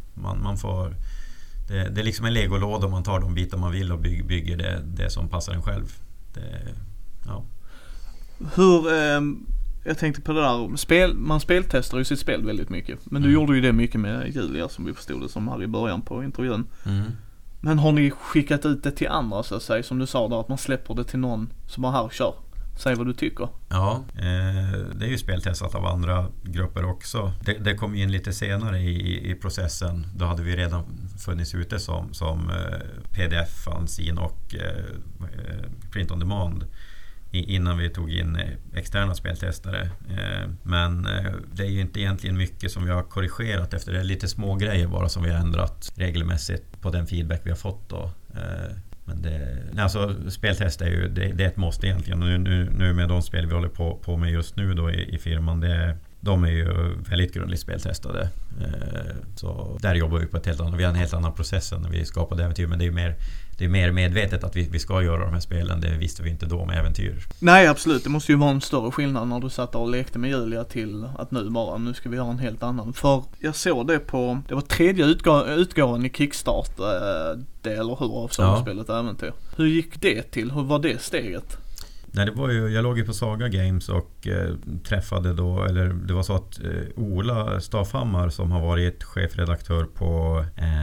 Det är liksom en legolåda, och man tar de bitar man vill och bygger det som passar en själv. Jag tänkte på det där, man speltestar ju sitt spel väldigt mycket, men du gjorde ju det mycket med Julia, som vi förstod det som här i början på intervjun. Men har ni skickat ut det till andra så att säga, som du sa där, att man släpper det till någon som bara här kör? Säg vad du tycker. Ja, det är ju speltestat av andra grupper också. Det kom in lite senare i processen. Då hade vi redan funnits ute som pdf, fanzin och print on demand innan vi tog in externa speltestare. Men det är ju inte egentligen mycket som vi har korrigerat efter. Det är lite små grejer bara som vi har ändrat regelmässigt på den feedback vi har fått då. Men alltså speltest är ju det är ett måste egentligen. Och nu med de spel vi håller på med just nu då i firman, de är ju väldigt grundligt speltestade. Så där jobbar vi på ett helt annat. Vi har en helt annan process när vi skapade äventyr, men det är mer medvetet att vi ska göra de här spelen. Det visste vi inte då med äventyr. Nej, absolut. Det måste ju vara en större skillnad när du satt och lekte med Julia till att nu ska vi göra en helt annan. För jag såg det var tredje utgåvan i Kickstart, det eller hur, av spelet Äventyr. Hur gick det till? Hur var det steget? Nej, jag låg ju på Saga Games och träffade då, eller det var så att Ola Staffhammar, som har varit chefredaktör på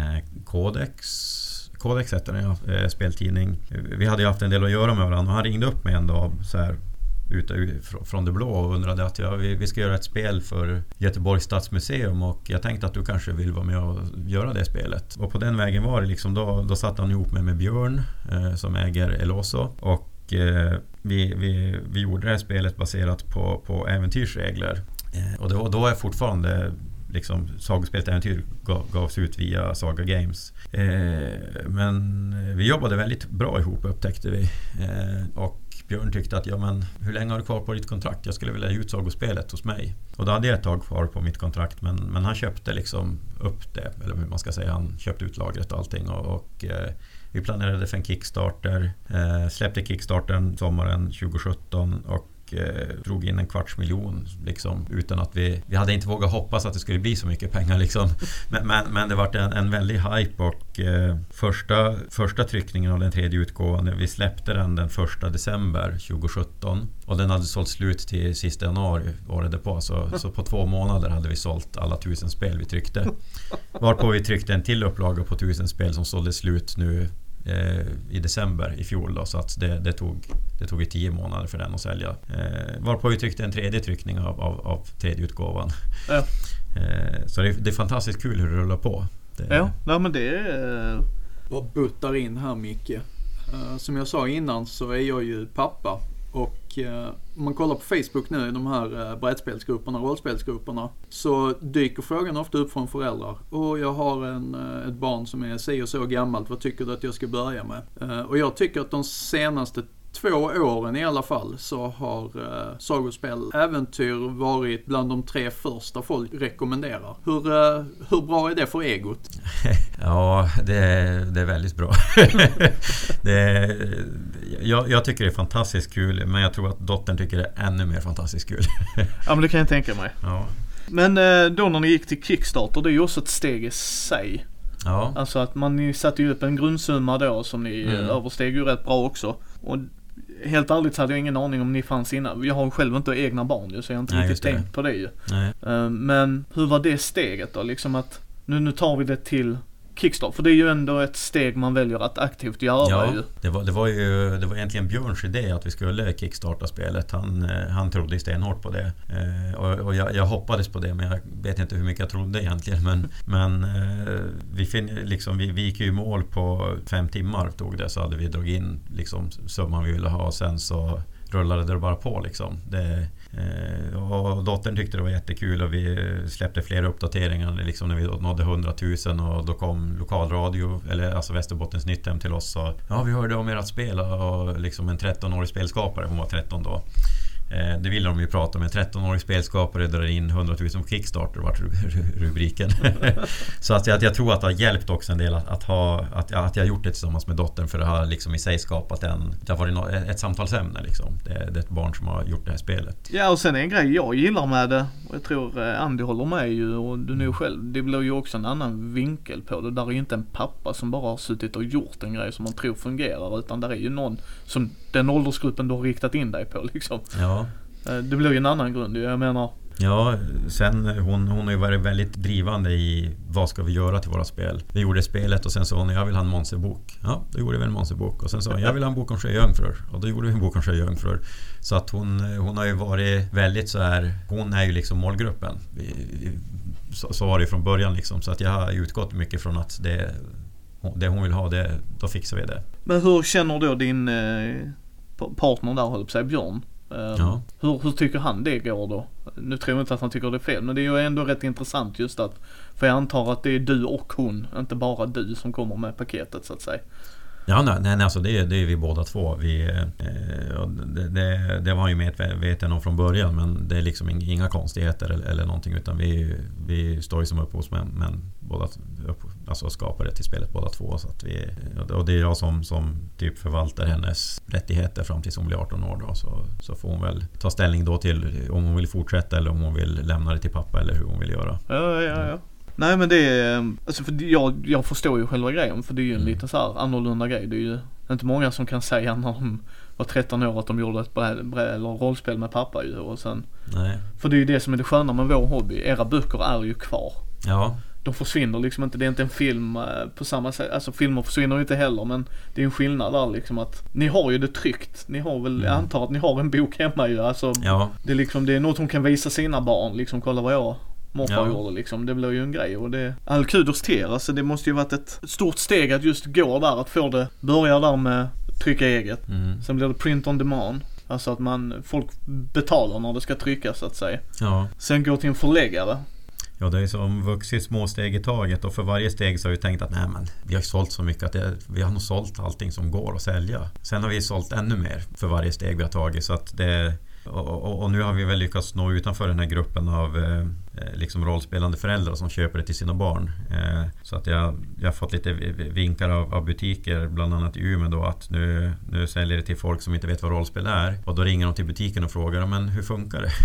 Codex heter den, speltidning. Vi hade ju haft en del att göra med varandra, och han ringde upp mig en dag så här från det blå och undrade att vi ska göra ett spel för Göteborgs stadsmuseum, och jag tänkte att du kanske vill vara med och göra det spelet. Och på den vägen var det liksom, då satt han ihop med Björn som äger Eloso, och vi gjorde det här spelet baserat på äventyrsregler. Och då är fortfarande liksom sagospelet Äventyr gavs ut via Saga Games. Men vi jobbade väldigt bra ihop, upptäckte vi. Och Björn tyckte att hur länge har du kvar på ditt kontrakt? Jag skulle vilja ge ut sagospelet hos mig. Och då hade jag ett tag kvar på mitt kontrakt, men han köpte liksom upp det, eller hur man ska säga, han köpte ut lagret och allting, och vi planerade för en Kickstarter, släppte Kickstartern sommaren 2017 och drog in 250 000 liksom, utan att vi hade inte vågat hoppas att det skulle bli så mycket pengar liksom. Men det var en väldig hype, och första tryckningen av den tredje utgåvan, vi släppte den 1 december 2017, och den hade sålt slut till sista januari året därpå, så på 2 månader hade vi sålt alla 1000 spel vi tryckte. Varpå vi tryckte en till upplaga på 1000 spel som sålde slut nu i december i fjol då, så att det tog ju 10 månader för den att sälja. Varpå vi tryckte en tredje tryckning av tredje utgåvan. Ja. Så det är fantastiskt kul hur det rullar på. Ja, men det är... Vad buttar in här, Micke. Som jag sa innan så är jag ju pappa, Och om man kollar på Facebook nu i de här brädspelsgrupperna, rollspelsgrupperna, så dyker frågan ofta upp från föräldrar. Och jag har ett barn som är 10 och så gammalt, vad tycker du att jag ska börja med? Och jag tycker att de senaste 2 åren i alla fall så har sagospel äventyr varit bland de 3 första folk rekommenderar. Hur bra är det för egot? Ja, det är väldigt bra. Jag tycker det är fantastiskt kul, men jag tror att dottern tycker det är ännu mer fantastiskt kul. Ja, men det kan jag tänka mig. Ja. Men då när ni gick till Kickstarter, det är ju också ett steg i sig. Ja. Alltså att ni satte ju upp en grundsumma då som ni översteg ju rätt bra också. Och helt ärligt så hade jag ingen aning om ni fanns innan. Jag har själv inte egna barn ju, så jag har inte riktigt tänkt på det ju. Men hur var det steget då? Liksom att nu tar vi det till Kickstarter, för det är ju ändå ett steg man väljer att aktivt göra ju. Det var egentligen Björns idé att vi skulle kickstarta spelet. Han trodde stenhårt på det. Och jag hoppades på det, men jag vet inte hur mycket jag trodde egentligen. Men vi gick ju i mål på 5 timmar tog det, så hade vi dragit in liksom summan vi ville ha, och sen så rullade det bara på liksom. Och dottern tyckte det var jättekul, och vi släppte flera uppdateringar liksom när vi nådde 100 000, och då kom lokalradio, eller alltså Västerbottens Nytt hem till oss, och ja, vi hörde om ert spel, och liksom en 13-årig spelskapare, hon var 13 då. Det ville de ju prata om, en 13-årig spelskapare drar in 100 000 på Kickstarter, vart rubriken. Så att jag tror att det har hjälpt också en del att jag har gjort det tillsammans med dottern, för det har liksom i sig skapat det har varit ett samtalsämne liksom. Det är ett barn som har gjort det här spelet. Ja, och sen en grej jag gillar med det, och jag tror Andy håller med ju, och du nu själv, det blir ju också en annan vinkel på det. Där är ju inte en pappa som bara har suttit och gjort en grej som man tror fungerar, utan där är ju någon som den åldersgruppen du har riktat in dig på liksom. Ja. Det blir ju en annan grund, jag menar. Ja, sen hon har ju varit väldigt drivande i vad ska vi göra till våra spel. Vi gjorde spelet, och sen sa hon, jag vill ha en monsterbok. Ja, då gjorde vi en monsterbok. Och sen sa hon, jag vill ha en bok om sjöjungfrur. Och då gjorde vi en bok om sjöjungfrur. Så att hon har ju varit väldigt så här, hon är ju liksom målgruppen. Så var det från början liksom. Så att jag har utgått mycket från att det hon vill ha, då fixar vi det. Men hur känner då din partner där, höll på sig, Björn? Ja. Hur tycker han det går då? Nu tror jag inte att han tycker det är fel, men det är ju ändå rätt intressant just att, för jag antar att det är du och hon, inte bara du, som kommer med paketet så att säga. Ja, nej, alltså det är vi båda två. Det var ju medveten om från början, men det är liksom inga konstigheter eller någonting, utan vi står ju som upphovsmän, men båda alltså skapar det till spelet båda två, så att och det är jag som typ förvaltar hennes rättigheter fram tills hon blir 18 år då, så får hon väl ta ställning då till om hon vill fortsätta eller om hon vill lämna det till pappa, eller hur hon vill göra. Ja. Nej, men det är, alltså, för jag förstår ju själva grejen, för det är ju en lite så här annorlunda grej. Det är ju inte många som kan säga när de var 13 år att de gjorde ett eller rollspel med pappa ju, och sen. Nej. För det är ju det som är det sköna med vår hobby. Era böcker är ju kvar. Ja. De försvinner liksom inte, det är inte en film på samma sätt, alltså filmer försvinner ju inte heller, men det är en skillnad där liksom, att ni har ju det tryckt, ni har väl, jag antar att ni har en bok hemma ju, alltså. Ja. Det är liksom, det är något hon kan visa sina barn, liksom, kolla vad jag morfar gjorde liksom, det blir ju en grej, och det all kudos till er, alltså det måste ju varit ett stort steg att just gå där, att få det, börja där med trycka eget, sen blir det print on demand, alltså att folk betalar när det ska tryckas så att säga. Ja. Sen gå till en förläggare. Ja, det är som vuxit små steg i taget, och för varje steg så har vi tänkt att nej, men vi har sålt så mycket att vi har nog sålt allting som går att sälja. Sen har vi sålt ännu mer för varje steg vi har tagit, så att det och nu har vi väl lyckats nå utanför den här gruppen av liksom rollspelande föräldrar som köper det till sina barn. Så att jag har fått lite vinkar av butiker, bland annat i Umeå då, att nu säljer det till folk som inte vet vad rollspel är, och då ringer de till butiken och frågar, men hur funkar det?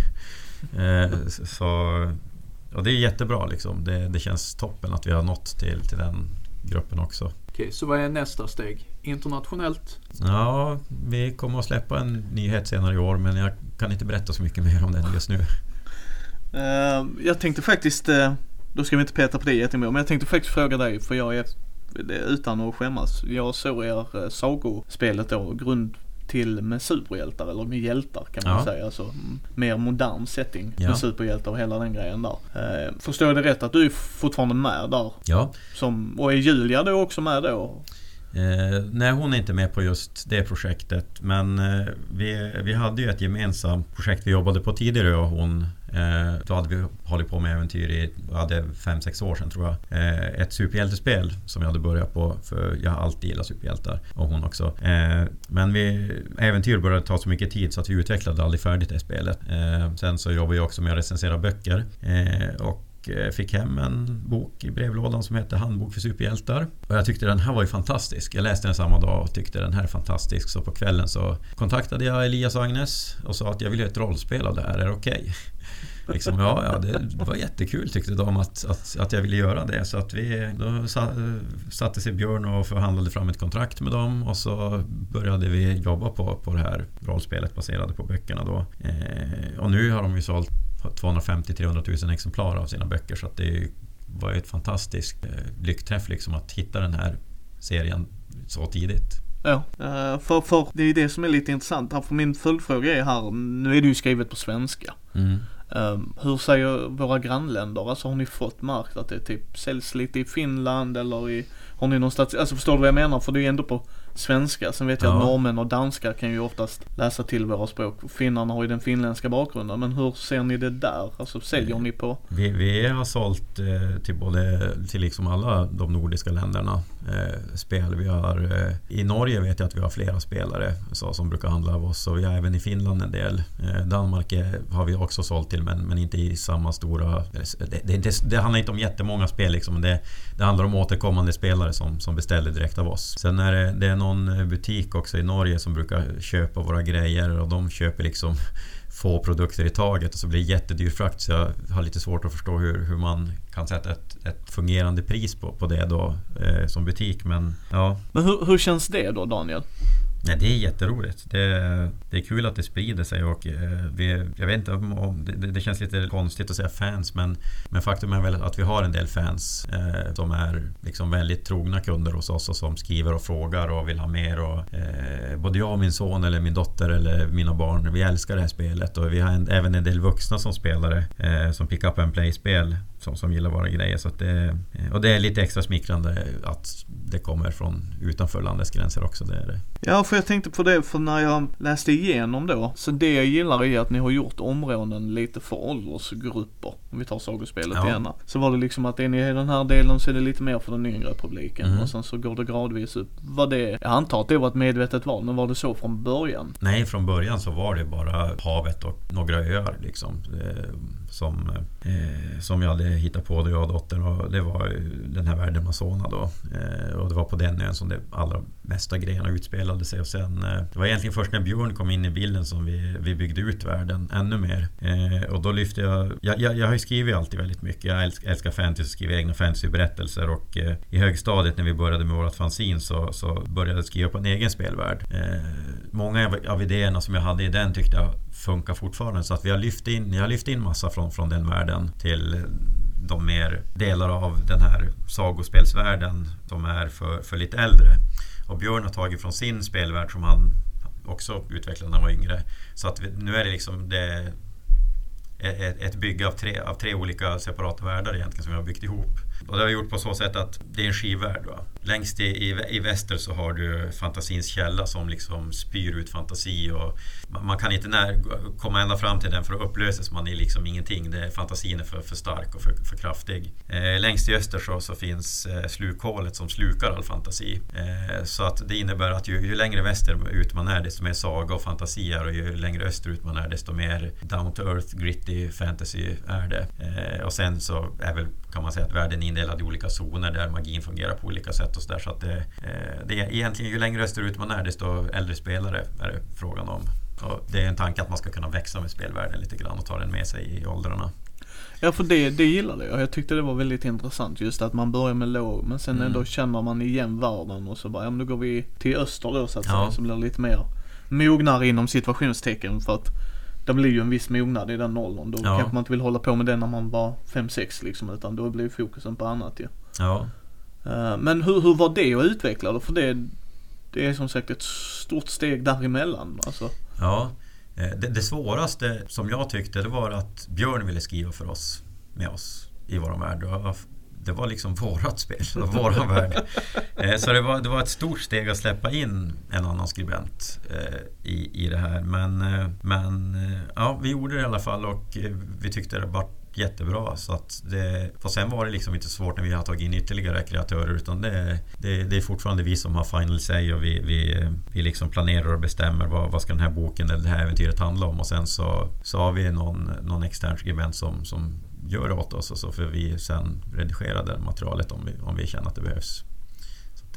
Och det är jättebra liksom. Det känns toppen att vi har nått till den gruppen också. Okej, så vad är nästa steg? Internationellt? Ja, vi kommer att släppa en nyhet senare i år, men jag kan inte berätta så mycket mer om den just nu. Jag tänkte faktiskt, då ska vi inte peta på det jättemycket, men jag tänkte faktiskt fråga dig, för jag är, utan att skämmas, jag såg er sagospelet då, grund till med superhjältar, eller med hjältar kan man säga, alltså mer modern setting med superhjältar och hela den grejen där. Förstår jag det rätt att du är fortfarande med där? Ja. Och är Julia då också med då? Nej, hon är inte med på just det projektet, men vi hade ju ett gemensamt projekt vi jobbade på tidigare och hon. Då hade vi hållit på med äventyr i 5-6 år sedan tror jag. Ett superhjältespel som jag hade börjat på, för jag har alltid gillat superhjältar och hon också. Men äventyr började ta så mycket tid så att vi utvecklade aldrig färdigt det spelet. Sen så jobbade jag också med att recensera böcker och fick hem en bok i brevlådan som heter Handbok för superhjältar. Och jag tyckte den här var ju fantastisk. Jag läste den samma dag och tyckte den här är fantastisk. Så på kvällen så kontaktade jag Elias och Agnes och sa att jag vill göra ett rollspel av det här, är det okej? Liksom, ja, det var jättekul tyckte de att jag ville göra det. Så att då satte sig Björn och förhandlade fram ett kontrakt med dem. Och så började vi jobba på det här rollspelet baserade på böckerna då. Och nu har de ju sålt 250-300 000 exemplar av sina böcker, så att det var ett fantastiskt lyckträff liksom att hitta den här serien så tidigt. Ja, för det är ju det som är lite intressant här, för min följdfråga är här, nu är det ju skrivet på svenska. Hur säger våra grannländer, alltså har ni fått märkt att det typ säljs lite i Finland eller har ni någonstans, alltså förstår du vad jag menar, för det är ju ändå på svenska. Sen vet jag att norrmän och danskar kan ju oftast läsa till våra språk. Finnarna har ju den finländska bakgrunden. Men hur ser ni det där? Alltså säljer ni på? Vi har sålt till liksom alla de nordiska länderna spel. Vi har i Norge vet jag att vi har flera spelare som brukar handla av oss, och vi har även i Finland en del. Danmark har vi också sålt till, men inte i samma stora. Det handlar inte om jättemånga spel liksom, det handlar om återkommande spelare som beställer direkt av oss. Sen är det är någon butik också i Norge som brukar köpa våra grejer, och de köper liksom få produkter i taget och så blir det jättedyr frakt, så jag har lite svårt att förstå hur man kan sätta ett fungerande pris på det då som butik, men ja. Men hur känns det då, Daniel? Nej, det är jätteroligt. Det är kul att det sprider sig, och jag vet inte om det känns lite konstigt att säga fans, men faktum är väl att vi har en del fans som är liksom väldigt trogna kunder hos oss och som skriver och frågar och vill ha mer, och både jag och min son eller min dotter eller mina barn, vi älskar det här spelet, och vi har även en del vuxna som spelare som pick up and play-spel som gillar våra grejer, så att det är lite extra smickrande att det kommer från utanför landets gränser också, det är det. Ja, för jag tänkte på det, för när jag läste igenom då, så det jag gillar är att ni har gjort områden lite för åldersgrupper. Om vi tar sagospelet igen. Så var det liksom att är ni i den här delen så är det lite mer för den yngre publiken, och sen så går det gradvis upp. Jag antar att det var ett medvetet val, men var det så från början? Nej, från början så var det bara havet och några öar liksom, som jag hade hittat på, det jag och dottern, och det var den här världen Amazona då, och det var på den ön som det allra mesta grejerna utspelade sig, och sen det var egentligen först när Björn kom in i bilden som vi byggde ut världen ännu mer, och då lyfte jag har ju skrivit alltid väldigt mycket, jag älskar fantasy, skriva egna fantasyberättelser, och i högstadiet när vi började med vårat fanzine så började jag skriva på en egen spelvärld. Många av idéerna som jag hade i den tyckte jag funkar fortfarande, så att jag har lyft in massa från den världen till de mer delar av den här sagospelsvärlden som är för lite äldre. Och Björn har tagit från sin spelvärld som han också utvecklade när han var yngre. Så att nu är det liksom ett bygge av tre olika separata världar egentligen som vi har byggt ihop. Och det har vi gjort på så sätt att det är en skivvärld. Va? Längst i väster så har du fantasins källa som liksom spyr ut fantasi, och man kan inte komma ända fram till den, för att upplöses man i liksom ingenting. Fantasin är för stark och för kraftig. Längst i öster så finns slukhålet som slukar all fantasi. Så att det innebär att ju längre västerut man är, desto mer saga och fantasi är, och ju längre österut man är, desto mer down to earth, gritty fantasy är det. Och sen så är väl, kan man säga, att världen är indelad i olika zoner där magin fungerar på olika sätt och så där, så att det är egentligen ju längre österut man är, desto äldre spelare är det frågan om. Och det är en tanke att man ska kunna växa med spelvärlden lite grann och ta den med sig i åldrarna. Ja, för det gillade jag. Jag tyckte det var väldigt intressant just att man börjar med låg, men sen ändå känner man igen världen, och så bara, nu går vi till öster då så att säga, som blir lite mer mognar inom situationstecken, för att det blir ju en viss mognad i den åldern. Då kanske man inte vill hålla på med den när man var 5-6 liksom, utan då blir fokusen på annat ju. Ja. Men hur var det att utveckla då? För det är som sagt ett stort steg däremellan. Alltså. Ja, det svåraste som jag tyckte, det var att Björn ville skriva för oss, med oss i vår värld. det var liksom vårat spel, det var våran värld. Så det var ett stort steg att släppa in en annan skribent i det här. Men ja, vi gjorde det i alla fall och vi tyckte det var jättebra. Så att sen var det liksom inte svårt när vi har tagit in ytterligare kreatörer, utan det är fortfarande vi som har final say och vi liksom planerar och bestämmer vad ska den här boken eller det här äventyret handla om, och sen så har vi någon extern skribent som gör det åt oss, och så får vi sen redigera det materialet om vi känner att det behövs. Så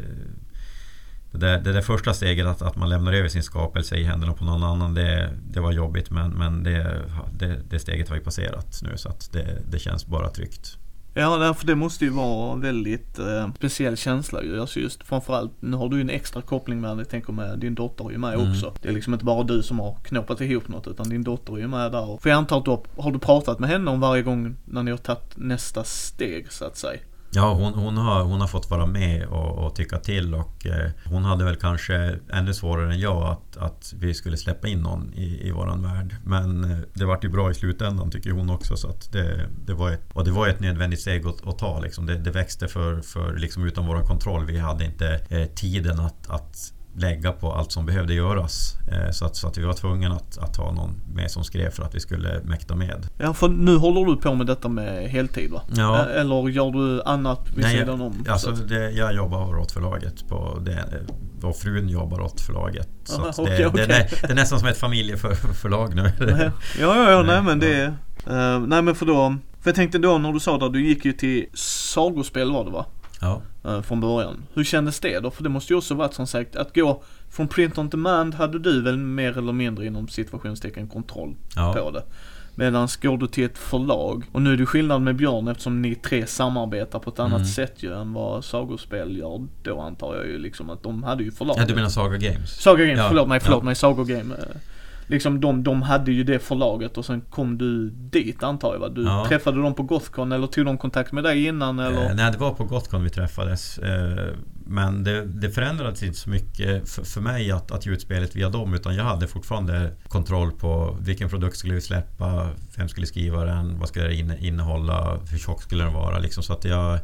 det där första steget att man lämnar över sin skapelse i händerna på någon annan, det var jobbigt, men det steget har vi passerat nu, så att det känns bara tryggt. Ja, för det måste ju vara en väldigt speciell känsla ju. Alltså just framförallt, nu har du ju en extra koppling med, jag tänker med din dotter är ju med också. Det är liksom inte bara du som har knoppat ihop något, utan din dotter är ju med där. För jag antar att har du pratat med henne om varje gång när ni har tagit nästa steg så att säga? Ja, hon har fått vara med och tycka till, och hon hade väl kanske ännu svårare än jag att vi skulle släppa in någon i våran värld. Men det var ju bra i slutändan, tycker hon också, så att det var ett nödvändigt steg att ta liksom. Det växte för liksom utan våran kontroll. Vi hade inte tiden att lägga på allt som behövde göras, så att vi var tvungna att ha någon med som skrev för att vi skulle mäkta med. Ja, för nu håller du på med detta med heltid, va? Ja. Eller gör du annat vid sidan om? Alltså jag jobbar åt förlaget på det, och frun jobbar åt förlaget. Så aha, att okay. Det är nästan som ett familjeförlag nu. Ja, nej men det nej men för jag tänkte då när du sa det, du gick ju till sagospel, var det, va? Ja. Från början. Hur kändes det då? För det måste ju också varit som sagt att gå från print on demand hade du väl mer eller mindre inom situationstecken kontroll på det. Medan går du till ett förlag, och nu är det skillnad med Björn eftersom ni tre samarbetar på ett annat sätt ju än vad sagospel gör, då antar jag ju liksom att de hade ju förlag. Ja, du menar Saga Games? Saga Games, förlåt mig, Saga Game. Liksom de hade ju det förlaget och sen kom du dit, antar jag, va? Du träffade dem på Gothcon eller tog de kontakt med dig innan? Eller? Nej, det var på Gothcon vi träffades. Men det förändrades inte så mycket för mig att ge ut spelet via dem, utan jag hade fortfarande kontroll på vilken produkt skulle vi släppa, vem skulle skriva den, vad skulle det innehålla, hur tjock skulle den vara liksom, så att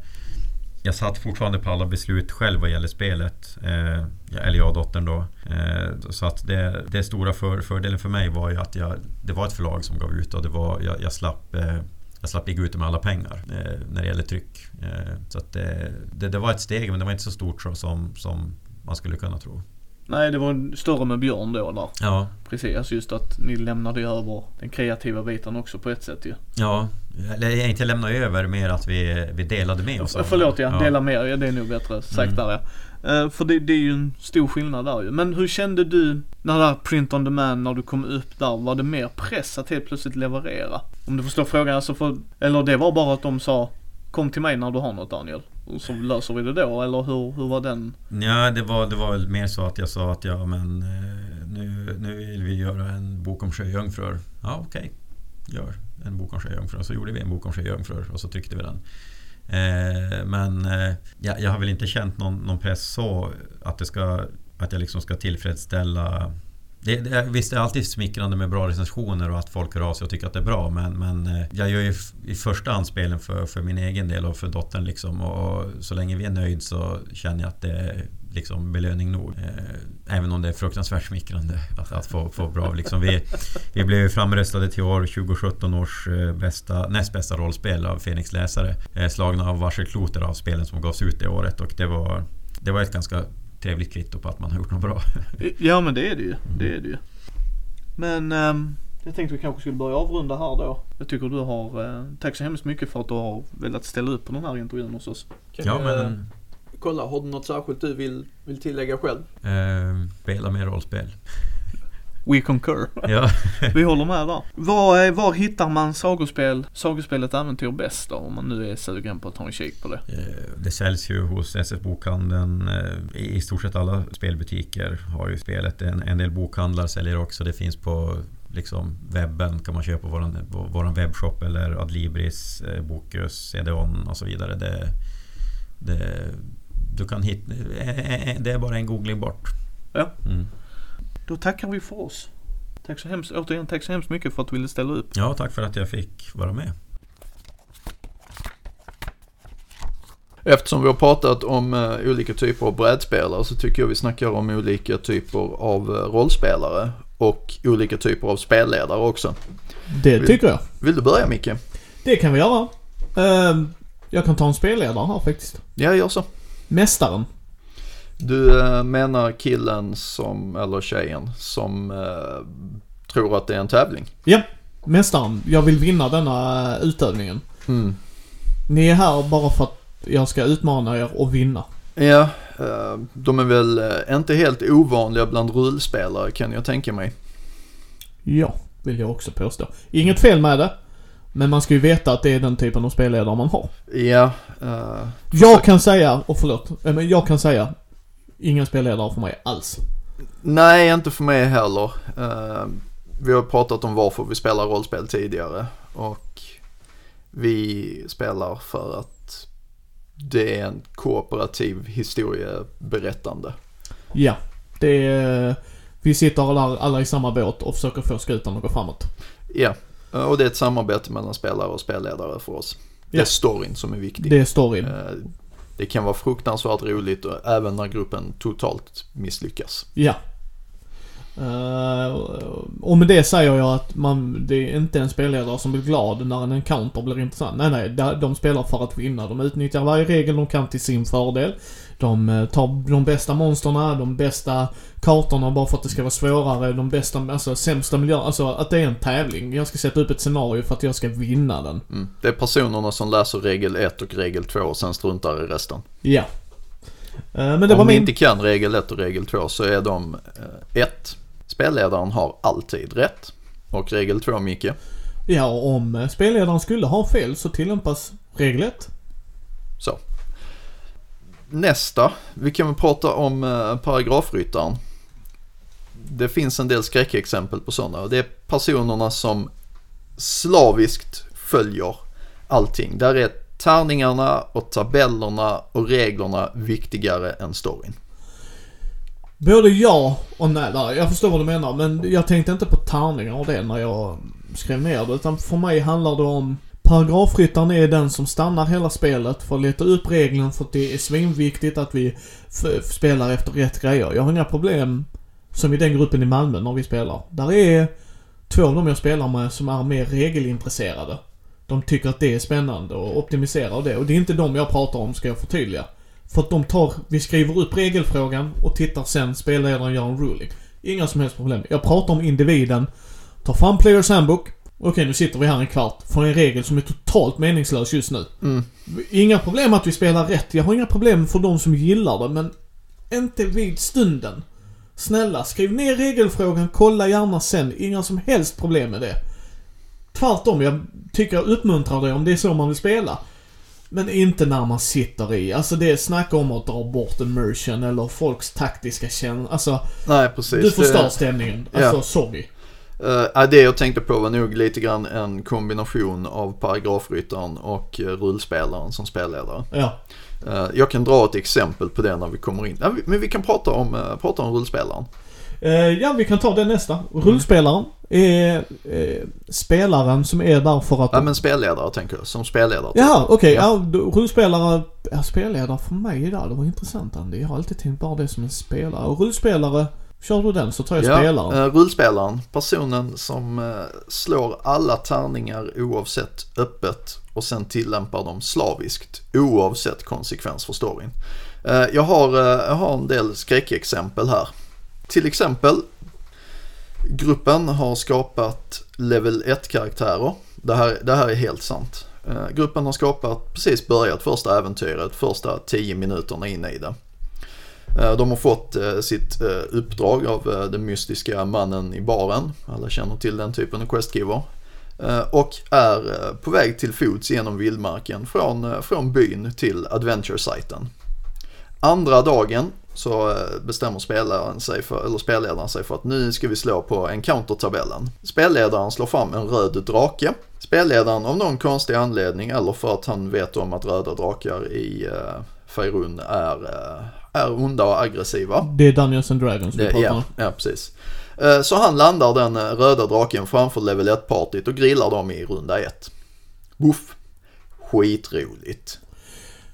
jag satt fortfarande på alla beslut själv vad gäller spelet, eller jag och dottern då. Så att det stora fördelen för mig var ju att det var ett förlag som gav ut, och jag slapp ligga ute med alla pengar när det gäller tryck. Så att det var ett steg, men det var inte så stort som man skulle kunna tro. Nej, det var större med Björn då där. Ja. Precis, alltså just att ni lämnade över den kreativa biten också på ett sätt ju. Ja, eller inte lämna över, mer att vi delade med oss. Förlåt, dela med, det är nog bättre sagt där. För det är ju en stor skillnad där ju. Men hur kände du när det här print on demand, när du kom upp där, var det mer press att helt plötsligt leverera? Om du förstår frågan, alltså eller det var bara att de sa kom till mig när du har något, Daniel, och så löser vi det då, eller hur var den? Ja, det var väl mer så att jag sa att nu vill vi göra en bok om sjöjungfrur. Ja, okej. Gör en bok om sjöjungfrur. Så gjorde vi en bok om sjöjungfrur och så tryckte vi den. Men jag har väl inte känt någon press så att jag liksom ska tillfredsställa. Visst, det är alltid smickrande med bra recensioner och att folk hör av sig och tycker att det är bra, men jag gör ju i första anspelen för min egen del och för dottern liksom, och så länge vi är nöjd så känner jag att det är liksom belöning nog, även om det är fruktansvärt smickrande att få bra liksom. Vi blev framröstade till år 2017 års näst bästa rollspel av Fenix läsare, slagna av varselkloter av spelen som gavs ut det året, och det var ett ganska trevligt kvitto på att man har gjort något bra. Ja, men det är det ju. Det är det ju. Men jag tänkte vi kanske skulle börja avrunda här då. Jag tycker du har tack så hemskt mycket för att du har velat ställa upp på den här intervjun hos oss. Kolla, har du något särskilt du vill tillägga själv? Spela mer rollspel. We concur. Ja. Vi håller med där. Var hittar man sagospelet Äventyr bäst då, om man nu är sugen på att ta en kik på det? Det säljs ju hos SF-bokhandeln. I stort sett alla spelbutiker har ju spelet. En del bokhandlar säljer också. Det finns på liksom webben, kan man köpa våran webbshop eller Adlibris, Bokus, CD-ON och så vidare. Du kan hitta, det är bara en googling bort. Ja. Då tackar vi för oss. Tack så hemskt mycket för att du ville ställa upp. Ja, tack för att jag fick vara med. Eftersom vi har pratat om olika typer av brädspelare så tycker jag vi snackar om olika typer av rollspelare och olika typer av spelledare också. Det tycker jag. Vill du börja, Micke? Det kan vi göra. Jag kan ta en spelledare här faktiskt. Ja, gör så. Mästaren. Du menar killen eller tjejen som tror att det är en tävling? Ja, mästaren. Jag vill vinna denna utövningen. Mm. Ni är här bara för att jag ska utmana er och vinna. Ja, de är väl inte helt ovanliga bland rullspelare, kan jag tänka mig. Ja, vill jag också påstå. Inget fel med det. Men man ska ju veta att det är den typen av spelledare man har. Ja. Jag kan säga ingen spelledare för mig alls. Nej, inte för mig heller. Vi har pratat om varför vi spelar rollspel tidigare. Och vi spelar för att det är en kooperativ historieberättande. Ja, det är... Vi sitter alla i samma båt och försöker få skutan att gå framåt. Ja, och det är ett samarbete mellan spelare och spelledare för oss. Det är storyn som är viktig. Det är storyn. Det kan vara fruktansvärt roligt och även när gruppen totalt misslyckas. Ja. Och med det säger jag att det är inte en spelledare som blir glad när en encounter blir intressant. Nej, de spelar för att vinna. De utnyttjar varje regel de kan till sin fördel. De tar de bästa monsterna, de bästa kartorna bara för att det ska vara svårare, de bästa, alltså sämsta miljöer, alltså att det är en tävling. Jag ska sätta upp ett scenario för att jag ska vinna den. Det är personerna som läser regel 1 och regel 2 och sen struntar i resten. Ja. Men det om ni inte kan regel 1 och regel 2 så är de 1. Spelledaren har alltid rätt. Och regel 2, Micke? Ja, om spelledaren skulle ha fel så tillämpas regel 1. Så. Nästa, vi kan väl prata om paragrafryttaren. Det finns en del skräckexempel på sådana. Det är personerna som slaviskt följer allting. Där är tärningarna och tabellerna och reglerna viktigare än storyn. Både ja och nej där. Jag förstår vad du menar, men jag tänkte inte på tärningar och det när jag skrev ner det. Utan för mig handlar det om paragrafryttaren är den som stannar hela spelet för att leta upp reglerna för att det är svinviktigt att vi spelar efter rätt grejer. Jag har inga problem som i den gruppen i Malmö när vi spelar. Där är 2 av dem jag spelar med som är mer regelintresserade. De tycker att det är spännande och optimiserar det. Och det är inte de jag pratar om, ska jag förtydliga. För att vi skriver upp regelfrågan och tittar sen, spelledaren gör en ruling. Inga som helst problem. Jag pratar om individen, tar fram Players Handbook. Okej, nu sitter vi här en kvart för en regel som är totalt meningslös just nu. Inga problem att vi spelar rätt. Jag har inga problem för de som gillar det, men inte vid stunden. Snälla, skriv ner regelfrågan, kolla gärna sen. Inga som helst problem med det. Tvärtom, jag tycker jag uppmuntrar det om det är så man vill spela. Men inte när man sitter i. Alltså det är snack om att dra bort immersion eller folks taktiska känsla. Alltså, nej, precis. Du förstör stämningen. Alltså, sorry. Det jag tänkte på var nog lite grann en kombination av paragrafryttaren och rullspelaren som spelledare. Ja. Jag kan dra ett exempel på det när vi kommer in. Men vi kan prata om rullspelaren. Ja, vi kan ta det nästa. Rullspelaren är spelaren som är där för att... Ja, men spelledare tänker jag. Som spelledare. Ja, okej. Ja, rullspelare... Ja, spelledare för mig idag. Det var intressant, Andy. Jag har alltid tänkt bara det som en spelare. Och rullspelare... Kör du den så tar jag spelaren. Rullspelaren, personen som slår alla tärningar oavsett öppet och sen tillämpar dem slaviskt oavsett konsekvens för storyn. Jag har en del skräckexempel här. Till exempel, gruppen har skapat level 1-karaktärer. Det här är helt sant. Gruppen har precis börjat första äventyret, första 10 minuterna in i det. De har fått sitt uppdrag av den mystiska mannen i baren. Alla känner till den typen av questgiver. Och är på väg till fots genom vildmarken från byn till adventure-sajten. Andra dagen så bestämmer spelledaren sig för att nu ska vi slå på encounter-tabellen. Spelledaren slår fram en röd drake. Spelledaren av någon konstig anledning eller för att han vet om att röda drakar i Faerun är onda och aggressiva. Det är Dungeons and Dragons vi pratar om. Ja, precis. Så han landar den röda draken framför level 1-partyt och grillar dem i runda 1. Buff. Skitroligt.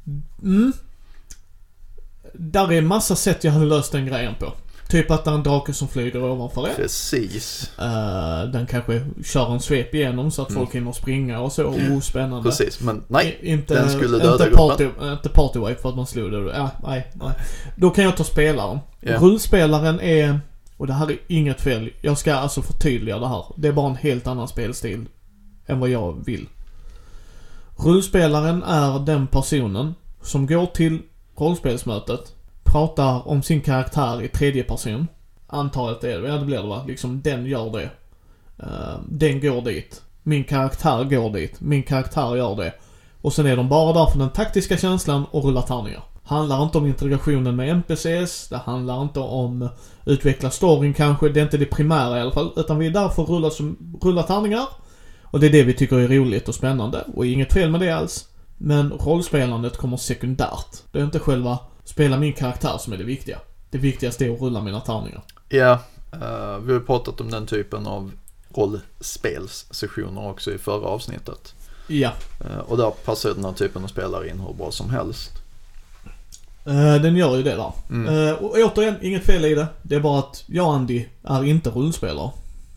Där är en massa sätt jag hade löst den grejen på. Typ att det är en drake som flyger ovanför er. Precis. Den kanske kör en svep igenom så att folk hinner springa och så. Spännande. Precis, men nej. Inte, den skulle döda inte partyway för att man slog det. Nej. Då kan jag ta spelaren. Yeah. Rullspelaren är... Och det här är inget fel. Jag ska alltså förtydliga det här. Det är bara en helt annan spelstil än vad jag vill. Rullspelaren är den personen som går till rollspelsmötet, pratar om sin karaktär i tredje person. Antalet är det, det blir det va? Liksom den gör det. Den går dit. Min karaktär går dit. Min karaktär gör det. Och sen är de bara där för den taktiska känslan och rullar tärningar. Handlar inte om integrationen med NPCs. Det handlar inte om utveckla storyn kanske. Det är inte det primära i alla fall. Utan vi är där för att rulla tärningar. Och det är det vi tycker är roligt och spännande. Och inget fel med det alls. Men rollspelandet kommer sekundärt. Det är inte själva spela min karaktär som är det viktiga. Det viktigaste är att rulla mina tärningar. Ja, vi har pratat om den typen av rollspelssessioner också i förra avsnittet. Ja. Och där passar den här typen av spelare in hur bra som helst. Den gör ju det där. Och återigen, inget fel i det. Det är bara att jag och Andy är inte rullspelare.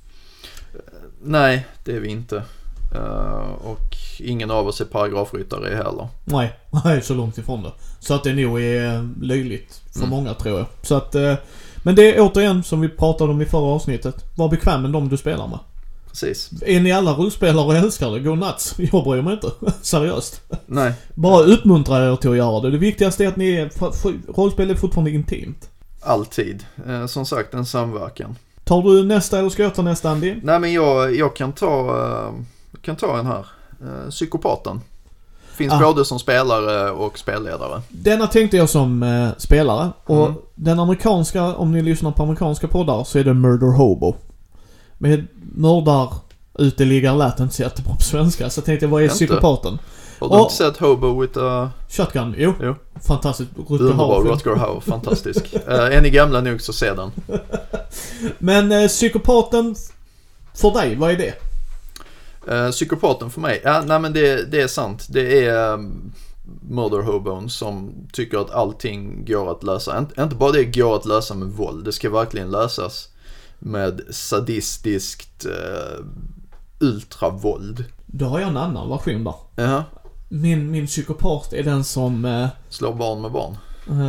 Nej, det är vi inte. Och ingen av oss är paragrafryttare heller. Nej, så långt ifrån det. Så att det nog är löjligt för många tror jag. Så att, men det är återigen som vi pratade om i förra avsnittet. Var bekväm med dem du spelar med. Precis. Är ni alla rullspelare och älskar det? Gå nuts. Jag bryr mig inte. Seriöst. Nej. Bara uppmuntra er till att göra det. Det viktigaste är att ni är... Rollspel är fortfarande intimt. Alltid. Som sagt, en samverkan. Tar du nästa eller ska jag ta nästa, Andy? Nej, men jag kan ta en här. Psykopaten. Finns både som spelare och spelledare. Denna tänkte jag som spelare. Och den amerikanska, om ni lyssnar på amerikanska poddar, så är det Murder Hobo. Med mördar uteliggare lät inte så jättebra på svenska. Så tänkte jag, vad är psykopaten? Har du inte sett Hobo with a... Shotgun? Jo. Fantastiskt. Rutger Hauer, fantastisk. Är ni gamla nog så se den. Men psykopaten för dig, vad är det? Psykopaten för mig? Ja, nej men det är sant. Det är Murder Hobon som tycker att allting går att lösa. Inte bara det går att lösa med våld. Det ska verkligen lösas med sadistiskt ultravåld. Då har jag en annan version där. Uh-huh. Min psykopat är den som... slår barn med barn.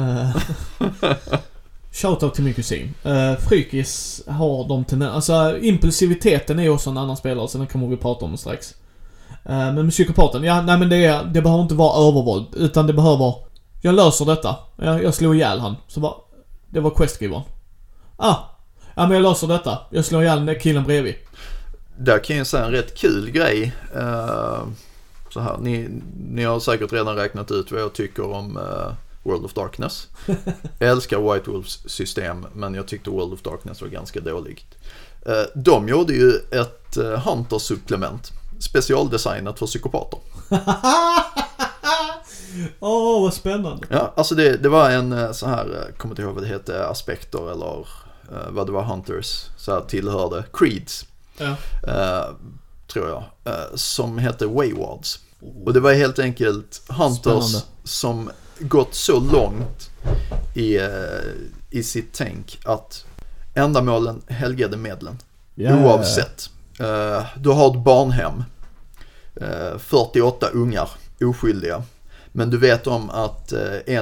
Shoutout till min kusin. Frykis har de till... Alltså impulsiviteten är också en annan spelare, så den kommer vi prata om strax. Men med psykopaten, men det behöver inte vara övervåld, utan det behöver... Jag löser detta. Jag slår ihjäl han. Så bara... Det var questgivern. Men jag löser detta. Jag slår ihjäl den där killen bredvid. Där kan jag säga en rätt kul grej. Så här, ni har säkert redan räknat ut vad jag tycker om World of Darkness. Jag älskar White Wolves system, men jag tyckte World of Darkness var ganska dåligt. De gjorde ju ett Hunter-supplement specialdesignat för psykopater. Vad spännande. Ja, alltså det var en så här, kommer inte ihåg vad det hette, aspekter eller vad det var Hunters så här tillhörde, Creeds. Ja. Tror jag, som hette Waywards. Och det var helt enkelt Hunters som gått så långt i sitt tänk att ändamålen helgade medlen. Oavsett. Du har ett barnhem, 48 ungar, oskyldiga. Men du vet om att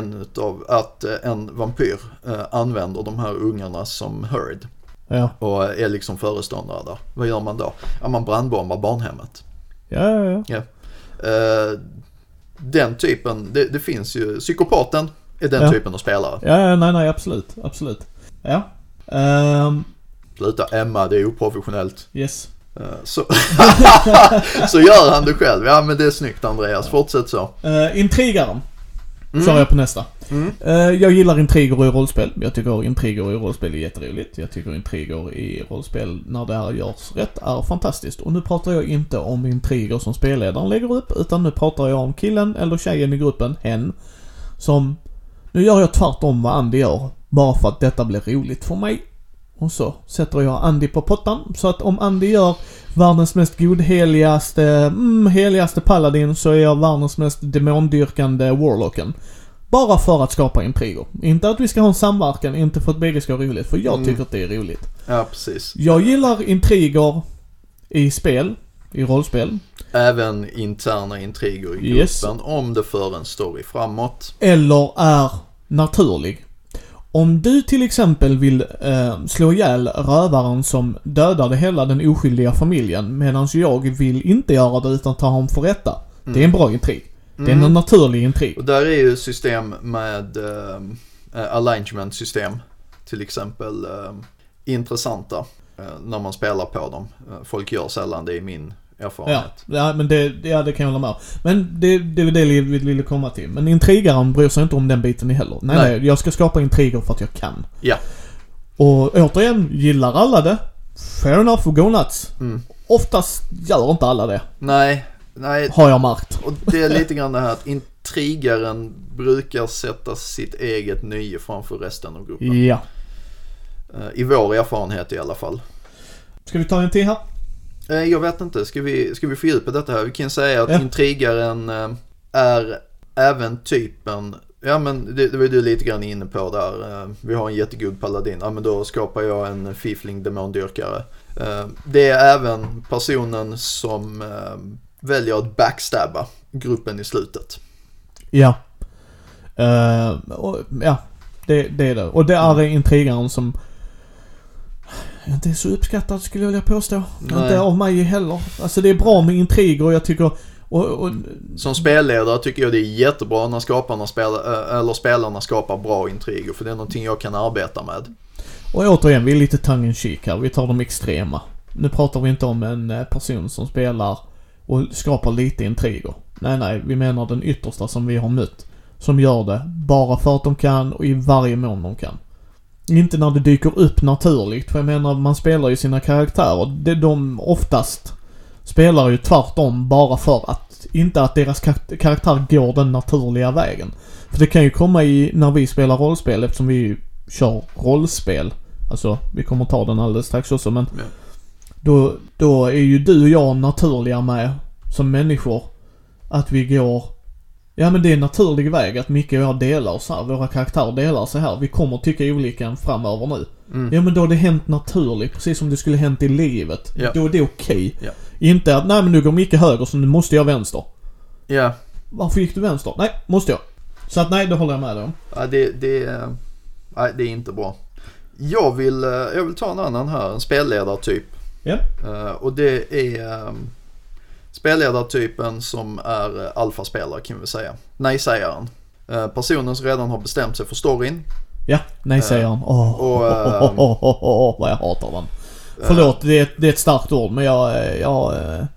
en vampyr använder de här ungarna som herd. Ja. Och är liksom föreståndare där. Vad gör man då? Ja, man brandbombar barnhemmet. Ja. Den typen, det finns ju, psykopaten är den typen av spelare. Ja, nej, absolut. Ja. Sluta, Emma, det är oprofessionellt. Yes. Så gör han det själv. Ja, men det är snyggt, Andreas. Fortsätt så. Intrigaren. Så jag på nästa. Jag gillar intriger i rollspel. Jag tycker intriger i rollspel är jätteroligt. Jag tycker intriger i rollspel när det här görs rätt är fantastiskt. Och nu pratar jag inte om intriger som spelledaren lägger upp, utan nu pratar jag om killen eller tjejen i gruppen, hen, som... Nu gör jag tvärtom vad Andy gör, bara för att detta blir roligt för mig. Och så sätter jag Andy på pottan. Så att om Andy gör världens mest heligaste paladin, så är jag världens mest demondyrkande warlocken. Bara för att skapa intriger. Inte att vi ska ha en samverkan, inte för att bägge ska ha roligt. För jag tycker att det är roligt. Ja, precis. Jag gillar intriger i spel, i rollspel. Även interna intriger i gruppen, om det för en story framåt. Eller är naturlig. Om du till exempel vill slå ihjäl rövaren som dödade hela den oskyldiga familjen, medan jag vill inte göra det utan ta honom för rätta. Det är en bra intrig. Det är en naturlig intrig. Och där är ju system med alignment-system till exempel intressanta när man spelar på dem. Folk gör sällan det, i min erfarenhet. Ja, men det kan jag hålla med om. Men det är det vi ville komma till. Men intrigaren bryr sig inte om den biten heller. Nej, jag ska skapa intriger för att jag kan. Ja. Och återigen, gillar alla det? Fair enough, och go nuts. Oftast gör inte alla det. Nej. Har jag märkt. Och det är lite grann det här att intrigaren brukar sätta sitt eget nöje framför resten av gruppen. Ja. I vår erfarenhet i alla fall. Ska vi ta en till här? Jag vet inte, ska vi fördjupa detta här? Vi kan säga att intrigaren är även typen, ja men det var du lite grann inne på där. Vi har en jättegod paladin, ja men då skapar jag en fiefling demondyrkare. Det är även personen som väljer att backstabba gruppen i slutet. Ja. Det är det. Och det är intrigaren som inte är så uppskattad, skulle jag vilja påstå. Nej. Inte av mig heller. Alltså det är bra med intriger, och jag tycker... Och som spelledare tycker jag det är jättebra när spelarna skapar bra intriger, för det är någonting jag kan arbeta med. Och återigen, vi är lite tongue in cheek här. Vi tar de extrema. Nu pratar vi inte om en person som spelar och skapar lite intriger. Nej, vi menar den yttersta som vi har mött. Som gör det bara för att de kan och i varje mån de kan. Inte när det dyker upp naturligt. För jag menar, man spelar ju sina karaktärer. De oftast spelar ju tvärtom bara för att inte att deras karaktär går den naturliga vägen. För det kan ju komma i när vi spelar rollspel, eftersom vi kör rollspel. Alltså, vi kommer ta den alldeles strax också, men då är ju du och jag naturliga med som människor att vi går. Ja, men det är en naturlig väg att Micke och jag delar oss här. Våra karaktärer delar sig här. Vi kommer tycka olika framöver nu. Ja, men då har det hänt naturligt. Precis som det skulle hänt i livet. Ja. Då är det okej. Ja. Inte att, nej men nu går Micke höger så nu måste jag vänster. Ja. Varför gick du vänster? Nej, måste jag. Så att nej, det håller jag med om. Ja, det är inte bra. Jag vill ta en annan här. En spelledartyp. Ja. Och det är... spelledartypen som är alfaspelare, kan vi säga. Nej-sägaren. Personen som redan har bestämt sig för storyn. Ja, nej-sägaren. Vad jag hatar den. Förlåt, det är ett starkt ord, men jag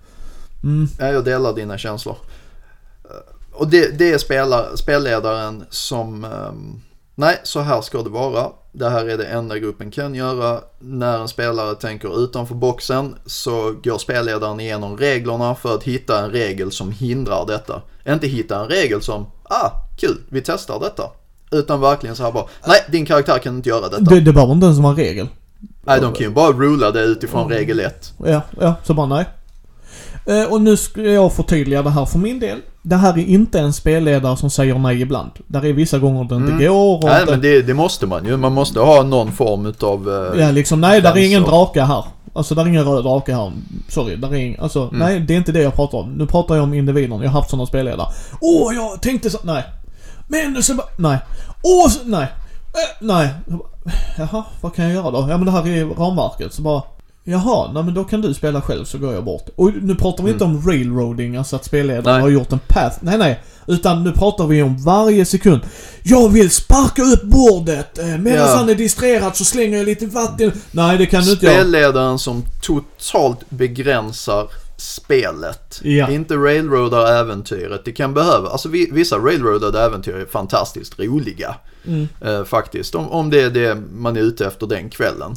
delar dina känslor. Och det är spelledaren som... nej, så här ska det vara. Det här är det enda gruppen kan göra. När en spelare tänker utanför boxen så går spelledaren igenom reglerna för att hitta en regel som hindrar detta. Inte hitta en regel som, kul, vi testar detta. Utan verkligen så här bara, nej, din karaktär kan inte göra detta. Det behöver inte ens vara en regel. Nej, de kan ju bara rula det utifrån regel 1. Ja, så bara nej. Och nu ska jag förtydliga det här för min del. Det här är inte en spelledare som säger nej ibland. Där är vissa gånger det inte går. Och nej, men det måste man ju. Man måste ha någon form utav... ja, liksom, nej, där är ingen drake här. Alltså, där är ingen röd drake här. Sorry, där är ingen... Alltså, nej, det är inte det jag pratar om. Nu pratar jag om individen. Jag har haft sådana spelledare. Jag tänkte så... Nej. Men så bara... Nej. Nej. Nej. Jaha, vad kan jag göra då? Ja, men det här är ramverket. Så bara... Jaha, nej men då kan du spela själv så går jag bort. Och nu pratar vi inte om railroading, alltså att spelledaren har gjort en path. Nej. Utan nu pratar vi om varje sekund. Jag vill sparka upp bordet. Medan han är distrerad så slänger jag lite vatten. Nej, det kan du inte göra. Spelledaren som totalt begränsar spelet. Ja. Inte railroadar äventyret. Det kan behöva. Alltså vissa railroadade äventyr är fantastiskt roliga. Faktiskt. Om det är det man är ute efter den kvällen.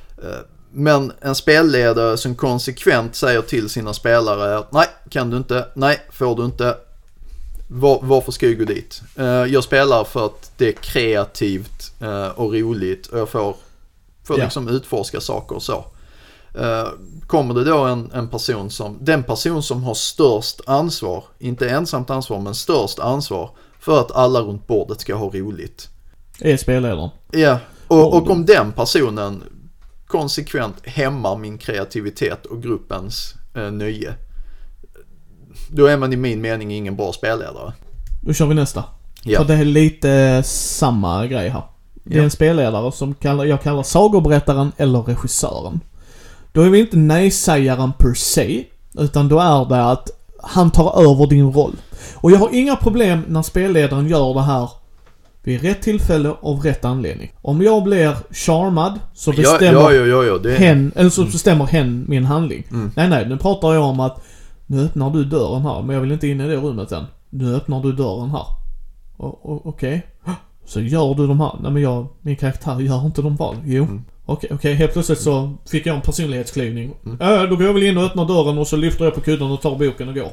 Men en spelledare som konsekvent säger till sina spelare att nej, kan du inte, nej, får du inte, varför ska jag gå dit? Jag spelar för att det är kreativt och roligt och jag får för att liksom utforska saker och så. Kommer det då en person den person som har störst ansvar, inte ensamt ansvar men störst ansvar för att alla runt bordet ska ha roligt. Är spelledaren. Ja, och om den personen konsekvent hämmar min kreativitet och gruppens nöje, då är man i min mening ingen bra spelledare. Då kör vi nästa. Ja. För det är lite samma grej här. Det är en spelledare som jag kallar sagoberättaren eller regissören. Då är vi inte nej-sägaren per se, utan då är det att han tar över din roll. Och jag har inga problem när spelledaren gör det här vid rätt tillfälle av rätt anledning. Om jag blir charmad så bestämmer hen, eller så bestämmer hen min handling. Nej, nu pratar jag om att nu öppnar du dörren här, men jag vill inte in i det rummet än. Nu öppnar du dörren här. Okej. Så gör du de här. Nej, men min karaktär gör inte de val. Jo. Okej. Helt plötsligt så fick jag en personlighetsklyvning. Då går jag väl in och öppnar dörren och så lyfter jag på kudden och tar boken och går.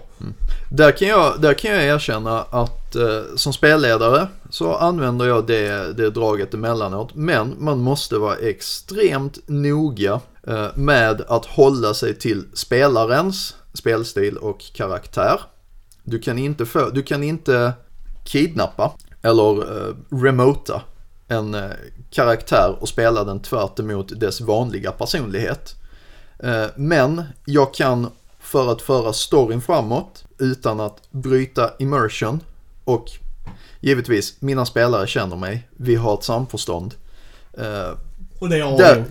Där kan jag erkänna att som spelledare så använder jag det draget emellanåt. Men man måste vara extremt noga med att hålla sig till spelarens spelstil och karaktär. Du kan inte kidnappa eller remota en karaktär och spela den tvärt emot dess vanliga personlighet. Men jag kan, för att föra storyn framåt utan att bryta immersion, och givetvis mina spelare känner mig, vi har ett samförstånd. Och det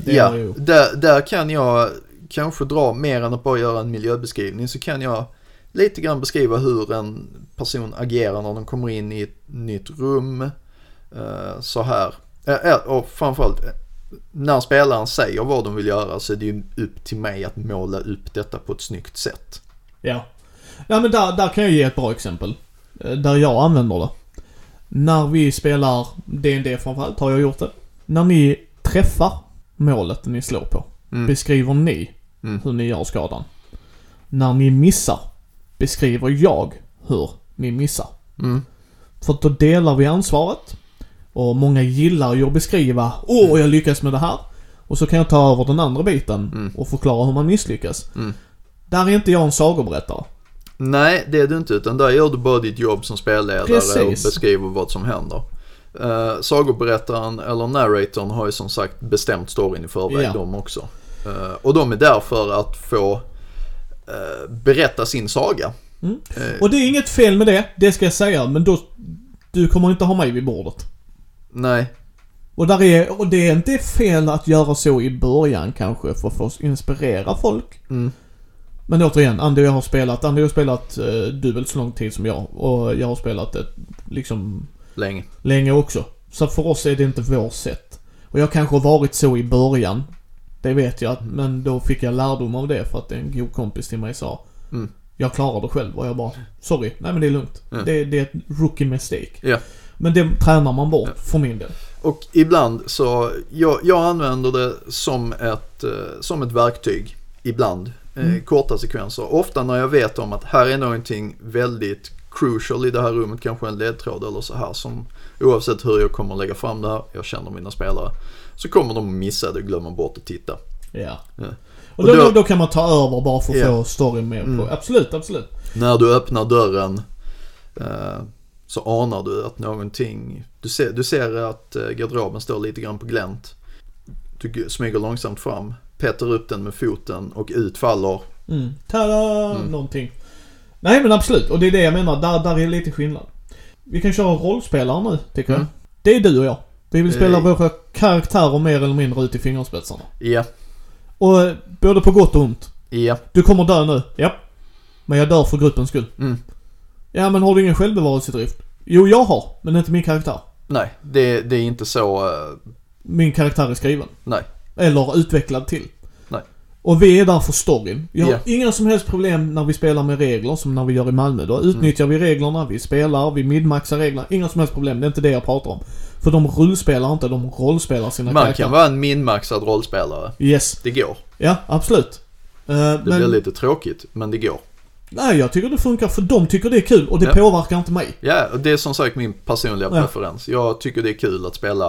där kan jag kanske dra mer än att bara göra en miljöbeskrivning, så kan jag lite grann beskriva hur en person agerar när de kommer in i ett nytt rum. Så här. Och framförallt när spelaren säger vad de vill göra, så är det ju upp till mig att måla upp detta på ett snyggt sätt. Ja. Ja, men där kan jag ge ett bra exempel. Där jag använder det. När vi spelar D&D framförallt har jag gjort det. När ni träffar målet ni slår på, beskriver ni hur ni gör skadan. När ni missar, beskriver jag hur ni missar. För då delar vi ansvaret. Och många gillar ju att beskriva, jag lyckas med det här. Och så kan jag ta över den andra biten och förklara hur man misslyckas. Där är inte jag en sagoberättare. Nej, det är du inte, utan där gör du bara ditt jobb som spelledare. Precis. Och beskriver vad som händer. Sagoberättaren eller narratorn har ju som sagt bestämt storyn i förväg, de också. Och de är där för att få berätta sin saga. Och det är inget fel med det ska jag säga, men då du kommer inte ha mig vid bordet. Nej. Och det är inte fel att göra så i början kanske, för att få inspirera folk. Men återigen, Andy har spelat dubbelt så lång tid som jag, och jag har spelat det liksom länge också. Så för oss är det inte vår sätt. Och jag kanske har varit så i början, det vet jag, men då fick jag lärdom av det, för att en god kompis till mig sa jag klarar det själv, och jag bara sorry, nej men det är lugnt. Det är ett rookie mistake. Men det tränar man bort för min del. Och ibland så jag använder det som ett verktyg ibland. Korta sekvenser. Ofta när jag vet om att här är någonting väldigt crucial i det här rummet, kanske en ledtråd eller så här, som oavsett hur jag kommer att lägga fram det här, jag känner mina spelare, så kommer de missa det och glömma bort att titta. Och då kan man ta över bara för att få storyn med på. Absolut. När du öppnar dörren så anar du att någonting, du ser att garderoben står lite grann på glänt. Du smyger långsamt fram, petar upp den med foten och utfaller. Tada! Någonting. Nej, men absolut. Och det är det jag menar. Där är lite skillnad. Vi kan köra rollspelare nu, tycker jag. Det är du och jag. Vi vill spela våra karaktärer mer eller mindre ut i fingerspetsarna. Och både på gott och ont. Du kommer dö nu. Men jag dör för gruppens skull. Ja, men har du ingen självbevarelsedrift? Jo, jag har. Men inte min karaktär. Nej, det är inte så... Min karaktär är skriven. Nej. Eller utvecklad till. Nej. Och vi är där för storyn. Vi har inga som helst problem när vi spelar med regler som när vi gör i Malmö. Då utnyttjar vi reglerna, vi spelar, vi midmaxar reglerna. Inga som helst problem, det är inte det jag pratar om. För de rullspelar inte, de rollspelar sina karaktärer. Man kan vara en minmaxad rollspelare. Yes. Det går. Ja, absolut. Det blir lite tråkigt, men det går. Nej, jag tycker det funkar, för de tycker det är kul och det påverkar inte mig. Ja, och det är som sagt min personliga preferens. Jag tycker det är kul att spela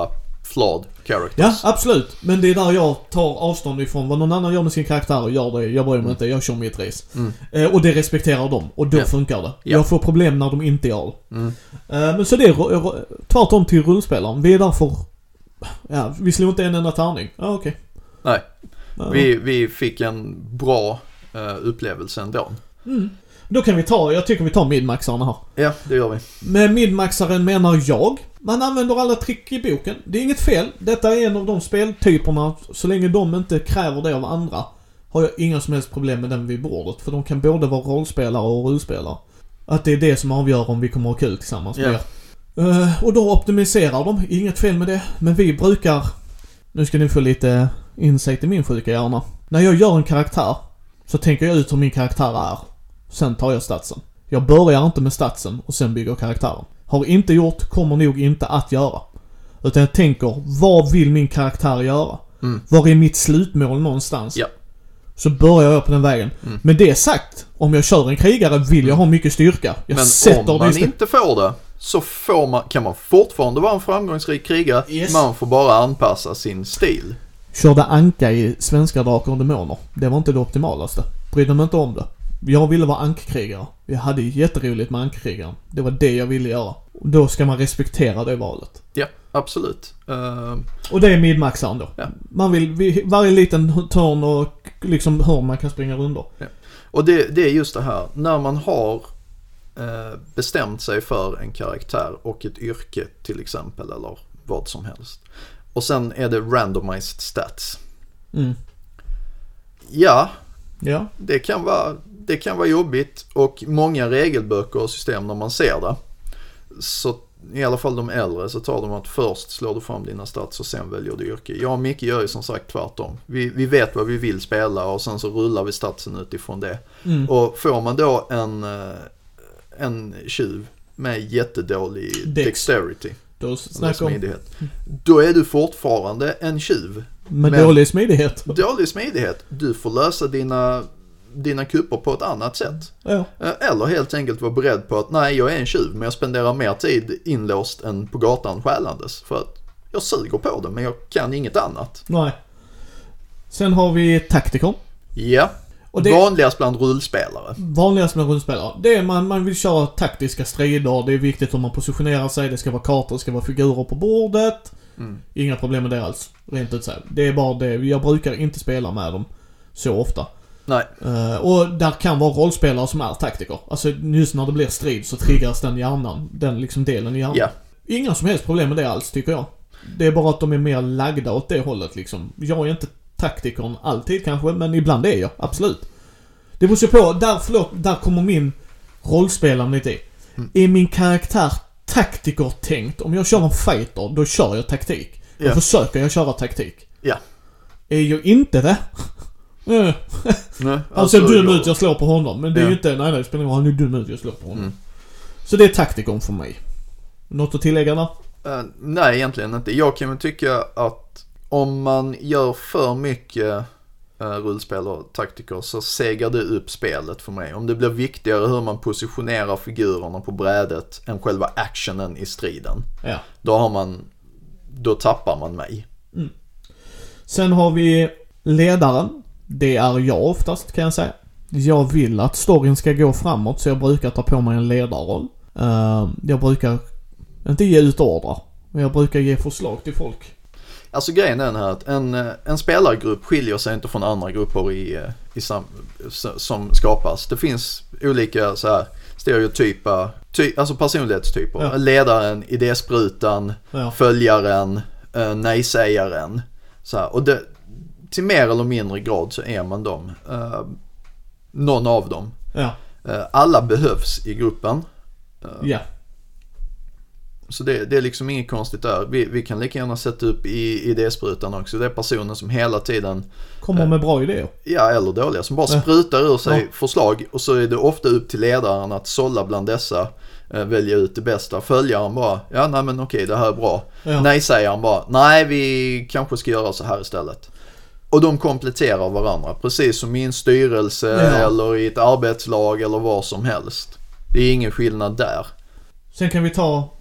flawed characters. Ja, absolut. Men det är där jag tar avstånd ifrån vad någon annan gör med sin karaktär och gör det. Jag bryr mig inte, jag kör mitt race. Och det respekterar de. Och då funkar det. Jag får problem när de inte gör det. Men så det är tvärtom till rullspelaren. Vi är därför... Ja, vi slår inte en enda tärning. Ja, okej. Nej. Vi fick en bra upplevelse ändå. Då kan jag tycker vi tar midmaxarna här. Ja, det gör vi. Med midmaxaren menar jag, man använder alla trick i boken. Det är inget fel. Detta är en av de speltyperna, så länge de inte kräver det av andra, har jag inga som helst problem med den vid bordet. För de kan både vara rollspelare och rullspelare. Att det är det som avgör om vi kommer att ha kul tillsammans med er. Och då optimiserar de, inget fel med det. Men vi brukar, nu ska ni få lite insikt i min sjuka hjärna. När jag gör en karaktär så tänker jag ut hur min karaktär är. Sen tar jag statsen. Jag börjar inte med statsen och sen bygger karaktären. Har inte gjort, kommer nog inte att göra. Utan jag tänker, vad vill min karaktär göra? Var är mitt slutmål någonstans? Ja. Så börjar jag på den vägen. Med det sagt, om jag kör en krigare vill jag ha mycket styrka. Men om man inte får det, så kan man fortfarande vara en framgångsrik krigare. Yes. Man får bara anpassa sin stil. Körde anka i Svenska Drakar och Demoner. Det var inte det optimalaste. Brydde mig inte om det. Jag ville vara ankkrigare. Jag hade jätteroligt med ankkrigaren. Det var det jag ville göra. Då ska man respektera det valet. Ja, absolut. Och det är midmaxaren då. Ja. Man vill varje liten törn och liksom hör man kan springa runt. Ja. Och det är just det här. När man har bestämt sig för en karaktär och ett yrke till exempel, eller vad som helst. Och sen är det randomized stats. Ja. Det kan vara jobbigt, och många regelböcker och system när man ser det, så i alla fall de äldre, så tar de att först slår du fram dina stats och sen väljer du yrke. Jag och Micke gör ju som sagt tvärtom. Vi vet vad vi vill spela och sen så rullar vi statsen utifrån det. Och får man då en tjuv med jättedålig dexterity, då smidighet, då är du fortfarande en tjuv. Men dålig smidighet. Dålig smidighet. Du får lösa dina kupper på ett annat sätt. Ja. Eller helt enkelt vara beredd på att nej, jag är en tjuv, men jag spenderar mer tid inlåst än på gatan skällandes. För att jag suger på det, men jag kan inget annat. Nej. Sen har vi taktikern. Ja. Och det vanligast bland rullspelare. Vanligast med rullspelare. Det är man vill köra taktiska strider. Det är viktigt om man positionerar sig. Det ska vara kartor, det ska vara figurer på bordet. Inga problem med det alls. Rent ut så. Det är bara det. Jag brukar inte spela med dem så ofta. Nej. Och där kan vara rollspelare som är taktiker. Alltså just när det blir strid så triggas den hjärnan. Den liksom delen i hjärnan. Ja. Inga som helst problem med det alls, tycker jag. Det är bara att de är mer lagda åt det hållet liksom. Jag är inte taktikern alltid kanske, men ibland är jag, absolut. Det beror sig på, där kommer min rollspelare lite i. Är min karaktär taktiker tänkt? Om jag kör en fighter, då kör jag taktik. Då försöker jag köra taktik. Ja. Är jag inte det? Nej, alltså dum ut, jag slår på honom. Men det är ju inte, nej det spelar ingen roll, han är dum ut, jag slår på honom. Så det är taktikern för mig. Något att tillägga där? Nej, egentligen inte. Jag kan väl tycka att om man gör för mycket rullspel och taktiker, så segar det upp spelet för mig. Om det blir viktigare hur man positionerar figurerna på brädet än själva actionen i striden, då tappar man mig. Sen har vi ledaren. Det är jag oftast, kan jag säga. Jag vill att storyn ska gå framåt, så jag brukar ta på mig en ledarroll. Jag brukar inte ge ut ordrar, men jag brukar ge förslag till folk. Alltså grejen är den här att en spelargrupp skiljer sig inte från andra grupper som skapas. Det finns olika så här stereotypa, alltså personlighetstyper. Ja. Ledaren, idésprutan, följaren, nej-sägaren. Så här. Och till mer eller mindre grad så är man dem. Någon av dem. Ja. Alla behövs i gruppen. Ja. Så det är liksom inget konstigt där. Vi kan lika gärna sätta upp i idésprutan också. Det är personer som hela tiden kommer med bra idéer. Ja, eller dåliga. Som bara sprutar ur sig förslag. Och så är det ofta upp till ledaren att sålla bland dessa. Välja ut det bästa. Följaren bara, nej men okej, det här är bra. Nej, säger han bara, nej vi kanske ska göra så här istället. Och de kompletterar varandra. Precis som i en styrelse eller i ett arbetslag eller vad som helst. Det är ingen skillnad där. Sen kan vi ta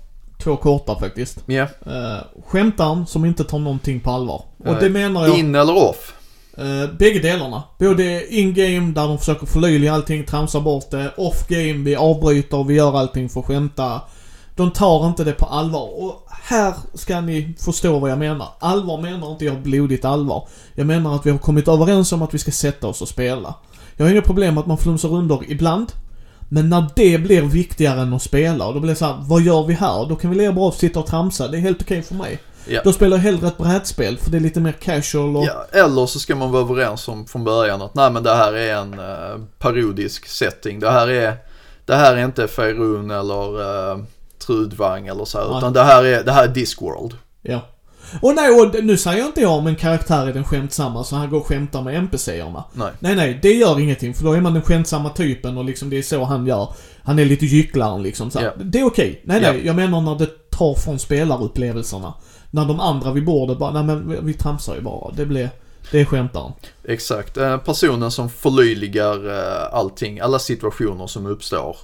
2 korta faktiskt. Ja. Skämtaren som inte tar någonting på allvar. Och det menar jag... In eller off? Bägge delarna. Både in-game där de försöker förlöjliga allting, tramsa bort det. Off-game, vi avbryter och vi gör allting för att skämta. De tar inte det på allvar. Och här ska ni förstå vad jag menar. Allvar menar inte jag blodigt allvar. Jag menar att vi har kommit överens om att vi ska sätta oss och spela. Jag har inga problem att man flumsar runder ibland. Men när det blir viktigare än att spela, och då blir det så här: vad gör vi här? Då kan vi leva bra och sitta och tramsa. Det är helt okej för mig. Ja. Då spelar jag hellre ett brädspel, för det är lite mer casual och... Ja, eller så ska man vara överens om från början att nej, men det här är en parodisk setting. Det här är inte Faerun eller Trudvang eller så här, utan det här är Discworld. Ja. Och nu säger inte jag om en karaktär är den skämtsamma så han går och skämtar med NPC-erna. Nej, det gör ingenting, för då är man den skämtsamma typen och liksom det är så han gör. Han är lite gycklaren liksom så. Yeah. Det är okej. Nej, jag menar när det tar från spelarupplevelserna. När de andra vid bordet bara, nej men vi tramsar ju bara. Det är skämtaren. Exakt. Personen som förlöjligar allting, alla situationer som uppstår.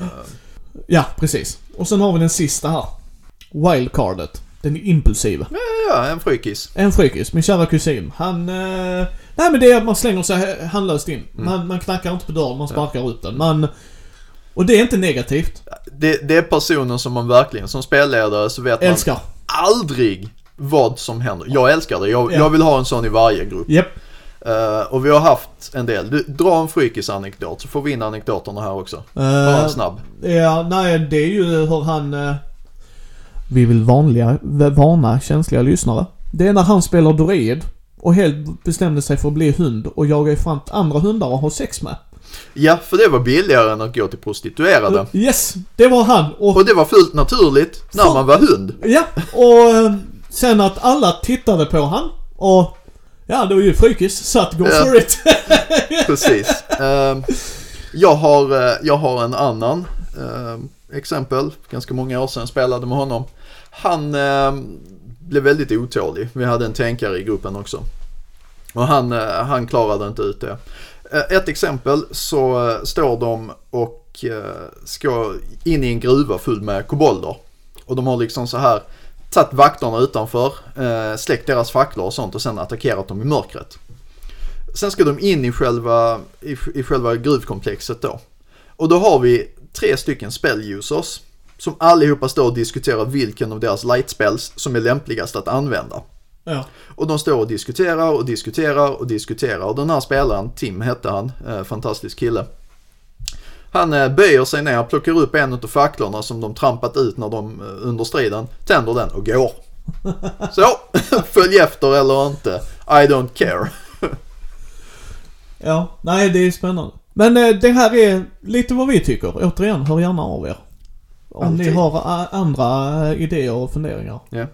Ja, precis. Och sen har vi den sista här. Wildcardet. Den är impulsiv. Ja, en frykis. En frykis, min kära kusin. Han... nej men det är att man slänger sig handlöst in. Man knackar inte på dörren, man sparkar ut den. Och det är inte negativt. Det är personen som man verkligen, som spelledare så vet älskar. Man aldrig vad som händer. Jag älskar det. Jag vill ha en sån i varje grupp. Yep. Och vi har haft en del. Du drar en frykis-anekdot så får vi in anekdoterna här också. Bara snabb. Ja, nej det är ju hur han... vi vill varna känsliga lyssnare. Det är när han spelar druid och helt bestämde sig för att bli hund och jagar ifrån andra hundar och ha sex med. Ja, för det var billigare än att gå till prostituerade. Yes, det var han. Och det var fullt naturligt när man var hund. Ja, och sen att alla tittade på han och ja, det var ju frykis, så att go for it. Precis. Jag har en annan exempel. Ganska många år sedan spelade med honom. Han blev väldigt otålig. Vi hade en tänkare i gruppen också. Och han klarade inte ut det. Ett exempel så står de och ska in i en gruva full med kobolder. Och de har liksom så här tagit vakterna utanför, släckt deras facklor och sånt och sen attackerat dem i mörkret. Sen ska de in i själva gruvkomplexet då. Och då har vi 3 stycken spell-users som allihopa står och diskuterar vilken av deras light spells som är lämpligast att använda. Ja. Och de står och diskuterar och den här spelaren, Tim hette han, fantastisk kille. Han böjer sig ner, plockar upp en av facklorna som de trampat ut när de under striden, tänder den och går. Så, följ efter eller inte, I don't care. Ja, nej det är spännande. Men det här är lite vad vi tycker. Återigen, hör gärna av er. Om alltid. Ni har andra idéer och funderingar. Yeah.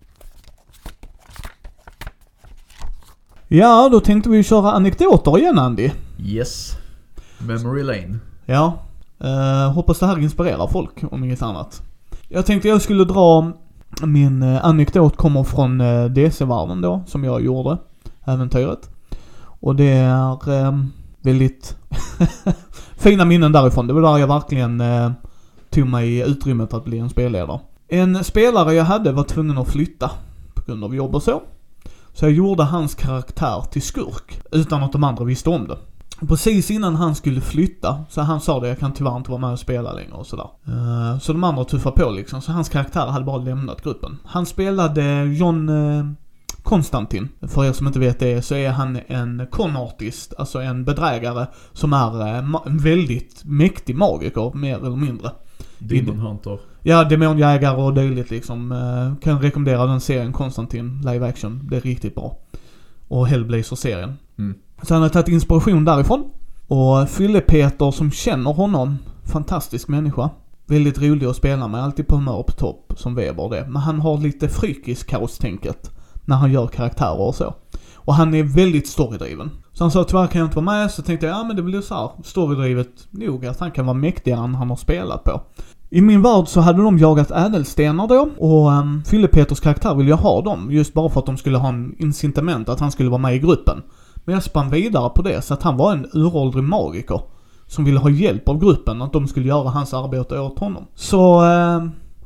Ja, då tänkte vi köra anekdoter igen, Andy. Yes. Memory lane. Ja. Hoppas det här inspirerar folk, om inget annat. Jag tänkte jag skulle dra... Min anekdot kommer från DC-varven då, som jag gjorde. Äventyret. Och det är väldigt fina minnen därifrån. Det var där jag verkligen tog mig utrymmet att bli en spelledare. En spelare jag hade var tvungen att flytta på grund av jobb och så. Så jag gjorde hans karaktär till skurk utan att de andra visste om det. Precis innan han skulle flytta så han sa det, jag kan tyvärr inte vara med och spela längre och sådär. Så de andra tuffade på liksom, så hans karaktär hade bara lämnat gruppen. Han spelade John Konstantin. För er som inte vet det så är han en con-artist, alltså en bedrägare som är en väldigt mäktig magiker, mer eller mindre. Demon Hunter. Ja, demonjägare och dylikt liksom. Kan rekommendera den serien Konstantin live action. Det är riktigt bra. Och Hellblazer-serien. Så han har tagit inspiration därifrån. Och Fylle-Peter som känner honom, fantastisk människa. Väldigt rolig att spela med, alltid på humör på topp som Weber det. Men han har lite frykis-kaos-tänket när han gör karaktärer och så. Och han är väldigt storydriven. Så han sa, tyvärr kan jag inte vara med. Så tänkte jag, ja men det blir så här storydrivet nog att han kan vara mäktigare än han har spelat på. I min värld så hade de jagat ädelstenar då. Och Fylle-Peters karaktär ville jag ha dem. Just bara för att de skulle ha en incitament att han skulle vara med i gruppen. Men jag spann vidare på det så att han var en uråldrig magiker. Som ville ha hjälp av gruppen att de skulle göra hans arbete åt honom. Så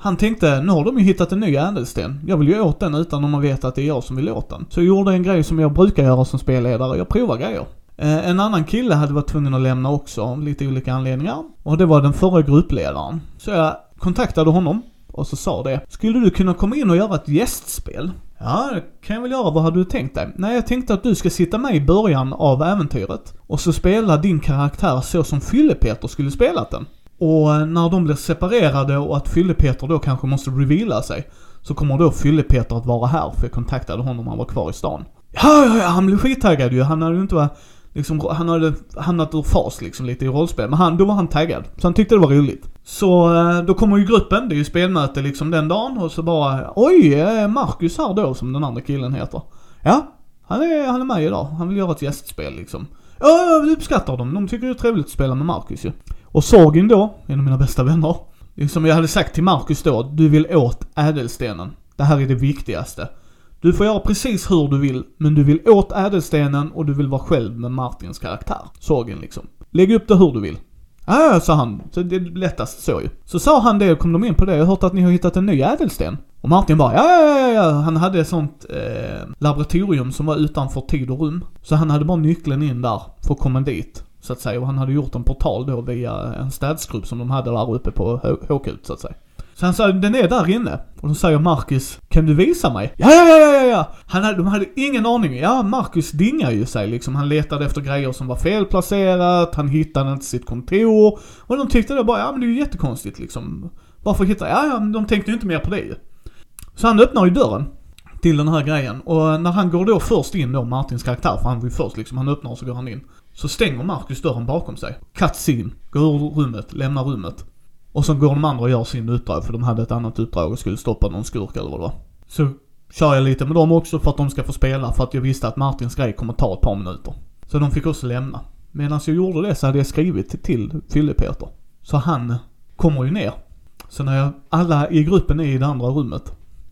Han tänkte, nu har de ju hittat en ny ädelsten. Jag vill ju åt den utan att man vet att det är jag som vill åt den. Så jag gjorde en grej som jag brukar göra som spelledare. Jag provar grejer. En annan kille hade varit tvungen att lämna också av lite olika anledningar. Och det var den förra gruppledaren. Så jag kontaktade honom och så sa det. Skulle du kunna komma in och göra ett gästspel? Ja, det kan jag väl göra. Vad hade du tänkt dig? Nej, jag tänkte att du ska sitta med i början av äventyret. Och så spela din karaktär så som Fyllepeter skulle spelat den. Och när de blir separerade och att Fyllepeter då kanske måste reveala sig, så kommer då Fyllepeter att vara här, för jag kontaktade honom, han var kvar i stan. Ja, han blev skittaggad ju. Han hade ju inte varit, liksom, han hade hamnat ur fas liksom lite i rollspel. Men då var han taggad. Så han tyckte det var roligt. Så då kommer ju gruppen, det är ju spelmöte liksom den dagen. Och så bara, oj, Marcus här då, som den andra killen heter. Ja, han är med idag. Han vill göra ett gästspel liksom. Ja, jag uppskattar dem. De tycker det är trevligt att spela med Marcus ju. Och Sorgin då, en av mina bästa vänner. Liksom jag hade sagt till Marcus då, du vill åt ädelstenen. Det här är det viktigaste. Du får göra precis hur du vill, men du vill åt ädelstenen och du vill vara själv med Martins karaktär. Sorgin liksom. Lägg upp det hur du vill. Ja, sa han. Så det är lättast så ju. Så sa han det och kom de in på det. Jag har hört att ni har hittat en ny ädelsten. Och Martin bara, ja. Han hade ett sånt laboratorium som var utanför tid och rum. Så han hade bara nyckeln in där för att komma dit, så att säga. Och han hade gjort en portal då via en städsgrupp som de hade där uppe på Håkut, så att säga. Så han sa, den är där inne. Och då säger Marcus, kan du visa mig? Ja. De hade ingen aning. Ja, Marcus dingar ju sig liksom. Han letade efter grejer som var felplacerat. Han hittade inte sitt kontor. Och de tyckte det bara, ja men det är ju jättekonstigt liksom. Varför hitta? Ja, de tänkte ju inte mer på det ju. Så han öppnar ju dörren till den här grejen. Och när han går då först in då, Martins karaktär, för han var ju först liksom, han öppnar och så går han in. Så stänger Marcus dörren bakom sig. Cutscene, går ur rummet, lämnar rummet. Och så går de andra och gör sin uppdrag, för de hade ett annat uppdrag och skulle stoppa någon skurk eller vad det var. Så kör jag lite med dem också för att de ska få spela, för att jag visste att Martins grej kommer ta ett par minuter. Så de fick också lämna. Medan jag gjorde det så hade jag skrivit till Fyllepeter. Så han kommer ju ner. Så när alla i gruppen är i det andra rummet,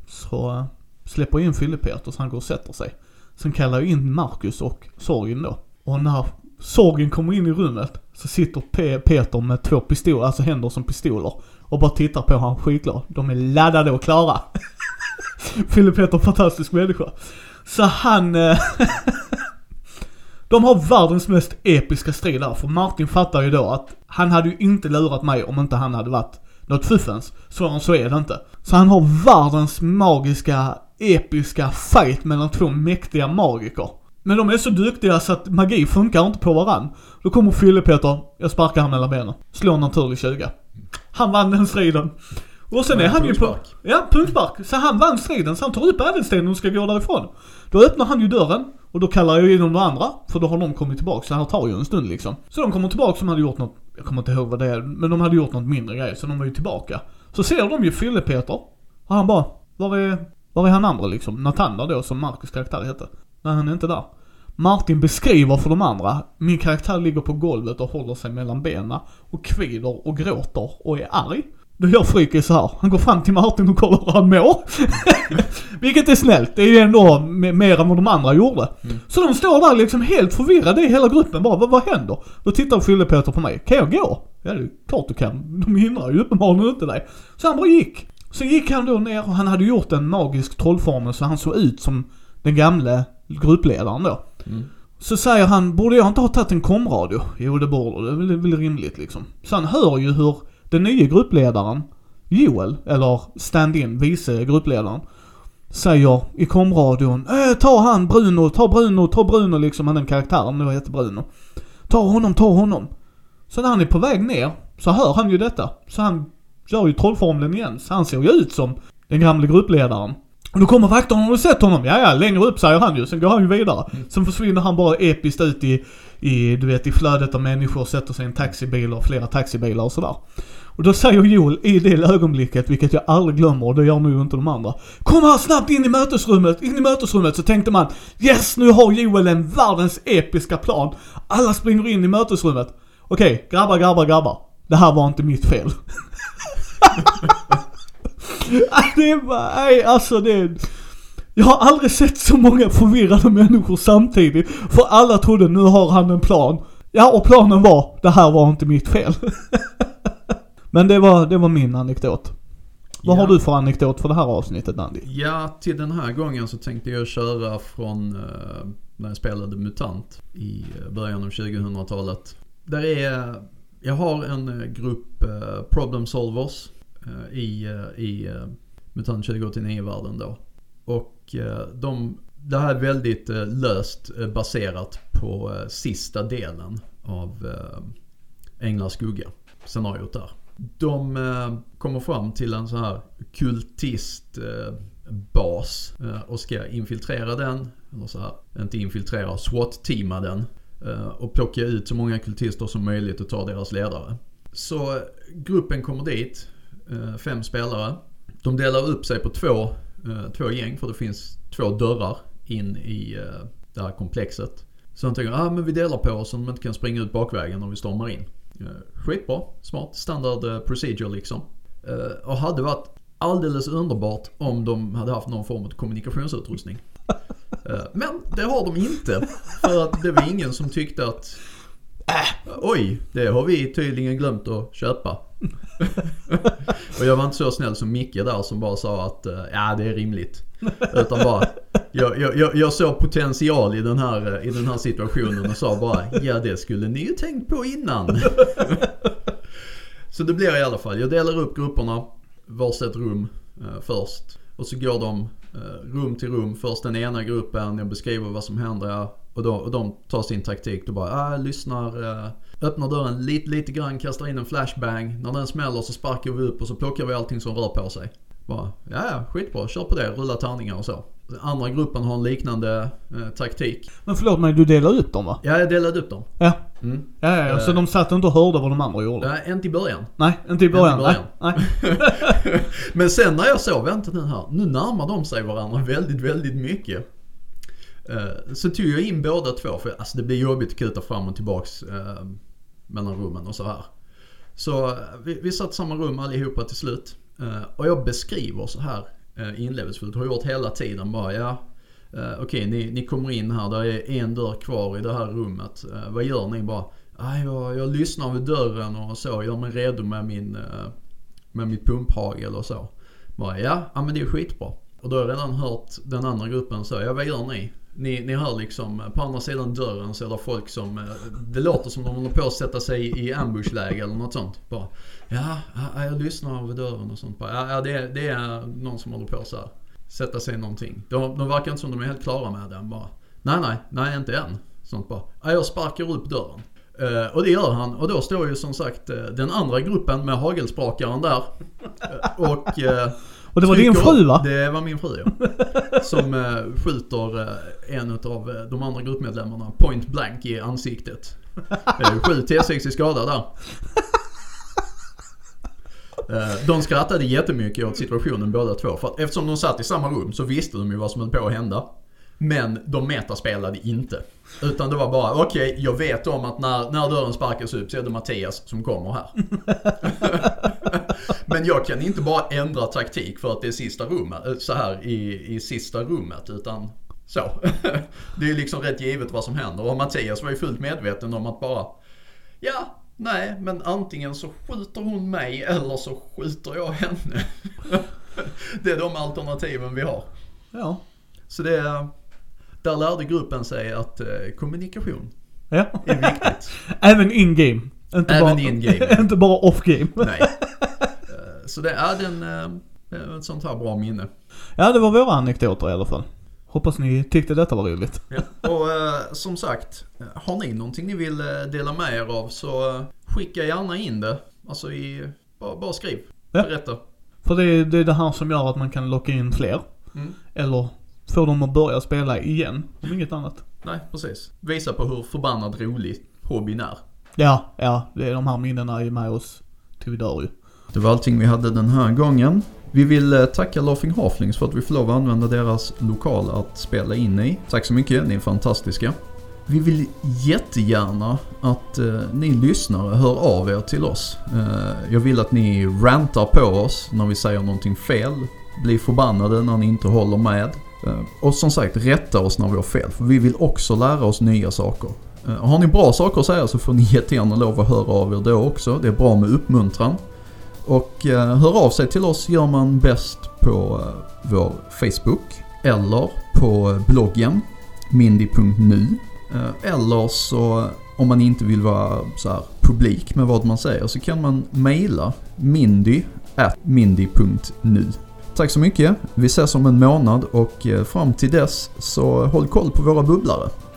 så släpper jag in Fyllepeter så han går och sätter sig. Sen kallar jag in Marcus och Sorgin då. Och när Sorgin kommer in i rummet så sitter Peter med 2 pistoler, alltså händer som pistoler, och bara tittar på han skitglad. De är laddade och klara. Fyllepeter, fantastisk människa. Så han de har världens mest episka strid där, för Martin fattar ju då att han hade ju inte lurat mig om inte han hade varit något fuffens. Så är det inte. Så han har världens magiska, episka fight mellan 2 mäktiga magiker. Men de är så duktiga så att magi funkar inte på varann. Då kommer Fyllepeter, jag sparkar han mellan benen. Slår en naturlig 20. Han vann den striden. Och sen är han ju på... Ja, punktspark. Så han vann striden, så han tar upp ädelstenen och ska gå därifrån. Då öppnar han ju dörren. Och då kallar jag in de andra, för då har de kommit tillbaka. Så här tar ju en stund liksom. Så de kommer tillbaka som hade gjort något, jag kommer inte ihåg vad det är, men de hade gjort något mindre grej, så de var ju tillbaka. Så ser de ju Fyllepeter. Och han bara, var är han andra liksom? Natanda då, som Marcus karaktär heter. Nej, han är inte där. Martin beskriver för de andra, min karaktär ligger på golvet och håller sig mellan benen och kvider och gråter och är arg. Då gör Fryke så här. Han går fram till Martin och kollar hur han mår. Vilket är snällt. Det är ju ändå mer än vad de andra gjorde. Så de står där liksom helt förvirrade i hela gruppen. Bara, vad händer? Då tittar Fyllepeter på mig. Kan jag gå? Ja, det är klart du kan. De hindrar ju uppenbarligen inte dig. Så han bara gick. Så gick han då ner och han hade gjort en magisk trollformel så han såg ut som den gamla gruppledaren då. Så säger han, borde jag inte ha tagit en komradio? Jo, det borde. Det är väl rimligt liksom. Så han hör ju hur den nya gruppledaren, Joel, eller stand-in, vice gruppledaren, säger i komradion, ta Bruno liksom, han den karaktären, nu heter Bruno. Ta honom. Så när han är på väg ner så hör han ju detta. Så han gör ju trollformeln igen. Så han ser ju ut som den gamla gruppledaren. Och då kommer vakten, har du sett honom? Ja, längre upp säger han ju. Sen går han ju vidare. Sen försvinner han bara episkt ut i du vet, i flödet av människor och sätter sig i en taxibil och flera taxibilar och sådär. Och då säger Joel i det ögonblicket, vilket jag aldrig glömmer, och det gör nu inte de andra. Kom här snabbt in i mötesrummet. Så tänkte man, yes, nu har Joel en världens episka plan. Alla springer in i mötesrummet. Okej, grabbar. Det här var inte mitt fel. Jag har aldrig sett så många förvirrade människor samtidigt. För alla trodde, nu har han en plan. Ja, och planen var, det här var inte mitt fel. Men det var min anekdot. Vad har du för anekdot för det här avsnittet, Andy? Ja, till den här gången så tänkte jag köra från när jag spelade MUTANT i början av 2000-talet. Jag har en grupp problem solvers i MUTANT 2089-världen då. Och det här är väldigt löst baserat på sista delen av Änglar skugga, scenariot där. De kommer fram till en så här kultistbas och ska infiltrera den, eller så här, inte infiltrera, SWAT-teama den och plocka ut så många kultister som möjligt och ta deras ledare. Så gruppen kommer dit, 5 spelare. De delar upp sig på två gäng, för det finns 2 dörrar in i det här komplexet. Så de tänker, men vi delar på oss så de inte kan springa ut bakvägen om vi stormar in. Skitbra, smart, standard procedure liksom. Och hade varit alldeles underbart om de hade haft någon form av kommunikationsutrustning. Men det har de inte. För att det var ingen som tyckte att oj, det har vi tydligen glömt att köpa. Och jag var inte så snäll som Micke där som bara sa att det är rimligt. Utan bara jag såg potential i den här situationen och sa bara, ja, det skulle ni ju tänkt på innan. Så det blir i alla fall, jag delar upp grupperna varsitt rum först. Och så går de rum till rum. Först den ena gruppen, jag beskriver vad som händer. Och de tar sin taktik. Då bara, lyssnar, öppnar dörren lite grann, kastar in en flashbang. När den smäller så sparkar vi upp och så plockar vi allting som rör på sig. Bara, skitbra, kör på det, rulla tärningar och så. Den andra gruppen har en liknande taktik. Men förlåt mig, du delar upp dem va? Ja, jag delade upp dem. Ja. Ja, så de satt inte och hörde vad de andra gjorde? Nej, inte i början. Nej, inte i början. Nej. Men sen när jag såg, vänta nu närmar de sig varandra väldigt, väldigt mycket. Så tog jag in båda två, för alltså, det blir jobbigt att kuta fram och tillbaks mellan rummen och så här. Så vi satt i samma rum allihopa till slut. Och jag beskriver så här inlevelsefullt, har gjort hela tiden bara, okej, ni kommer in här, där är en dörr kvar i det här rummet. Vad gör ni? Bara, jag lyssnar vid dörren och så, gör mig redo med mitt pumphagel och så. Bara, men det är skitbra. Och då har jag redan hört den andra gruppen så, vad gör ni? Ni hör liksom, på andra sidan dörren så är det folk som, det låter som de håller på att sätta sig i ambushläge eller något sånt. Bara, jag lyssnar vid dörren och sånt. Bara, det är någon som håller på så här, sätta sig i någonting. De verkar inte som de är helt klara med den. Bara, nej, inte än. Sånt bara, jag sparkar upp dörren. Och det gör han. Och då står ju som sagt den andra gruppen med hagelsprakaren där. Och det var din fru va? Det var min fru, ja. Som skjuter en av de andra gruppmedlemmarna point blank i ansiktet. 7 T6 i skada där. De skrattade jättemycket åt situationen båda två. För att eftersom de satt i samma rum så visste de ju vad som höll på att hända. Men de metaspelade inte. Utan det var bara, okej, jag vet om att när dörren sparkas upp så är det Mattias som kommer här. Men jag kan inte bara ändra taktik för att det är sista rummet, så här i sista rummet, utan så. Det är liksom rätt givet vad som händer. Och Mattias var ju fullt medveten om att bara, men antingen så skjuter hon mig eller så skjuter jag henne. Det är de alternativen vi har. Ja. Så där lärde gruppen sig att kommunikation är viktigt. Även in-game. Inte bara off-game. Nej. Så det är ett sånt här bra minne. Ja, det var våra anekdoter i alla fall. Hoppas ni tyckte detta var roligt. Ja. Och som sagt, har ni någonting ni vill dela med er av så skicka gärna in det. Alltså bara skriv. Berätta. För det är det här som gör att man kan locka in fler. Eller få dem att börja spela igen, om inget annat. Nej, precis. Visa på hur förbannat rolig hobbyn är. Ja, det är de här minnena med oss till vi dör ju. Det var allting vi hade den här gången. Vi vill tacka Laughing Halflings för att vi får lov att använda deras lokal att spela in i. Tack så mycket, ni är fantastiska. Vi vill jättegärna att ni lyssnare hör av er till oss. Jag vill att ni rantar på oss när vi säger någonting fel. Blir förbannade när ni inte håller med. Och som sagt, rätta oss när vi har fel. För vi vill också lära oss nya saker. Har ni bra saker att säga så får ni jättegärna lov att höra av er då också. Det är bra med uppmuntran. Och hör av sig till oss gör man bäst på vår Facebook eller på bloggen mindy.nu. Eller så om man inte vill vara så här publik med vad man säger så kan man mejla mindy@mindy.nu. Tack så mycket. Vi ses om en månad och fram till dess så håll koll på våra bubblare.